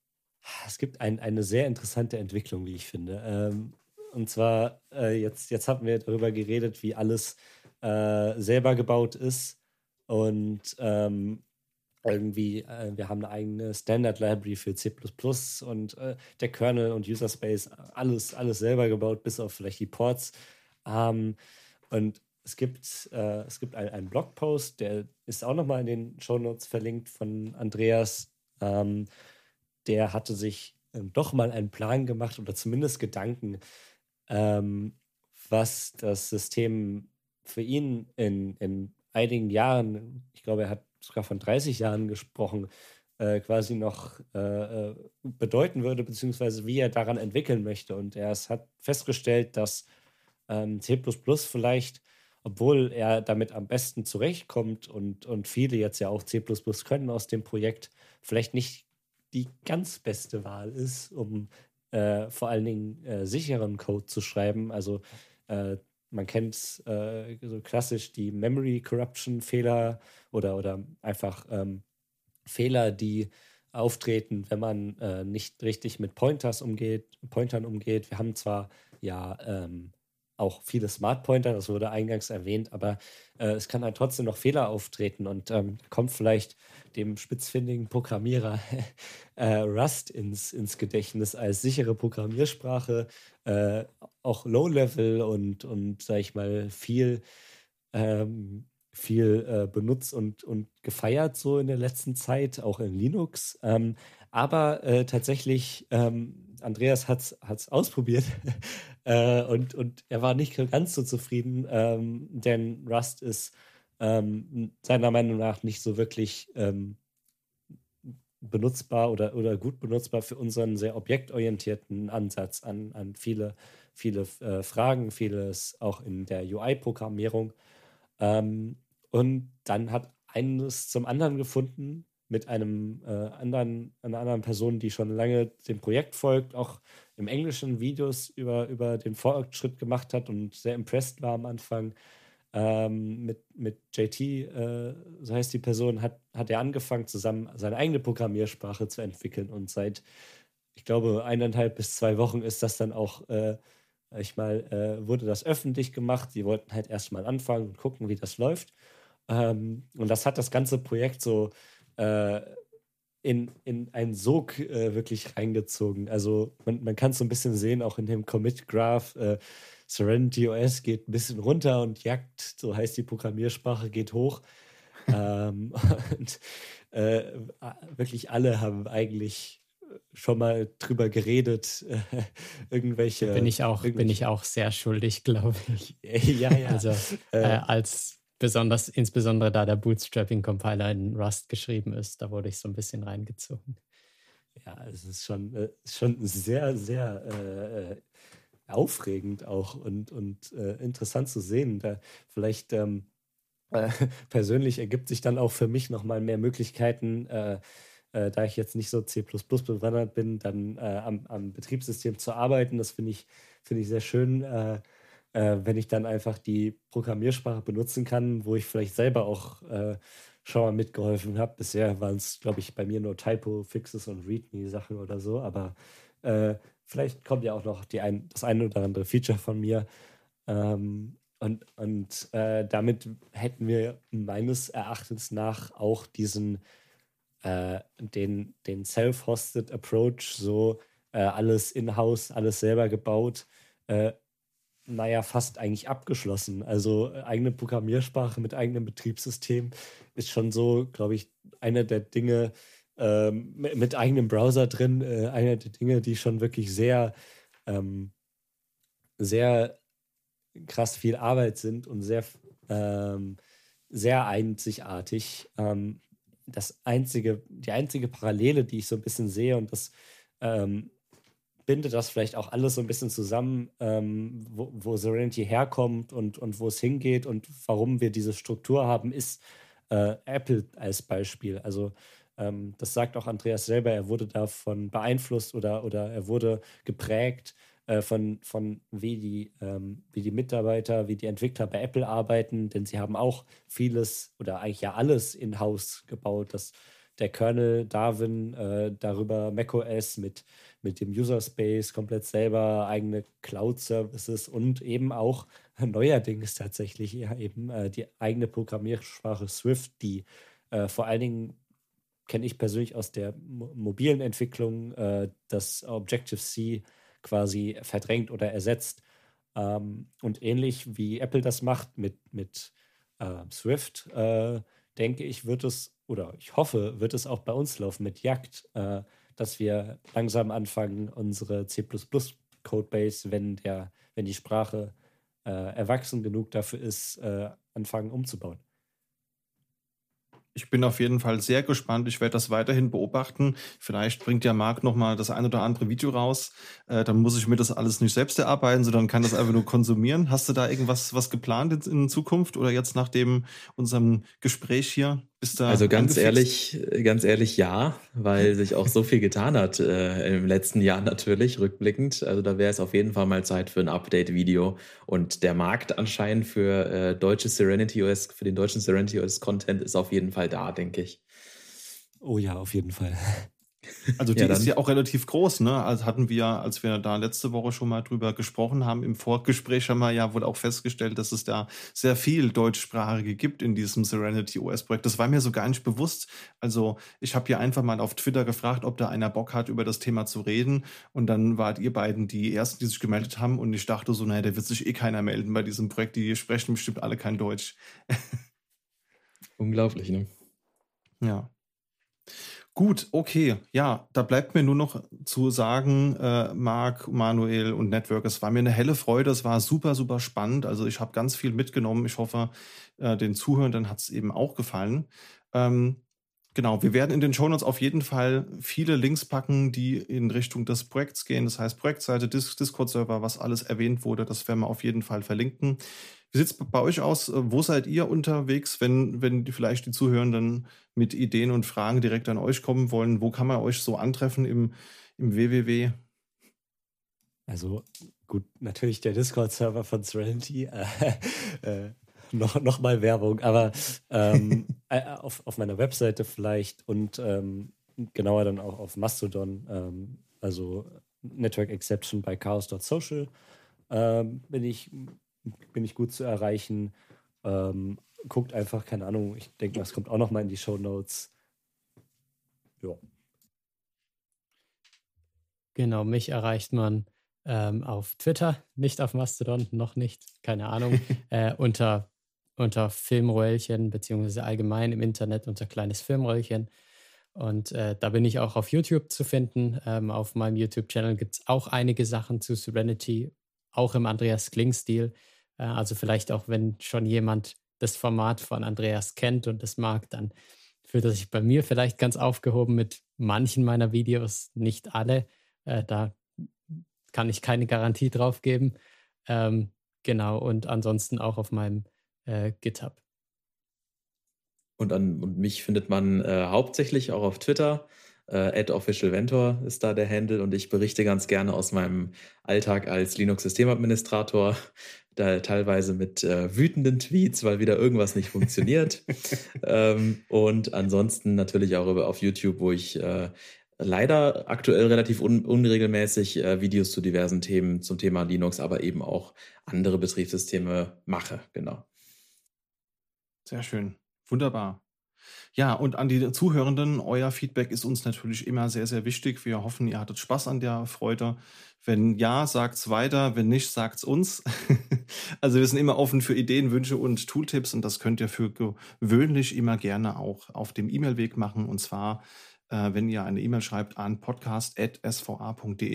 es gibt ein, eine sehr interessante Entwicklung, wie ich finde. Ähm, und zwar, äh, jetzt, jetzt hatten wir darüber geredet, wie alles äh, selber gebaut ist. Und ähm, irgendwie, äh, wir haben eine eigene Standard Library für C plus plus und äh, der Kernel und User Space, alles, alles selber gebaut, bis auf vielleicht die Ports. Ähm, und es gibt, äh, es gibt ein- einen Blogpost, der ist auch nochmal in den Shownotes verlinkt von Andreas. Ähm, der hatte sich ähm, doch mal einen Plan gemacht oder zumindest Gedanken, ähm, was das System für ihn in, in einigen Jahren, ich glaube, er hat sogar von dreißig Jahren gesprochen, äh, quasi noch äh, äh, bedeuten würde, beziehungsweise wie er daran entwickeln möchte. Und er es hat festgestellt, dass ähm, C plus plus vielleicht, obwohl er damit am besten zurechtkommt und, und viele jetzt ja auch C plus plus können aus dem Projekt, vielleicht nicht die ganz beste Wahl ist, um äh, vor allen Dingen äh, sicheren Code zu schreiben. Also äh, man kennt äh, so klassisch die Memory Corruption Fehler oder, oder einfach ähm, Fehler, die auftreten, wenn man äh, nicht richtig mit Pointers umgeht, Pointern umgeht. Wir haben zwar ja ähm, auch viele Smart Pointer, das wurde eingangs erwähnt, aber äh, es kann halt trotzdem noch Fehler auftreten und ähm, kommt vielleicht dem spitzfindigen Programmierer äh, Rust ins, ins Gedächtnis als sichere Programmiersprache, äh, auch Low-Level und, und sag ich mal, viel ähm, viel äh, benutzt und, und gefeiert so in der letzten Zeit, auch in Linux. Ähm, aber äh, tatsächlich, ähm, Andreas hat es ausprobiert äh, und, und er war nicht ganz so zufrieden, ähm, denn Rust ist ähm, seiner Meinung nach nicht so wirklich ähm, benutzbar oder, oder gut benutzbar für unseren sehr objektorientierten Ansatz an, an viele, viele äh, Fragen, vieles auch in der U I-Programmierung. Ähm, und dann hat eines zum anderen gefunden mit einem äh, anderen, einer anderen Person, die schon lange dem Projekt folgt, auch im Englischen Videos über, über den Fortschritt gemacht hat und sehr impressed war am Anfang. Ähm, mit, mit J T, äh, so heißt die Person, hat, hat er angefangen, zusammen seine eigene Programmiersprache zu entwickeln. Und seit, ich glaube, eineinhalb bis zwei Wochen ist das dann auch äh, ich mal, äh, wurde das öffentlich gemacht. Die wollten halt erstmal anfangen und gucken, wie das läuft. Ähm, und das hat das ganze Projekt so äh, in, in einen Sog äh, wirklich reingezogen. Also man, man kann es so ein bisschen sehen, auch in dem Commit-Graph. Äh, Serenity O S geht ein bisschen runter und Jagd, so heißt die Programmiersprache, geht hoch. ähm, und äh, wirklich alle haben eigentlich schon mal drüber geredet, äh, irgendwelche, Bin ich auch, bin irgendwelche ich auch sehr schuldig, glaube ich. ja, ja. Also äh, äh, als besonders, insbesondere da der Bootstrapping-Compiler in Rust geschrieben ist, da wurde ich so ein bisschen reingezogen. ja, es ist schon, äh, schon sehr, sehr äh, aufregend auch und, und äh, interessant zu sehen. Da vielleicht ähm, äh, persönlich ergibt sich dann auch für mich nochmal mehr Möglichkeiten, äh, äh, da ich jetzt nicht so C plus plus bewandert bin, dann äh, am, am Betriebssystem zu arbeiten. Das finde ich, finde ich sehr schön, äh, äh, wenn ich dann einfach die Programmiersprache benutzen kann, wo ich vielleicht selber auch äh, schon mal mitgeholfen habe. Bisher waren es, glaube ich, bei mir nur Typo-Fixes und README-Sachen oder so, aber äh, vielleicht kommt ja auch noch die ein, das eine oder andere Feature von mir. Ähm, und und äh, damit hätten wir meines Erachtens nach auch diesen äh, den, den Self-Hosted Approach, so äh, alles in-house, alles selber gebaut, äh, naja, fast eigentlich abgeschlossen. Also äh, eigene Programmiersprache mit eigenem Betriebssystem ist schon so, glaube ich, eine der Dinge ähm, mit, mit eigenem Browser drin, äh, eine der Dinge, die schon wirklich sehr, ähm, sehr krass viel Arbeit sind und sehr, ähm, sehr einzigartig. Ähm, das einzige, die einzige Parallele, die ich so ein bisschen sehe, und das ähm, bindet das vielleicht auch alles so ein bisschen zusammen, ähm, wo, wo Serenity herkommt und, und wo es hingeht und warum wir diese Struktur haben, ist äh, Apple als Beispiel. Also ähm, das sagt auch Andreas selber, er wurde davon beeinflusst oder, oder er wurde geprägt äh, von, von wie die, ähm, wie die Mitarbeiter, wie die Entwickler bei Apple arbeiten, denn sie haben auch vieles oder eigentlich ja alles in-house gebaut. Das, der Kernel, Darwin, äh, darüber macOS mit, mit dem User Space komplett selber, eigene Cloud-Services und eben auch neuerdings tatsächlich ja eben äh, die eigene Programmiersprache Swift, die äh, vor allen Dingen kenne ich persönlich aus der mo mobilen Entwicklung, äh, das Objective-C quasi verdrängt oder ersetzt. Ähm, und ähnlich wie Apple das macht mit, mit äh, Swift, äh, denke ich, wird es, oder ich hoffe, wird es auch bei uns laufen mit Yackt, äh, dass wir langsam anfangen, unsere C plus plus Codebase, wenn, der, wenn die Sprache äh, erwachsen genug dafür ist, äh, anfangen umzubauen. Ich bin auf jeden Fall sehr gespannt. Ich werde das weiterhin beobachten. Vielleicht bringt ja Marc noch mal das ein oder andere Video raus. Äh, dann muss ich mir das alles nicht selbst erarbeiten, sondern kann das einfach nur konsumieren. Hast du da irgendwas was geplant in, in Zukunft oder jetzt nach dem unserem Gespräch hier? Bist da Also ganz angefixt? ehrlich, ganz ehrlich ja, weil sich auch so viel getan hat äh, im letzten Jahr natürlich, rückblickend. Also da wäre es auf jeden Fall mal Zeit für ein Update-Video. Und der Markt anscheinend für äh, deutsche Serenity O S, für den deutschen Serenity O S-Content ist auf jeden Fall da, denke ich. Oh ja, auf jeden Fall. Also die Ja, ist dann. ja auch relativ groß, ne? Also hatten wir, als wir da letzte Woche schon mal drüber gesprochen haben, im Vorgespräch haben wir ja wohl auch festgestellt, dass es da sehr viel Deutschsprachige gibt in diesem Serenity O S-Projekt. Das war mir so gar nicht bewusst. Also ich habe hier einfach mal auf Twitter gefragt, ob da einer Bock hat, über das Thema zu reden. Und dann wart ihr beiden die Ersten, die sich gemeldet haben. Und ich dachte so, naja, da wird sich eh keiner melden bei diesem Projekt. Die sprechen bestimmt alle kein Deutsch. Unglaublich, ne? Ja. Gut, okay. Ja, da bleibt mir nur noch zu sagen, äh, Marc, Manuel und Network, es war mir eine helle Freude, es war super, super spannend. Also ich habe ganz viel mitgenommen. Ich hoffe, äh, den Zuhörenden hat es eben auch gefallen. Ähm, genau, wir werden in den Shownotes auf jeden Fall viele Links packen, die in Richtung des Projekts gehen. Das heißt Projektseite, Dis Discord-Server, was alles erwähnt wurde, das werden wir auf jeden Fall verlinken. Wie sieht es bei euch aus? Wo seid ihr unterwegs, wenn, wenn die, vielleicht die Zuhörenden mit Ideen und Fragen direkt an euch kommen wollen? Wo kann man euch so antreffen im, im W W W? Also gut, natürlich der Discord-Server von Serenity. Äh, äh, noch, noch mal Werbung, aber ähm, äh, auf, auf meiner Webseite vielleicht und ähm, genauer dann auch auf Mastodon, ähm, also Network Exception bei chaos dot social ähm, bin ich bin ich gut zu erreichen. Ähm, guckt einfach, keine Ahnung, ich denke, das kommt auch noch mal in die Shownotes. Ja. Genau, mich erreicht man ähm, auf Twitter, nicht auf Mastodon, noch nicht, keine Ahnung, äh, unter, unter Filmröllchen, beziehungsweise allgemein im Internet unter kleines Filmröllchen. Und äh, da bin ich auch auf YouTube zu finden. Ähm, auf meinem YouTube-Channel gibt es auch einige Sachen zu Serenity, auch im Andreas Kling-Stil. Äh, also vielleicht auch, wenn schon jemand das Format von Andreas kennt und das mag, dann fühlt er sich bei mir vielleicht ganz aufgehoben mit manchen meiner Videos, nicht alle. Äh, da kann ich keine Garantie drauf geben. Ähm, genau, und ansonsten auch auf meinem äh, GitHub. Und, an, und mich findet man äh, hauptsächlich auch auf Twitter. Äh, at officialventor ist da der Handle und ich berichte ganz gerne aus meinem Alltag als Linux-Systemadministrator, da teilweise mit äh, wütenden Tweets, weil wieder irgendwas nicht funktioniert. ähm, und ansonsten natürlich auch über, auf YouTube, wo ich äh, leider aktuell relativ un unregelmäßig äh, Videos zu diversen Themen zum Thema Linux, aber eben auch andere Betriebssysteme mache. Genau. Sehr schön. Wunderbar. Ja, und an die Zuhörenden, euer Feedback ist uns natürlich immer sehr, sehr wichtig. Wir hoffen, ihr hattet Spaß an der Freude. Wenn ja, sagt's weiter. Wenn nicht, sagt's uns. Also wir sind immer offen für Ideen, Wünsche und Tooltips und das könnt ihr für gewöhnlich immer gerne auch auf dem E-Mail-Weg machen. Und zwar, äh, wenn ihr eine E-Mail schreibt an podcast at s v a punkt de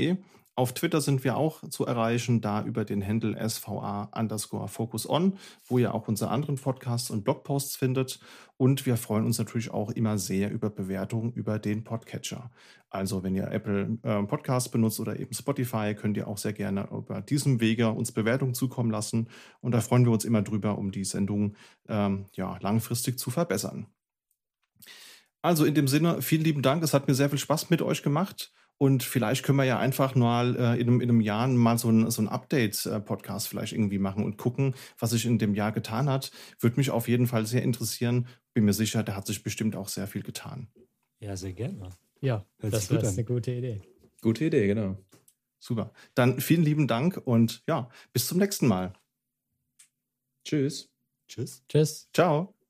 Auf Twitter sind wir auch zu erreichen, da über den Handle S V A underscore Focus On, wo ihr auch unsere anderen Podcasts und Blogposts findet. Und wir freuen uns natürlich auch immer sehr über Bewertungen über den Podcatcher. Also wenn ihr Apple äh, Podcasts benutzt oder eben Spotify, könnt ihr auch sehr gerne über diesen Wege uns Bewertungen zukommen lassen. Und da freuen wir uns immer drüber, um die Sendung ähm, ja, langfristig zu verbessern. Also in dem Sinne, vielen lieben Dank. Es hat mir sehr viel Spaß mit euch gemacht. Und vielleicht können wir ja einfach mal äh, in, einem, in einem Jahr mal so ein, so ein Update-Podcast vielleicht irgendwie machen und gucken, was sich in dem Jahr getan hat. Würde mich auf jeden Fall sehr interessieren. Bin mir sicher, da hat sich bestimmt auch sehr viel getan. Ja, sehr gerne. Ja, Hört das sich gut wäre an. eine gute Idee. Gute Idee, genau. Super. Dann vielen lieben Dank und ja, bis zum nächsten Mal. Tschüss. Tschüss. Tschüss. Ciao.